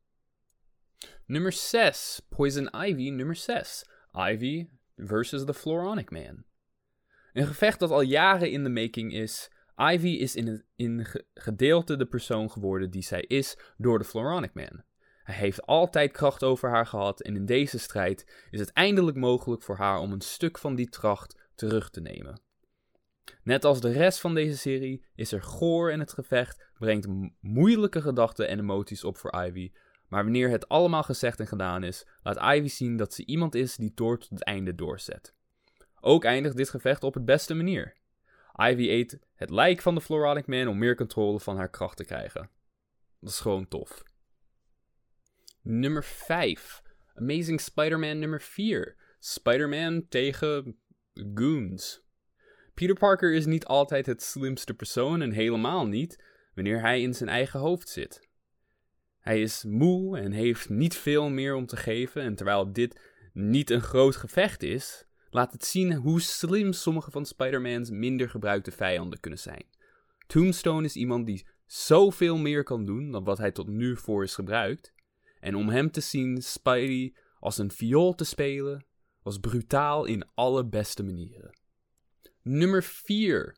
Nummer zes. Poison Ivy nummer zes. Ivy versus the Floronic Man. Een gevecht dat al jaren in de making is. Ivy is in het in gedeelte de persoon geworden die zij is door de Floronic Man. Hij heeft altijd kracht over haar gehad en in deze strijd is het eindelijk mogelijk voor haar om een stuk van die kracht terug te nemen. Net als de rest van deze serie is er gore en het gevecht brengt moeilijke gedachten en emoties op voor Ivy. Maar wanneer het allemaal gezegd en gedaan is, laat Ivy zien dat ze iemand is die door tot het einde doorzet. Ook eindigt dit gevecht op het beste manier. Ivy eet het lijk van de Floronic Man om meer controle van haar kracht te krijgen. Dat is gewoon tof. Nummer vijf. Amazing Spider-Man nummer vier. Spider-Man tegen goons. Peter Parker is niet altijd het slimste persoon en helemaal niet wanneer hij in zijn eigen hoofd zit. Hij is moe en heeft niet veel meer om te geven en terwijl dit niet een groot gevecht is, laat het zien hoe slim sommige van Spider-Man's minder gebruikte vijanden kunnen zijn. Tombstone is iemand die zoveel meer kan doen dan wat hij tot nu voor is gebruikt. En om hem te zien Spidey als een viool te spelen, was brutaal in alle beste manieren. Nummer vier.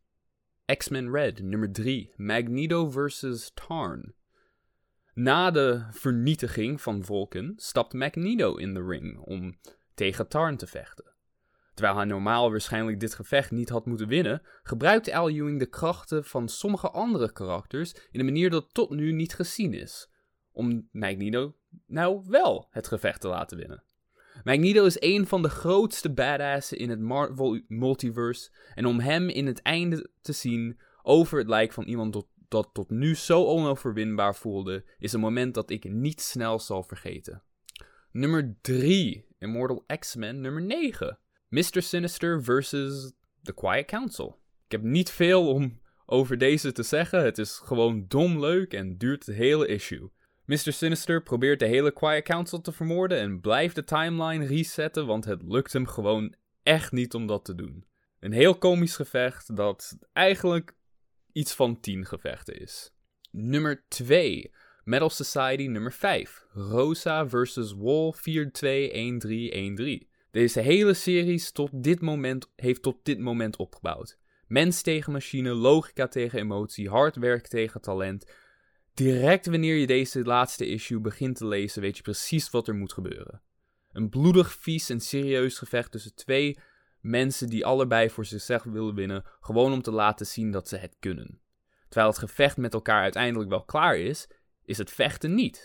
X-Men Red. Nummer drie. Magneto versus Tarn. Na de vernietiging van Vulcan stapt Magneto in de ring om tegen Tarn te vechten. Terwijl hij normaal waarschijnlijk dit gevecht niet had moeten winnen, gebruikt Al Ewing de krachten van sommige andere karakters in een manier dat tot nu niet gezien is, om Magneto nou wel het gevecht te laten winnen. Magneto is een van de grootste badassen in het Marvel multiverse en om hem in het einde te zien over het lijk van iemand dat, dat tot nu zo onoverwinbaar voelde, is een moment dat ik niet snel zal vergeten. Nummer drie. Immortal X-Men nummer negen. mister Sinister versus The Quiet Council. Ik heb niet veel om over deze te zeggen. Het is gewoon dom leuk en duurt het hele issue. mister Sinister probeert de hele Quiet Council te vermoorden en blijft de timeline resetten, want het lukt hem gewoon echt niet om dat te doen. Een heel komisch gevecht dat eigenlijk iets van tien gevechten is. Nummer twee. Metal Society nummer vijf. Rosa versus Wall vier twee een drie een drie. Deze hele serie tot dit moment, heeft tot dit moment opgebouwd. Mens tegen machine, logica tegen emotie, hard werk tegen talent. Direct wanneer je deze laatste issue begint te lezen, weet je precies wat er moet gebeuren. Een bloedig, vies en serieus gevecht tussen twee mensen die allebei voor zichzelf willen winnen, gewoon om te laten zien dat ze het kunnen. Terwijl het gevecht met elkaar uiteindelijk wel klaar is, is het vechten niet.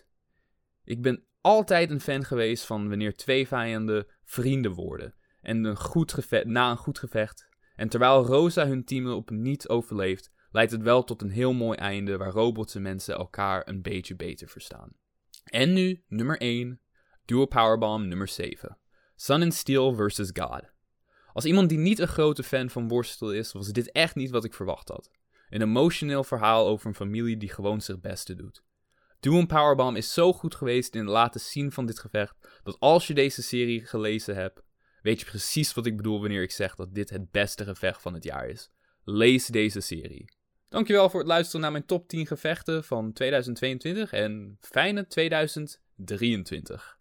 Ik ben altijd een fan geweest van wanneer twee vijanden vrienden worden. En een goed gevecht, na een goed gevecht. En terwijl Rosa hun team op niet overleeft, leidt het wel tot een heel mooi einde waar robots en mensen elkaar een beetje beter verstaan. En nu, nummer één, Duo Powerbomb nummer zeven. Sun and Steel versus God. Als iemand die niet een grote fan van worstelen is, was dit echt niet wat ik verwacht had. Een emotioneel verhaal over een familie die gewoon zijn beste doet. Duo Powerbomb is zo goed geweest in het laten zien van dit gevecht, dat als je deze serie gelezen hebt, weet je precies wat ik bedoel wanneer ik zeg dat dit het beste gevecht van het jaar is. Lees deze serie. Dankjewel voor het luisteren naar mijn top tien gevechten van tweeduizend tweeëntwintig en fijne tweeduizend drieëntwintig.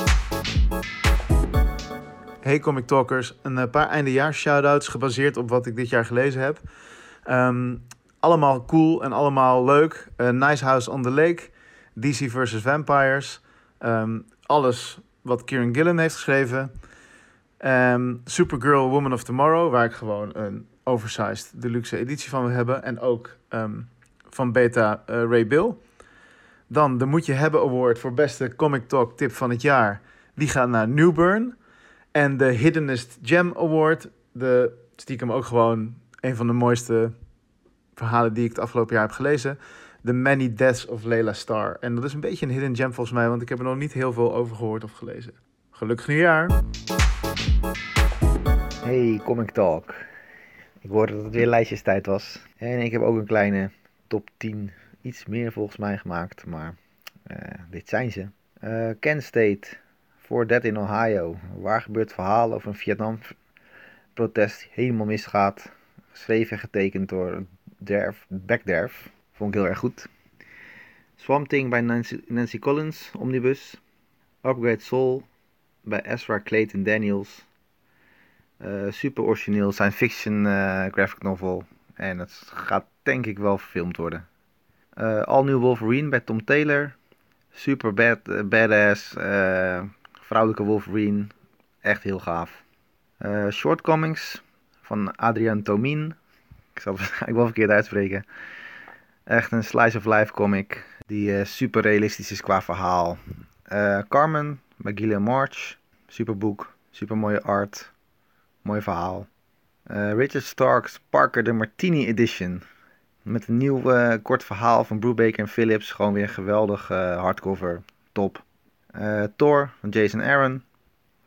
Hey Comic Talkers, een paar eindejaars shoutouts gebaseerd op wat ik dit jaar gelezen heb. Um, allemaal cool en allemaal leuk. Uh, Nice House on the Lake, D C versus. Vampires, um, alles wat Kieran Gillen heeft geschreven. Um, Supergirl Woman of Tomorrow, waar ik gewoon een oversized deluxe editie van wil hebben. En ook um, van Beta uh, Ray Bill. Dan de Moet Je Hebben Award voor beste Comic Talk tip van het jaar. Die gaat naar Newburn. En de Hiddenest Gem Award, de stiekem ook gewoon een van de mooiste verhalen die ik het afgelopen jaar heb gelezen. The Many Deaths of Layla Starr. En dat is een beetje een hidden gem volgens mij, want ik heb er nog niet heel veel over gehoord of gelezen. Gelukkig nieuwjaar! Hey, Comic Talk. Ik hoorde dat het weer lijstjestijd was. En ik heb ook een kleine top tien, iets meer volgens mij gemaakt, maar uh, dit zijn ze. Uh, Kent State, For Dead in Ohio. Waar gebeurt verhaal over een Vietnam-protest helemaal misgaat. Geschreven en getekend door Derf, Backderf. Vond ik heel erg goed. Swamp Thing bij Nancy, Nancy Collins, Omnibus. Upgrade Soul bij Ezra Clayton Daniels. Uh, super origineel science fiction uh, graphic novel. En het gaat denk ik wel verfilmd worden. Uh, All New Wolverine bij Tom Taylor. Super bad, uh, badass. Uh, vrouwelijke Wolverine. Echt heel gaaf. Uh, Shortcomings van Adrian Tomin. Ik zal het waarschijnlijk wel verkeerd uitspreken. Echt een slice of life comic. Die uh, super realistisch is qua verhaal. Uh, Carmen bij Gillian March. Super boek. Super mooie art. Mooi verhaal. Uh, Richard Stark's Parker the Martini Edition. Met een nieuw uh, kort verhaal van Brubaker en Phillips. Gewoon weer een geweldig uh, hardcover. Top. Uh, Thor van Jason Aaron.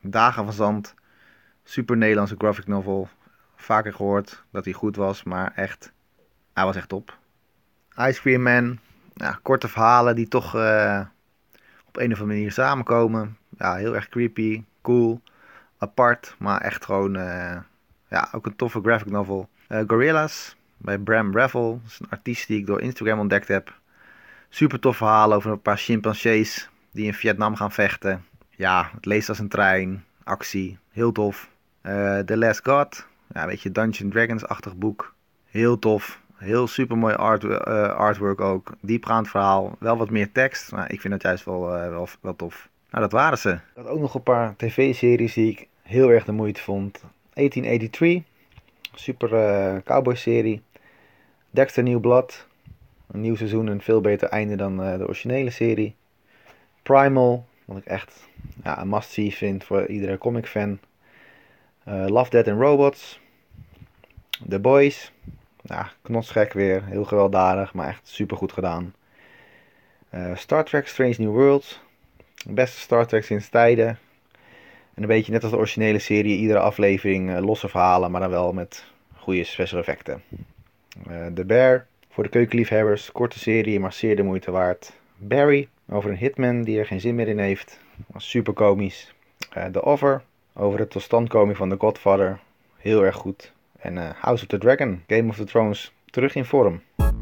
Dagen van Zand. Super Nederlandse graphic novel. Vaker gehoord dat hij goed was, maar echt, hij was echt top. Ice Cream Man. Ja, korte verhalen die toch uh, op een of andere manier samenkomen. Ja, heel erg creepy, cool, apart, maar echt gewoon, uh, ja, ook een toffe graphic novel. Uh, Gorillas, bij Bram Ravel. Dat is een artiest die ik door Instagram ontdekt heb. Super tof verhaal over een paar chimpansees die in Vietnam gaan vechten. Ja, het leest als een trein, actie, heel tof. Uh, The Last God, ja, een beetje Dungeons Dragons-achtig boek. Heel tof. Heel super mooi art, uh, artwork ook. Diepgaand verhaal. Wel wat meer tekst. Maar ik vind dat juist wel, uh, wel, wel tof. Nou, dat waren ze. Ik had ook nog een paar tv-series die ik heel erg de moeite vond. achttien eenennegentig. Super uh, cowboy-serie. Dexter New Blood. Een nieuw seizoen. Een veel beter einde dan uh, de originele serie. Primal. Wat ik echt ja, een must-see vind voor iedere comic-fan. Uh, Love, Death and Robots. The Boys. Ja, knotsgek weer. Heel gewelddadig, maar echt super goed gedaan. Uh, Star Trek Strange New Worlds. Beste Star Trek sinds tijden. En een beetje net als de originele serie. Iedere aflevering uh, losse verhalen, maar dan wel met goede special effecten. Uh, The Bear. Voor de keukenliefhebbers. Korte serie, maar zeer de moeite waard. Barry. Over een hitman die er geen zin meer in heeft. Was super komisch. Uh, The Offer. Over de totstandkoming van The Godfather. Heel erg goed. En uh, House of the Dragon, Game of the Thrones, terug in vorm.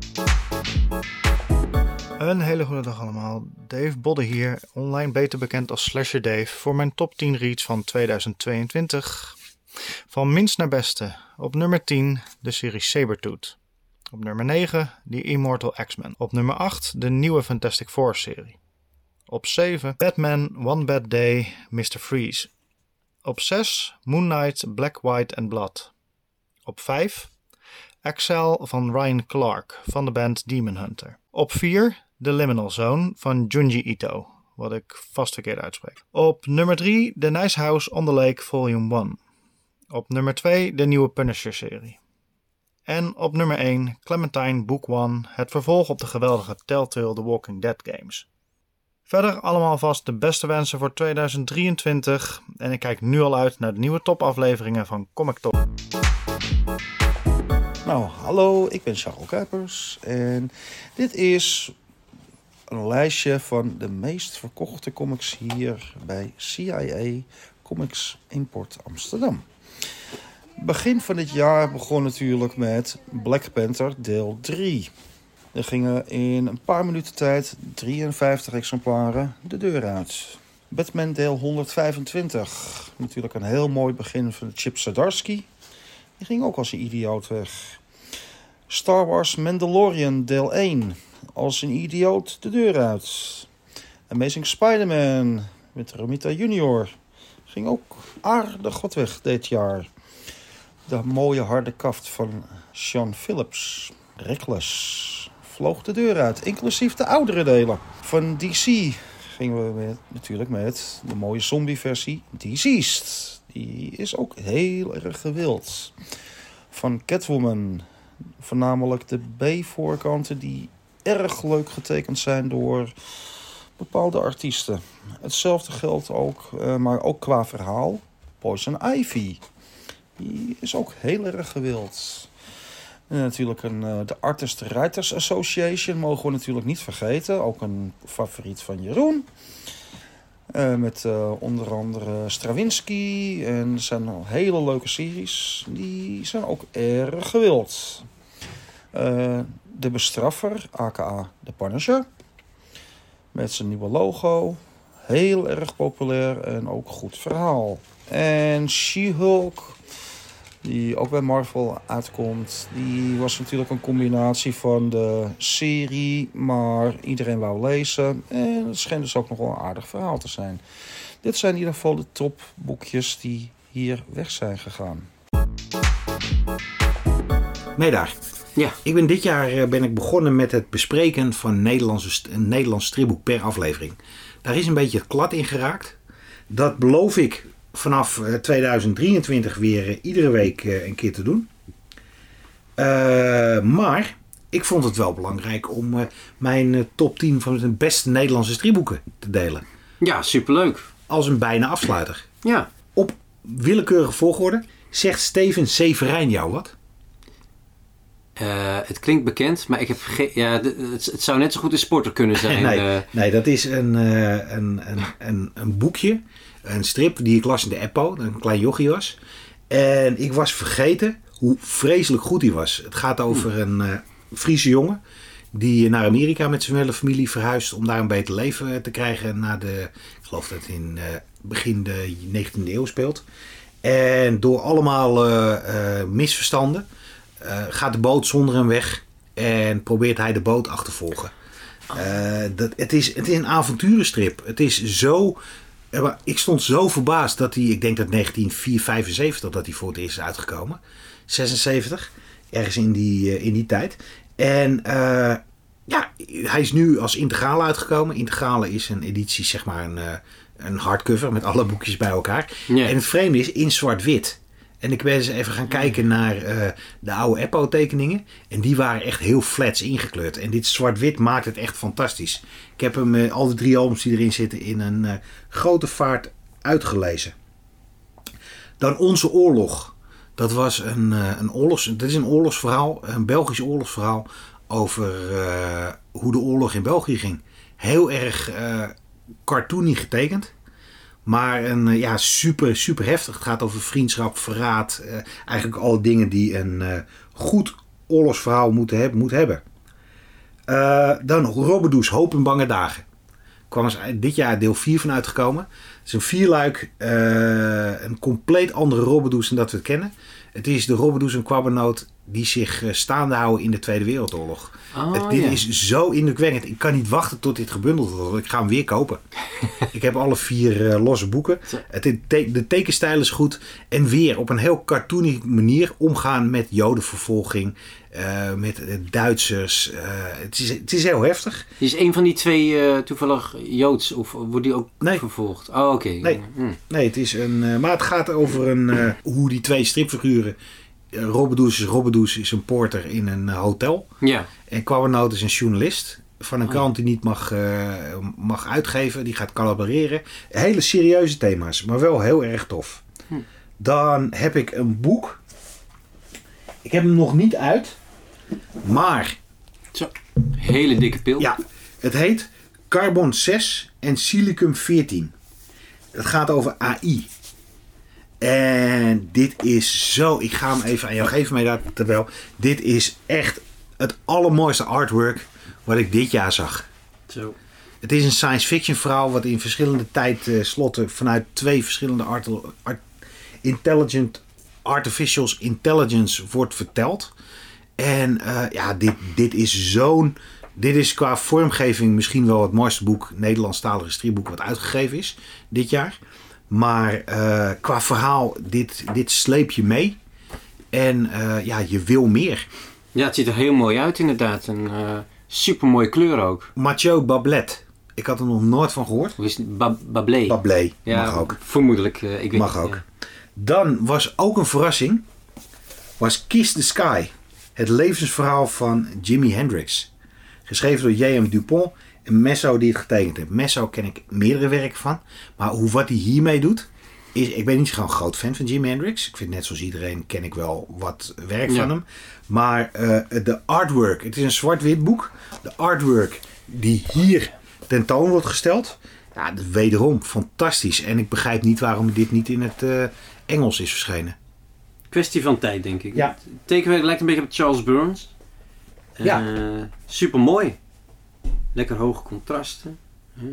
Een hele goede dag allemaal. Dave Bodde hier, online beter bekend als Slasher Dave, voor mijn top tien reads van tweeduizend tweeëntwintig. Van minst naar beste. Op nummer tien, de serie Sabertooth. Op nummer negen, The Immortal X-Men. Op nummer acht, de nieuwe Fantastic Four serie. Op zeven, Batman, One Bad Day, mister Freeze. Op zes, Moon Knight, Black, White and Blood. Op vijf, Exile van Ryan Clark van de band Demon Hunter. Op vier, The Liminal Zone van Junji Ito, wat ik vast verkeerd uitspreek. Op nummer drie, The Nice House on the Lake Volume één. Op nummer twee, de nieuwe Punisher serie. En op nummer één, Clementine Book één, het vervolg op de geweldige Telltale The Walking Dead games. Verder allemaal vast de beste wensen voor tweeduizend drieëntwintig en ik kijk nu al uit naar de nieuwe topafleveringen van Comic Talk. Nou, hallo, ik ben Charles Kuipers en dit is een lijstje van de meest verkochte comics hier bij C I A Comics Import Amsterdam. Begin van dit jaar begon natuurlijk met Black Panther deel drie. Er gingen in een paar minuten tijd drieënvijftig exemplaren de deur uit. Batman deel honderdvijfentwintig. Natuurlijk een heel mooi begin van Chip Zdarsky. Die ging ook als een idioot weg. Star Wars Mandalorian deel één. Als een idioot de deur uit. Amazing Spider-Man met Romita junior Ging ook aardig wat weg dit jaar. De mooie harde kaft van Sean Phillips. Reckless. Vloog de deur uit. Inclusief de oudere delen. Van D C gingen we met, natuurlijk met de mooie zombie-versie Deceased. Die is ook heel erg gewild. Van Catwoman. Voornamelijk de B-voorkanten die erg leuk getekend zijn door bepaalde artiesten. Hetzelfde geldt ook, uh, maar ook qua verhaal. Poison Ivy. Die is ook heel erg gewild. En natuurlijk een, uh, de Artist Writers Association mogen we natuurlijk niet vergeten. Ook een favoriet van Jeroen. Uh, met uh, onder andere Stravinsky. En er zijn al hele leuke series. Die zijn ook erg gewild. Uh, de Bestraffer, aka de Punisher. Met zijn nieuwe logo. Heel erg populair en ook goed verhaal. En She-Hulk, die ook bij Marvel uitkomt. Die was natuurlijk een combinatie van de serie, maar iedereen wou lezen. En het schijnt dus ook nog wel een aardig verhaal te zijn. Dit zijn in ieder geval de topboekjes die hier weg zijn gegaan. Meedaar. Ja. Ik ben dit jaar ben ik begonnen met het bespreken van Nederlandse, een Nederlands stripboek per aflevering. Daar is een beetje het klad in geraakt. Dat beloof ik vanaf tweeduizend drieëntwintig weer uh, iedere week uh, een keer te doen. Uh, maar ik vond het wel belangrijk om uh, mijn uh, top tien van de beste Nederlandse stripboeken te delen. Ja, superleuk. Als een bijna afsluiter. Ja. Op willekeurige volgorde. Zegt Steven Severijn jou wat? Uh, het klinkt bekend, maar ik heb ge- ja, d- het, het zou net zo goed een sporter kunnen zijn. nee, uh. nee, dat is een, uh, een, een, een, een boekje, een strip die ik las in de Eppo, dat een klein jochie was. En ik was vergeten hoe vreselijk goed hij was. Het gaat over een uh, Friese jongen die naar Amerika met zijn hele familie verhuist om daar een beter leven te krijgen na de, ik geloof dat het in uh, begin de negentiende eeuw speelt. En door allemaal uh, uh, misverstanden uh, gaat de boot zonder hem weg en probeert hij de boot achtervolgen. Uh, dat, het, is, het is een avonturenstrip. Het is zo... Uh, ik stond zo verbaasd dat hij, ik denk dat negentien vijfenzeventig dat hij voor het eerst is uitgekomen. zesenzeventig, ergens in die, uh, in die tijd. En uh, ja, hij is nu als integrale uitgekomen. Integrale is een editie, zeg maar een, uh, een hardcover met alle boekjes bij elkaar. Ja. En het vreemde is in zwart-wit. En ik ben eens even gaan kijken naar uh, de oude Eppo tekeningen. En die waren echt heel flats ingekleurd. En dit zwart-wit maakt het echt fantastisch. Ik heb hem, uh, al de drie albums die erin zitten, in een uh, grote vaart uitgelezen. Dan Onze Oorlog. Dat was een, uh, een oorlogs... Dat is een oorlogsverhaal, een Belgisch oorlogsverhaal over uh, hoe de oorlog in België ging. Heel erg uh, cartoony getekend. Maar een, uh, ja, super, super heftig. Het gaat over vriendschap, verraad. Uh, eigenlijk alle dingen die een uh, goed oorlogsverhaal moet, heb, moet hebben. Uh, dan nog Robbedoes, Hoop en Bange Dagen. Kwam er dit jaar deel vier van uitgekomen. Het is een vierluik, uh, een compleet andere Robbedoes dan dat we het kennen. Het is de Robbedoes en Quabbenoot die zich uh, staande houden in de Tweede Wereldoorlog. Oh, het, dit ja. is zo indrukwekkend. Ik kan niet wachten tot dit gebundeld wordt. Ik ga hem weer kopen. Ik heb alle vier uh, losse boeken. Het, te, de tekenstijl is goed. En weer op een heel cartoony manier omgaan met jodenvervolging. Uh, met uh, Duitsers. Uh, het, is, het is heel heftig. Is een van die twee uh, toevallig Joods? Of wordt die ook nee. vervolgd? Oh, oké. Okay. Nee. Hmm. nee, het is een... Uh, maar het gaat over een, uh, hoe die twee stripfiguren... Uh, Robbedoes is Robbedoes is een porter in een uh, hotel. Ja. En Quabbenoot is een journalist van een krant die niet mag, uh, mag uitgeven. Die gaat collaboreren. Hele serieuze thema's, maar wel heel erg tof. Hm. Dan heb ik een boek. Ik heb hem nog niet uit. Maar... Zo, hele dikke pil. Ja, het heet Carbon zes en Silicum veertien. Het gaat over A I. En dit is zo... Ik ga hem even aan jou geven, mee daar terwijl. Dit is echt het allermooiste artwork wat ik dit jaar zag. Zo. Het is een science fiction verhaal wat in verschillende tijdslotten vanuit twee verschillende art, art, intelligent artificial intelligence wordt verteld. En uh, ja, dit, dit is zo'n... Dit is qua vormgeving misschien wel het mooiste boek, Nederlandstalige stripboek wat uitgegeven is dit jaar. Maar uh, qua verhaal, dit, dit sleep je mee. En uh, ja, je wil meer. Ja, het ziet er heel mooi uit inderdaad. Een uh, super mooie kleur ook. Mathieu Bablet. Ik had er nog nooit van gehoord. Hoe is het? Ba- Bablé. Bablé, ja, mag ook. Vermoedelijk. Uh, ik weet mag niet, ook. Ja. Dan was ook een verrassing. Was Kiss the Sky. Het levensverhaal van Jimi Hendrix. Geschreven door J M Dupont en Messo die het getekend heeft. Messo ken ik meerdere werken van. Maar hoe wat hij hiermee doet. Is, ik ben niet gewoon een groot fan van Jimi Hendrix. Ik vind net zoals iedereen ken ik wel wat werk ja. van hem. Maar uh, de artwork. Het is een zwart-wit boek. De artwork die hier tentoon wordt gesteld. Ja, wederom fantastisch. En ik begrijp niet waarom dit niet in het uh, Engels is verschenen. Kwestie van tijd, denk ik. Ja. Het tekenwerk lijkt een beetje op Charles Burns. Ja. Uh, super mooi. Lekker hoge contrasten. Ja,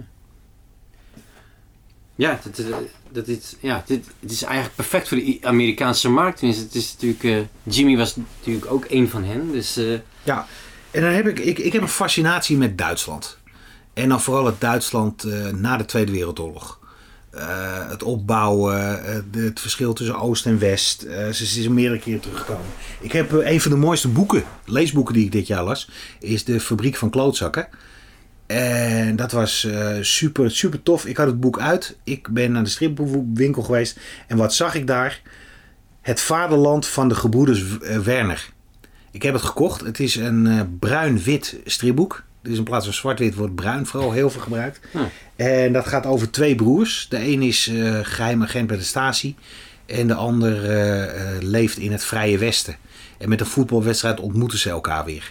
ja, dat, dat, dit, ja dit, het is eigenlijk perfect voor de Amerikaanse markt. Dus het is natuurlijk, uh, Jimmy was natuurlijk ook een van hen. Dus, uh... Ja, en dan heb ik, ik, ik heb een fascinatie met Duitsland. En dan vooral het Duitsland uh, na de Tweede Wereldoorlog. Uh, het opbouwen, uh, de, het verschil tussen Oost en West. Uh, ze, ze is meerdere keren teruggekomen. Ik heb uh, een van de mooiste boeken, leesboeken die ik dit jaar las, is De Fabriek van Klootzakken. En dat was uh, super, super tof. Ik had het boek uit. Ik ben naar de stripboekwinkel geweest. En wat zag ik daar? Het vaderland van de gebroeders Werner. Ik heb het gekocht. Het is een uh, bruin-wit stripboek. Dus in plaats van zwart-wit wordt bruin vooral heel veel gebruikt. Hm. En dat gaat over twee broers. De een is uh, geheim agent bij de Stasi. En de ander uh, uh, leeft in het Vrije Westen. En met een voetbalwedstrijd ontmoeten ze elkaar weer.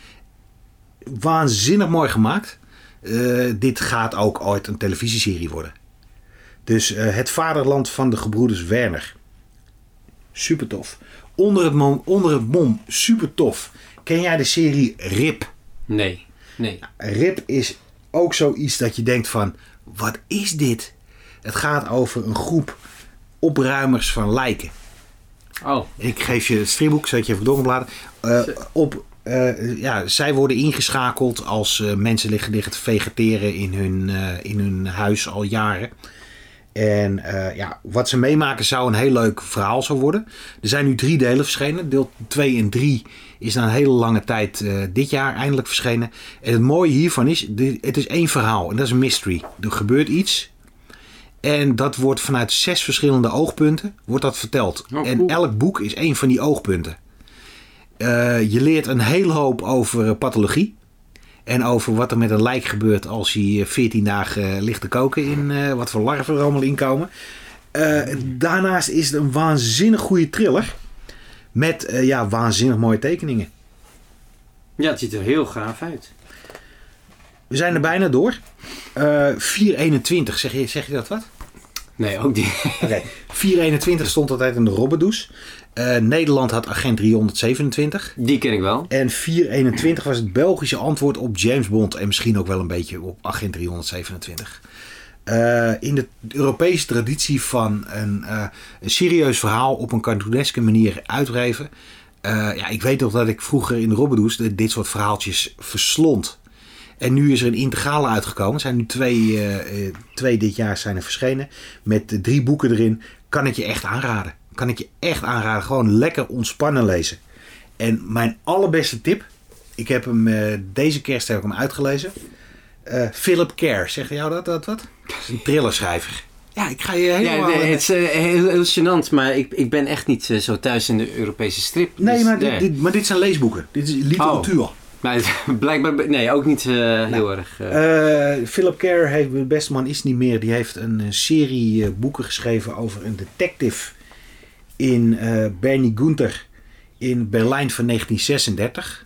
Waanzinnig mooi gemaakt. Uh, dit gaat ook ooit een televisieserie worden. Dus uh, Het Vaderland van de gebroeders Werner. Super tof. Onder het mom, onder het mom super tof. Ken jij de serie R I P? Nee. nee. R I P is ook zoiets dat je denkt van... Wat is dit? Het gaat over een groep opruimers van lijken. Oh. Ik geef je het stripboek, zodat je even door kan bladeren. Uh, op, uh, ja, zij worden ingeschakeld als uh, mensen liggen, liggen te vegeteren in hun, uh, in hun huis al jaren. En uh, ja, wat ze meemaken zou een heel leuk verhaal zo worden. Er zijn nu drie delen verschenen. Deel twee en drie is na een hele lange tijd uh, dit jaar eindelijk verschenen. En het mooie hiervan is, de, het is één verhaal en dat is een mystery. Er gebeurt iets en dat wordt vanuit zes verschillende oogpunten wordt dat verteld. Oh, cool. En elk boek is één van die oogpunten. Uh, je leert een hele hoop over pathologie. En over wat er met een lijk gebeurt als hij veertien dagen ligt te koken in uh, wat voor larven er allemaal inkomen. Uh, daarnaast is het een waanzinnig goede thriller. Met uh, ja, waanzinnig mooie tekeningen. Ja, het ziet er heel gaaf uit. We zijn er bijna door. Uh, vier eenentwintig, zeg je, zeg je dat wat? Nee, ook niet. Oké, okay. vier eenentwintig stond altijd in de Robbedoes. Uh, Nederland had Agent driehonderdzevenentwintig. Die ken ik wel. En vier eenentwintig was het Belgische antwoord op James Bond. En misschien ook wel een beetje op Agent driehonderdzevenentwintig. Uh, in de Europese traditie van een, uh, een serieus verhaal op een cartooneske manier uitwrijven. Uh, ja, ik weet nog dat ik vroeger in de Robbedoes dit soort verhaaltjes verslond. En nu is er een integrale uitgekomen. Er zijn nu twee, uh, uh, twee dit jaar zijn er verschenen. Met uh, drie boeken erin. Kan ik je echt aanraden. Kan ik je echt aanraden. Gewoon lekker ontspannen lezen. En mijn allerbeste tip. Ik heb hem uh, deze kerst heb ik hem uitgelezen. Uh, Philip Kerr. Zegt jou dat, dat wat? Dat is een thrillerschrijver. Ja, ik ga je helemaal... Ja, nee, het is uh, heel, heel gênant, maar ik, ik ben echt niet uh, zo thuis in de Europese strip. Nee, dus, maar, dit, nee. dit, maar dit zijn leesboeken. Dit is literatuur. Oh. Maar blijkbaar, nee, ook niet uh, nou, heel erg... Uh... Uh, Philip Kerr, heeft, de beste man is niet meer, die heeft een serie uh, boeken geschreven over een detective in uh, Bernie Gunther in Berlijn van negentien zesendertig.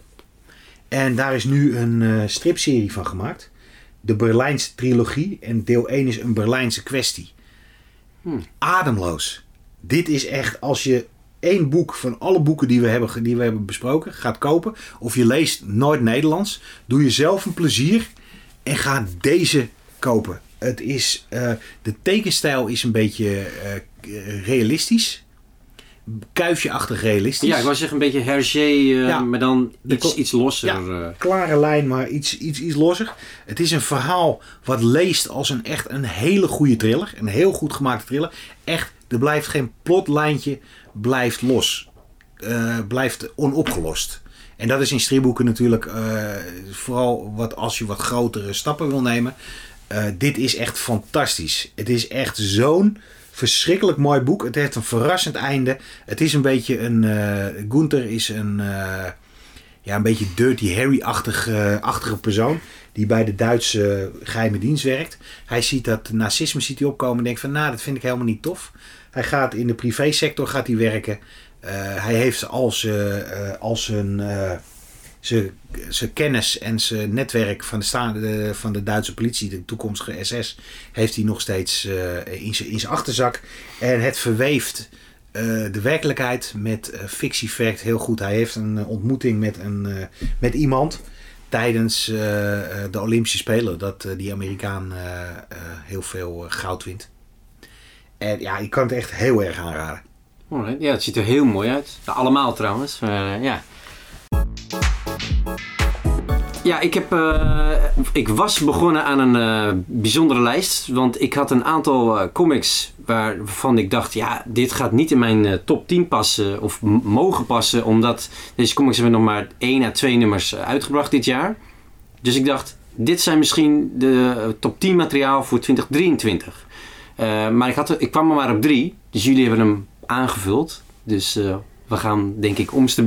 En daar is nu een uh, stripserie van gemaakt. De Berlijnse trilogie. En deel één is een Berlijnse kwestie. Hmm. Ademloos. Dit is echt, als je één boek van alle boeken die we, hebben, die we hebben besproken gaat kopen. Of je leest nooit Nederlands. Doe jezelf een plezier. En ga deze kopen. Het is, uh, de tekenstijl is een beetje uh, realistisch. Kuifje-achtig realistisch. Ja, ik wou zeggen een beetje Hergé, uh, ja, maar dan iets, iets losser. Ja, uh. klare lijn, maar iets, iets, iets losser. Het is een verhaal wat leest als een echt een hele goede thriller. Een heel goed gemaakte thriller. Echt, er blijft geen plotlijntje, blijft los. Uh, blijft onopgelost. En dat is in stripboeken natuurlijk uh, vooral wat als je wat grotere stappen wil nemen. Uh, dit is echt fantastisch. Het is echt zo'n verschrikkelijk mooi boek. Het heeft een verrassend einde. Het is een beetje een... Uh, Gunther is een... Uh, ja, een beetje Dirty Harry-achtige uh, achtige persoon. Die bij de Duitse geheime dienst werkt. Hij ziet dat nazisme ziet hij opkomen. En denkt van, nou, dat vind ik helemaal niet tof. Hij gaat in de privésector gaat hij werken. Uh, hij heeft al zijn, uh, al zijn, uh, zijn, zijn kennis en zijn netwerk van de, sta- de, van de Duitse politie, de toekomstige S S, heeft hij nog steeds uh, in, zijn, in zijn achterzak. En het verweeft uh, de werkelijkheid met uh, fictie werkt heel goed. Hij heeft een uh, ontmoeting met, een, uh, met iemand tijdens uh, de Olympische Spelen, dat uh, die Amerikaan uh, uh, heel veel uh, goud wint. En ja, ik kan het echt heel erg aanraden. Alright. Ja, het ziet er heel mooi uit. Nou, allemaal trouwens. Uh, ja. Ja, ik, heb, uh, ik was begonnen aan een uh, bijzondere lijst. Want ik had een aantal uh, comics waarvan ik dacht, ja, dit gaat niet in mijn uh, top tien passen of m- mogen passen. Omdat deze comics hebben nog maar één à twee nummers uh, uitgebracht dit jaar. Dus ik dacht, dit zijn misschien de uh, top tien materiaal voor twintig drieëntwintig. Uh, maar ik, had, ik kwam er maar op drie. Dus jullie hebben hem aangevuld. Dus uh, we gaan denk ik om's de beurt.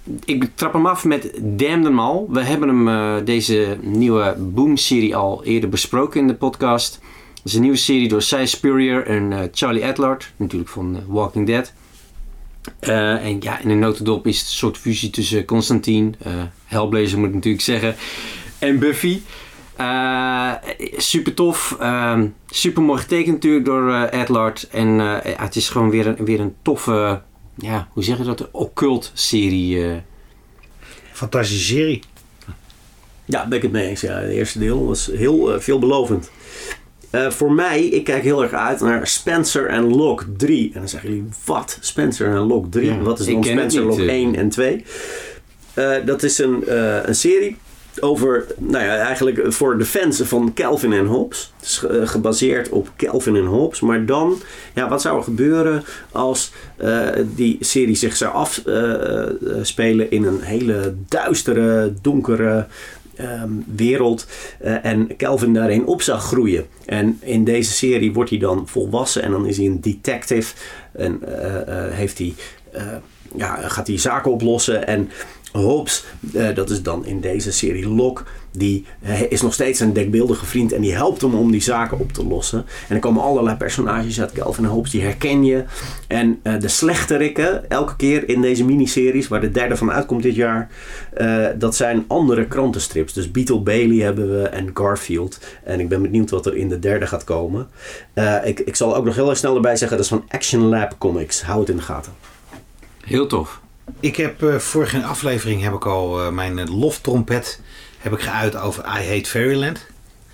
ik trap hem af met Damn Them All. We hebben hem, uh, deze nieuwe Boom-serie al eerder besproken in de podcast. Het is een nieuwe serie door Cy Spurrier en uh, Charlie Adlard. Natuurlijk van uh, Walking Dead. Uh, en ja, in een notendop is het een soort fusie tussen Constantine, uh, Hellblazer moet ik natuurlijk zeggen, en Buffy. Uh, super tof. Uh, super mooi getekend natuurlijk door uh, Adlard. En uh, het is gewoon weer een, weer een toffe, ja, hoe zeg je dat, occult serie. Uh. Fantastische serie. Ja, ben ik het mee eens. Ja. Het eerste deel was heel uh, veelbelovend. Uh, voor mij, ik kijk heel erg uit naar Spencer en Locke drie. En dan zeggen jullie, wat? Spencer en Locke drie? Ja, wat is dan Spencer, Locke één en twee? Uh, dat is een, uh, een serie over, nou ja, eigenlijk voor de fans van Calvin en Hobbes. Het is uh, gebaseerd op Calvin en Hobbes. Maar dan, ja, wat zou er gebeuren als uh, die serie zich zou afspelen uh, in een hele duistere, donkere Um, wereld uh, en Calvin daarin op zag groeien. En in deze serie wordt hij dan volwassen en dan is hij een detective en uh, uh, heeft hij, uh, ja, gaat hij zaken oplossen. En Hobbes, uh, dat is dan in deze serie Locke, die uh, is nog steeds een dekbeeldige vriend en die helpt hem om die zaken op te lossen. En er komen allerlei personages uit Calvin en Hobbes, die herken je. En uh, de slechterikken, elke keer in deze miniseries, waar de derde van uitkomt dit jaar, uh, dat zijn andere krantenstrips. Dus Beetle Bailey hebben we en Garfield. En ik ben benieuwd wat er in de derde gaat komen. Uh, ik, ik zal ook nog heel erg snel erbij zeggen, dat is van Action Lab Comics. Hou het in de gaten. Heel tof. Ik heb uh, vorige aflevering heb ik al uh, mijn uh, loftrompet heb ik geuit over I Hate Fairyland.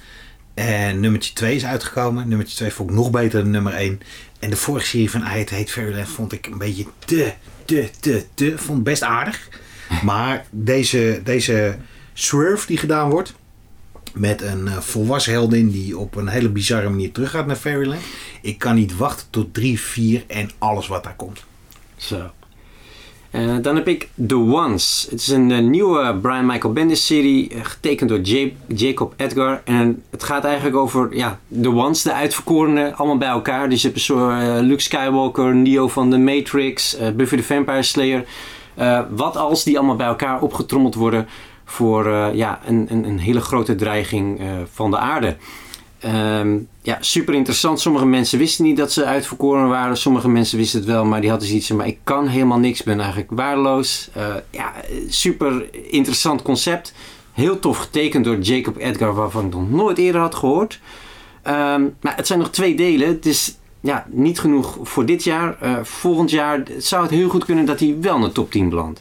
En nummertje twee is uitgekomen. Nummertje twee vond ik nog beter dan nummer één. En de vorige serie van I Hate Fairyland vond ik een beetje te, te, te, te. Vond best aardig. Maar deze, deze swerve die gedaan wordt, met een uh, volwassen heldin die op een hele bizarre manier teruggaat naar Fairyland. Ik kan niet wachten tot drie, vier en alles wat daar komt. Zo. Uh, dan heb ik The Ones. Het is een uh, nieuwe Brian Michael Bendis serie, uh, getekend door J- Jacob Edgar. En het gaat eigenlijk over ja, The Ones, de uitverkorenen, allemaal bij elkaar. Dus je hebt een soort uh, Luke Skywalker, Neo van The Matrix, uh, Buffy the Vampire Slayer. Uh, wat als die allemaal bij elkaar opgetrommeld worden voor uh, ja, een, een, een hele grote dreiging uh, van de aarde. Um, ja, super interessant. Sommige mensen wisten niet dat ze uitverkoren waren. Sommige mensen wisten het wel, maar die hadden zoiets van, maar ik kan helemaal niks, ik ben eigenlijk waardeloos. Uh, ja, super interessant concept. Heel tof getekend door Jacob Edgar, waarvan ik nog nooit eerder had gehoord. Um, maar het zijn nog twee delen. Het is ja, niet genoeg voor dit jaar. Uh, volgend jaar zou het heel goed kunnen dat hij wel in de top tien belandt.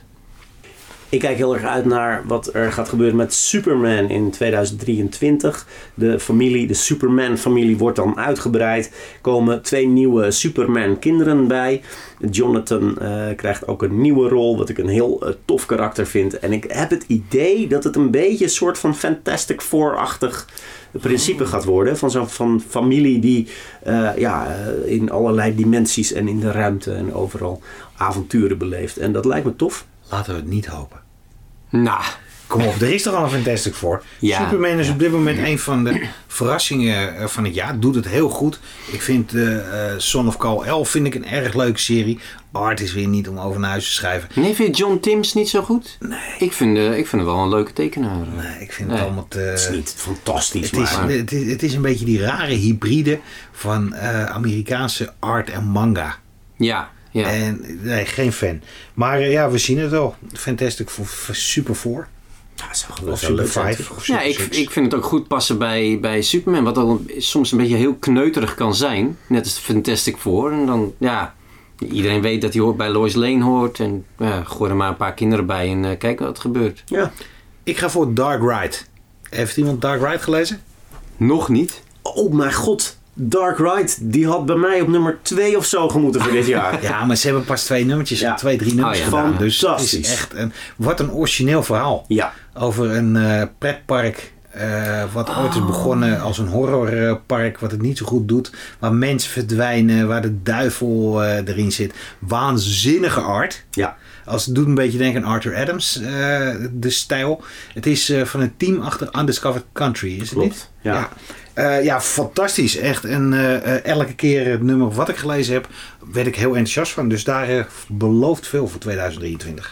Ik kijk heel erg uit naar wat er gaat gebeuren met Superman in tweeduizend drieëntwintig. De familie, de Superman-familie wordt dan uitgebreid. Er komen twee nieuwe Superman-kinderen bij. Jonathan uh, krijgt ook een nieuwe rol, wat ik een heel uh, tof karakter vind. En ik heb het idee dat het een beetje een soort van Fantastic Four-achtig principe gaat worden. Van zo'n van familie die uh, ja, uh, in allerlei dimensies en in de ruimte en overal avonturen beleeft. En dat lijkt me tof. Laten we het niet hopen. Nou, kom op, er is toch al een Fantastic Four. Ja, Superman is op dit moment een van de verrassingen van het jaar. Doet het heel goed. Ik vind uh, uh, Son of Kal-El vind ik een erg leuke serie. Art is weer niet om over naar huis te schrijven. Nee, vind je John Timms niet zo goed? Nee. Ik vind, uh, ik vind het wel een leuke tekenaar. Nee, ik vind het nee. allemaal te... Het is niet fantastisch, het maar... Is, het, is, het is een beetje die rare hybride van uh, Amerikaanse art en manga. Ja. Ja. En nee, geen fan. Maar uh, ja, we zien het al. Fantastic Four, Super Four. Ja, zo of Super vijf. Of ja, ik, ik vind het ook goed passen bij, bij Superman. Wat al soms een beetje heel kneuterig kan zijn. Net als Fantastic Four. En dan, ja, iedereen weet dat hij hoort bij Lois Lane hoort. En ja, gooi er maar een paar kinderen bij en uh, kijk wat er gebeurt. Ja. Ik ga voor Dark Ride. Heeft iemand Dark Ride gelezen? Nog niet. Oh mijn god. Dark Ride, die had bij mij op nummer twee of zo gemoeten voor dit jaar. Ja, maar ze hebben pas twee nummertjes, ja. twee, drie nummers oh, ja. gedaan. Dus fantastisch. Het is echt een, wat een origineel verhaal. Ja. Over een uh, pretpark, uh, wat oh. ooit is begonnen als een horrorpark, wat het niet zo goed doet. Waar mensen verdwijnen, waar de duivel uh, erin zit. Waanzinnige art. Ja. Als het doet een beetje denken aan Arthur Adams, uh, de stijl. Het is uh, van een team achter Undiscovered Country, is het Klopt. niet? Ja. ja. Uh, ja, fantastisch. Echt. En uh, uh, elke keer het nummer wat ik gelezen heb, werd ik heel enthousiast van. Dus daar uh, belooft veel voor tweeduizend drieëntwintig.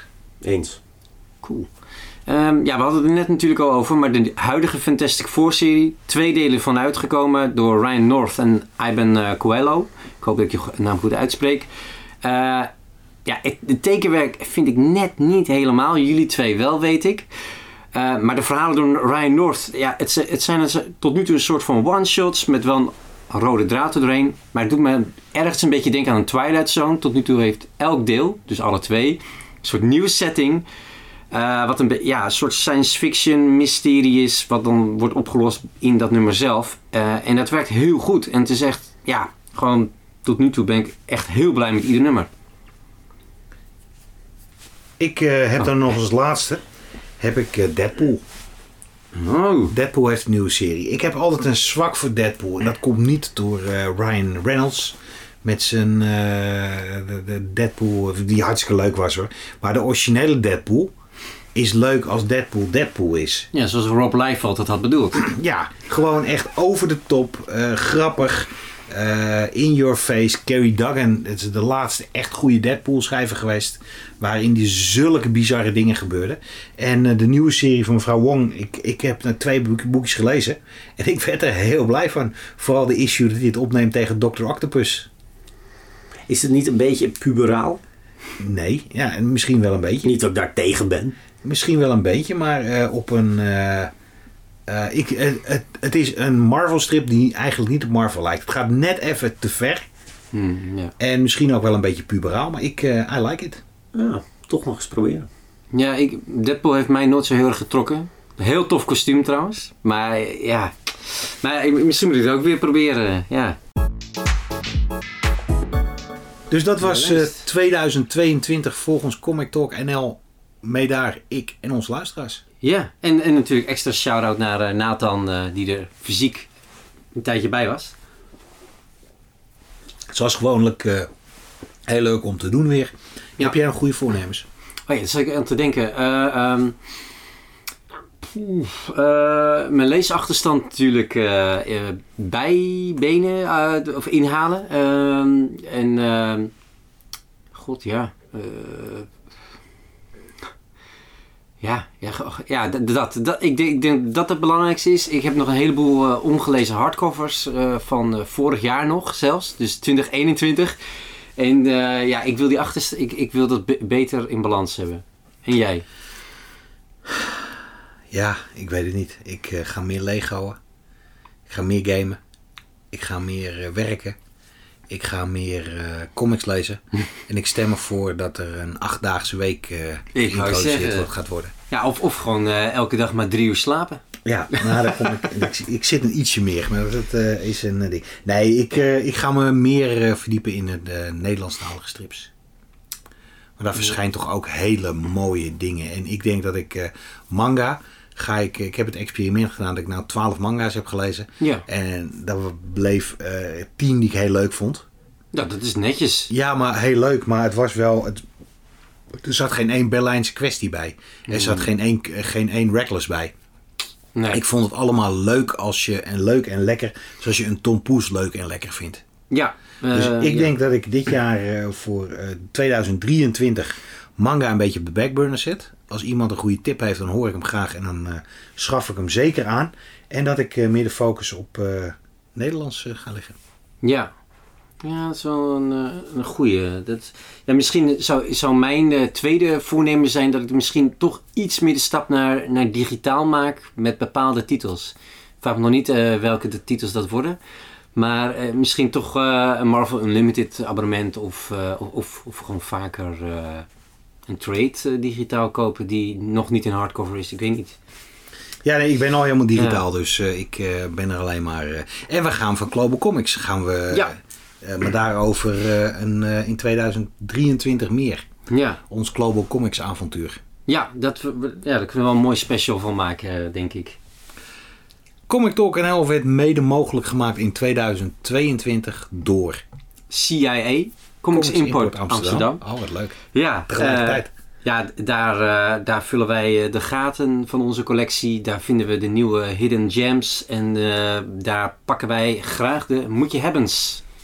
Eens. Cool. Um, ja, we hadden het er net natuurlijk al over, maar de huidige Fantastic Four-serie, twee delen van uitgekomen door Ryan North en Iban uh, Coelho. Ik hoop dat ik je naam goed uitspreek. Uh, ja, het, het tekenwerk vind ik net niet helemaal. Jullie twee wel, weet ik. Uh, maar de verhalen door Ryan North, ja, het, het zijn een, tot nu toe een soort van one-shots met wel een rode draad er doorheen. Maar het doet me ergens een beetje denken aan een Twilight Zone. Tot nu toe heeft elk deel, dus alle twee, een soort nieuwe setting. Uh, wat een, ja, een soort science fiction mysterie is, wat dan wordt opgelost in dat nummer zelf. Uh, en dat werkt heel goed. En het is echt, ja, gewoon tot nu toe ben ik echt heel blij met ieder nummer. Ik uh, heb oh. dan nog als laatste, heb ik uh, Deadpool. Oh. Deadpool heeft een nieuwe serie. Ik heb altijd een zwak voor Deadpool. En dat komt niet door uh, Ryan Reynolds. Met zijn uh, de, de Deadpool, die hartstikke leuk was hoor. Maar de originele Deadpool is leuk als Deadpool Deadpool is. Ja, zoals Rob Liefeld dat had bedoeld. Ja, gewoon echt over de top, uh, grappig, uh, in your face. Carrie Duggan, het is de laatste echt goede Deadpool schrijver geweest, waarin die zulke bizarre dingen gebeurden. En uh, de nieuwe serie van mevrouw Wong, ik, ik heb nou twee boekjes gelezen en ik werd er heel blij van. Vooral de issue dat hij het opneemt tegen dokter Octopus. Is het niet een beetje puberaal? Nee, ja, en misschien wel een beetje. Niet dat ik daar tegen ben. Misschien wel een beetje, maar uh, op een... Uh, uh, ik, uh, het, het is een Marvel strip die eigenlijk niet op Marvel lijkt. Het gaat net even te ver. Hmm, ja. En misschien ook wel een beetje puberaal, maar ik, uh, I like it. Ja, toch nog eens proberen. Ja, ik, Deadpool heeft mij nooit zo heel erg getrokken. Heel tof kostuum trouwens. Maar ja, maar misschien moet ik het ook weer proberen, ja. Dus dat was uh, tweeduizend tweeëntwintig volgens Comic Talk N L. Mee daar, ik en onze luisteraars. Ja, en, en natuurlijk extra shout-out naar uh, Nathan, uh, die er fysiek een tijdje bij was. Het was gewoonlijk uh, heel leuk om te doen weer. Ja. Heb jij nog goede voornemens? Oh ja, dat zat ik aan te denken. Uh, um, uh, mijn leesachterstand natuurlijk uh, uh, bijbenen uh, of inhalen. Uh, en uh, god ja... Uh, Ja, ja, ja dat, dat, ik, denk, ik denk dat het belangrijkste is. Ik heb nog een heleboel uh, ongelezen hardcovers uh, van uh, vorig jaar nog zelfs. Dus twintig eenentwintig. En uh, ja, ik wil die achterste, ik, ik wil dat be- beter in balans hebben. En jij? Ja, ik weet het niet. Ik uh, ga meer leeghouden. Ik ga meer gamen. Ik ga meer uh, werken. Ik ga meer uh, comics lezen. En ik stem ervoor dat er een achtdaagse week uh, geïntroduceerd gaat worden. Ja, of, of gewoon uh, elke dag maar drie uur slapen. Ja, nou, daar kom ik, ik, ik zit een ietsje meer, maar dat uh, is een uh, ding. Nee, ik, uh, ik ga me meer uh, verdiepen in de uh, Nederlandstalige strips. Maar daar verschijnt toch ook hele mooie dingen. En ik denk dat ik uh, manga... Ga ik, ik heb het experiment gedaan dat ik nou twaalf manga's heb gelezen. Ja. En dat bleef uh, tien die ik heel leuk vond. Ja, dat is netjes. Ja, maar heel leuk. Maar het was wel... Het, er zat geen één Berlijnse kwestie bij. Er zat geen één, geen één Reckless bij. Nee. Ik vond het allemaal leuk als je... En leuk en lekker. Zoals je een Tom Poes leuk en lekker vindt. Ja. Uh, dus ik ja. denk dat ik dit jaar uh, voor uh, tweeduizend drieëntwintig... manga een beetje op de backburner zet. Als iemand een goede tip heeft, dan hoor ik hem graag. En dan uh, schaf ik hem zeker aan. En dat ik uh, meer de focus op uh, Nederlands uh, ga leggen. Ja. Ja, dat is wel een, uh, een goeie. Dat, ja, misschien zou, zou mijn uh, tweede voornemen zijn dat ik misschien toch iets meer de stap naar, naar digitaal maak met bepaalde titels. Ik vraag me nog niet uh, welke de titels dat worden. Maar uh, misschien toch uh, een Marvel Unlimited abonnement of, uh, of, of gewoon vaker... Uh, een trade uh, digitaal kopen die nog niet in hardcover is. Ik weet niet. Ja, nee, ik ben al helemaal digitaal. Ja. Dus uh, ik uh, ben er alleen maar... Uh, en we gaan van Global Comics. Gaan we... Ja. Uh, maar daarover uh, een, uh, in tweeduizend drieëntwintig meer. Ja. Ons Global Comics avontuur. Ja, dat, ja, daar kunnen we wel een mooi special van maken, denk ik. Comic Talk N L werd mede mogelijk gemaakt in tweeduizend tweeëntwintig door... C I A... Comics, Comics Import, Import Amsterdam. Amsterdam. Oh, wat leuk. Ja, tegelijkertijd. Uh, ja, daar, uh, daar vullen wij de gaten van onze collectie. Daar vinden we de nieuwe hidden gems. En uh, daar pakken wij graag de moet-je-hebbens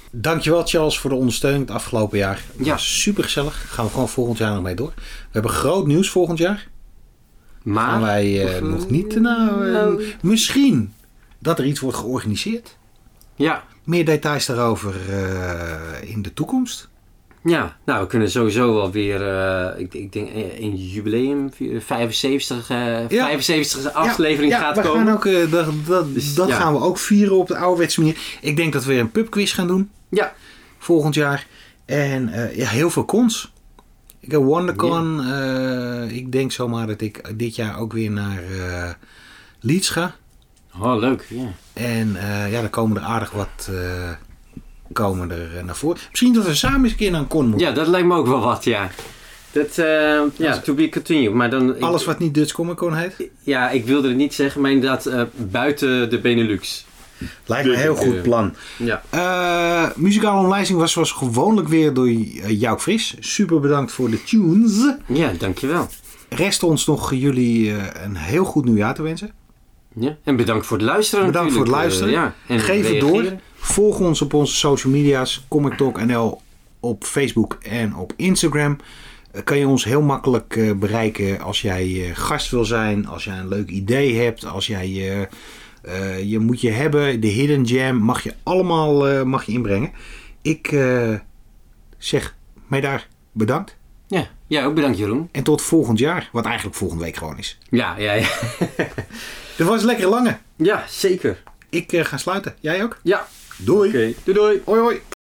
Dankjewel Charles voor de ondersteuning het afgelopen jaar. Het Ja. was super gezellig. Gaan we gewoon volgend jaar nog mee door. We hebben groot nieuws volgend jaar. Maar? Gaan wij uh, Of, nog niet... Nou, uh, nou. Misschien dat er iets wordt georganiseerd. Ja. Meer details daarover uh, in de toekomst. Ja, nou we kunnen sowieso wel weer, uh, ik, ik denk een jubileum, vijfenzeventig, uh, Ja. vijfenzeventigste aflevering ja, gaat we komen. Gaan ook, uh, dat dat, Dus, dat ja. gaan we ook vieren op de ouderwetse manier. Ik denk dat we weer een pubquiz gaan doen. Ja. Volgend jaar. En uh, ja, heel veel cons. Ik heb WonderCon. Yeah. Uh, ik denk zomaar dat ik dit jaar ook weer naar uh, Leeds ga. Oh, leuk. Ja. En uh, ja, dan komen er aardig wat uh, komen er uh, naar voren. Misschien dat we samen eens een keer naar een con moeten. Ja, dat lijkt me ook wel wat, ja. Dat, uh, ja, to be continued. Maar dan, Alles ik, wat niet Dutch Comic Con heet? Ja, ik wilde het niet zeggen, maar inderdaad uh, buiten de Benelux. Lijkt me een heel goed plan. Ja. Uh, muzikale omlijsting was zoals gewoonlijk weer door uh, Jouk Fris. Super bedankt voor de tunes. Ja, dankjewel. Rest ons nog jullie uh, een heel goed nieuwjaar te wensen. Ja, en bedankt voor het luisteren. Bedankt voor het luisteren. Uh, ja, en Geef het reageren. door. Volg ons op onze social media's. Comic Talk N L op Facebook en op Instagram. Uh, kan je ons heel makkelijk uh, bereiken als jij uh, gast wil zijn. Als jij een leuk idee hebt. Als jij uh, uh, je moet je hebben. De Hidden Jam mag je allemaal uh, mag je inbrengen. Ik uh, zeg mij daar bedankt. Ja, ja, ook bedankt Jeroen. En tot volgend jaar. Wat eigenlijk volgende week gewoon is. Ja, ja, ja. Dit was een lekkere lange. Ja, zeker. Ik uh, ga sluiten. Jij ook? Ja. Doei. Oké, okay. Doei doei. Hoi hoi.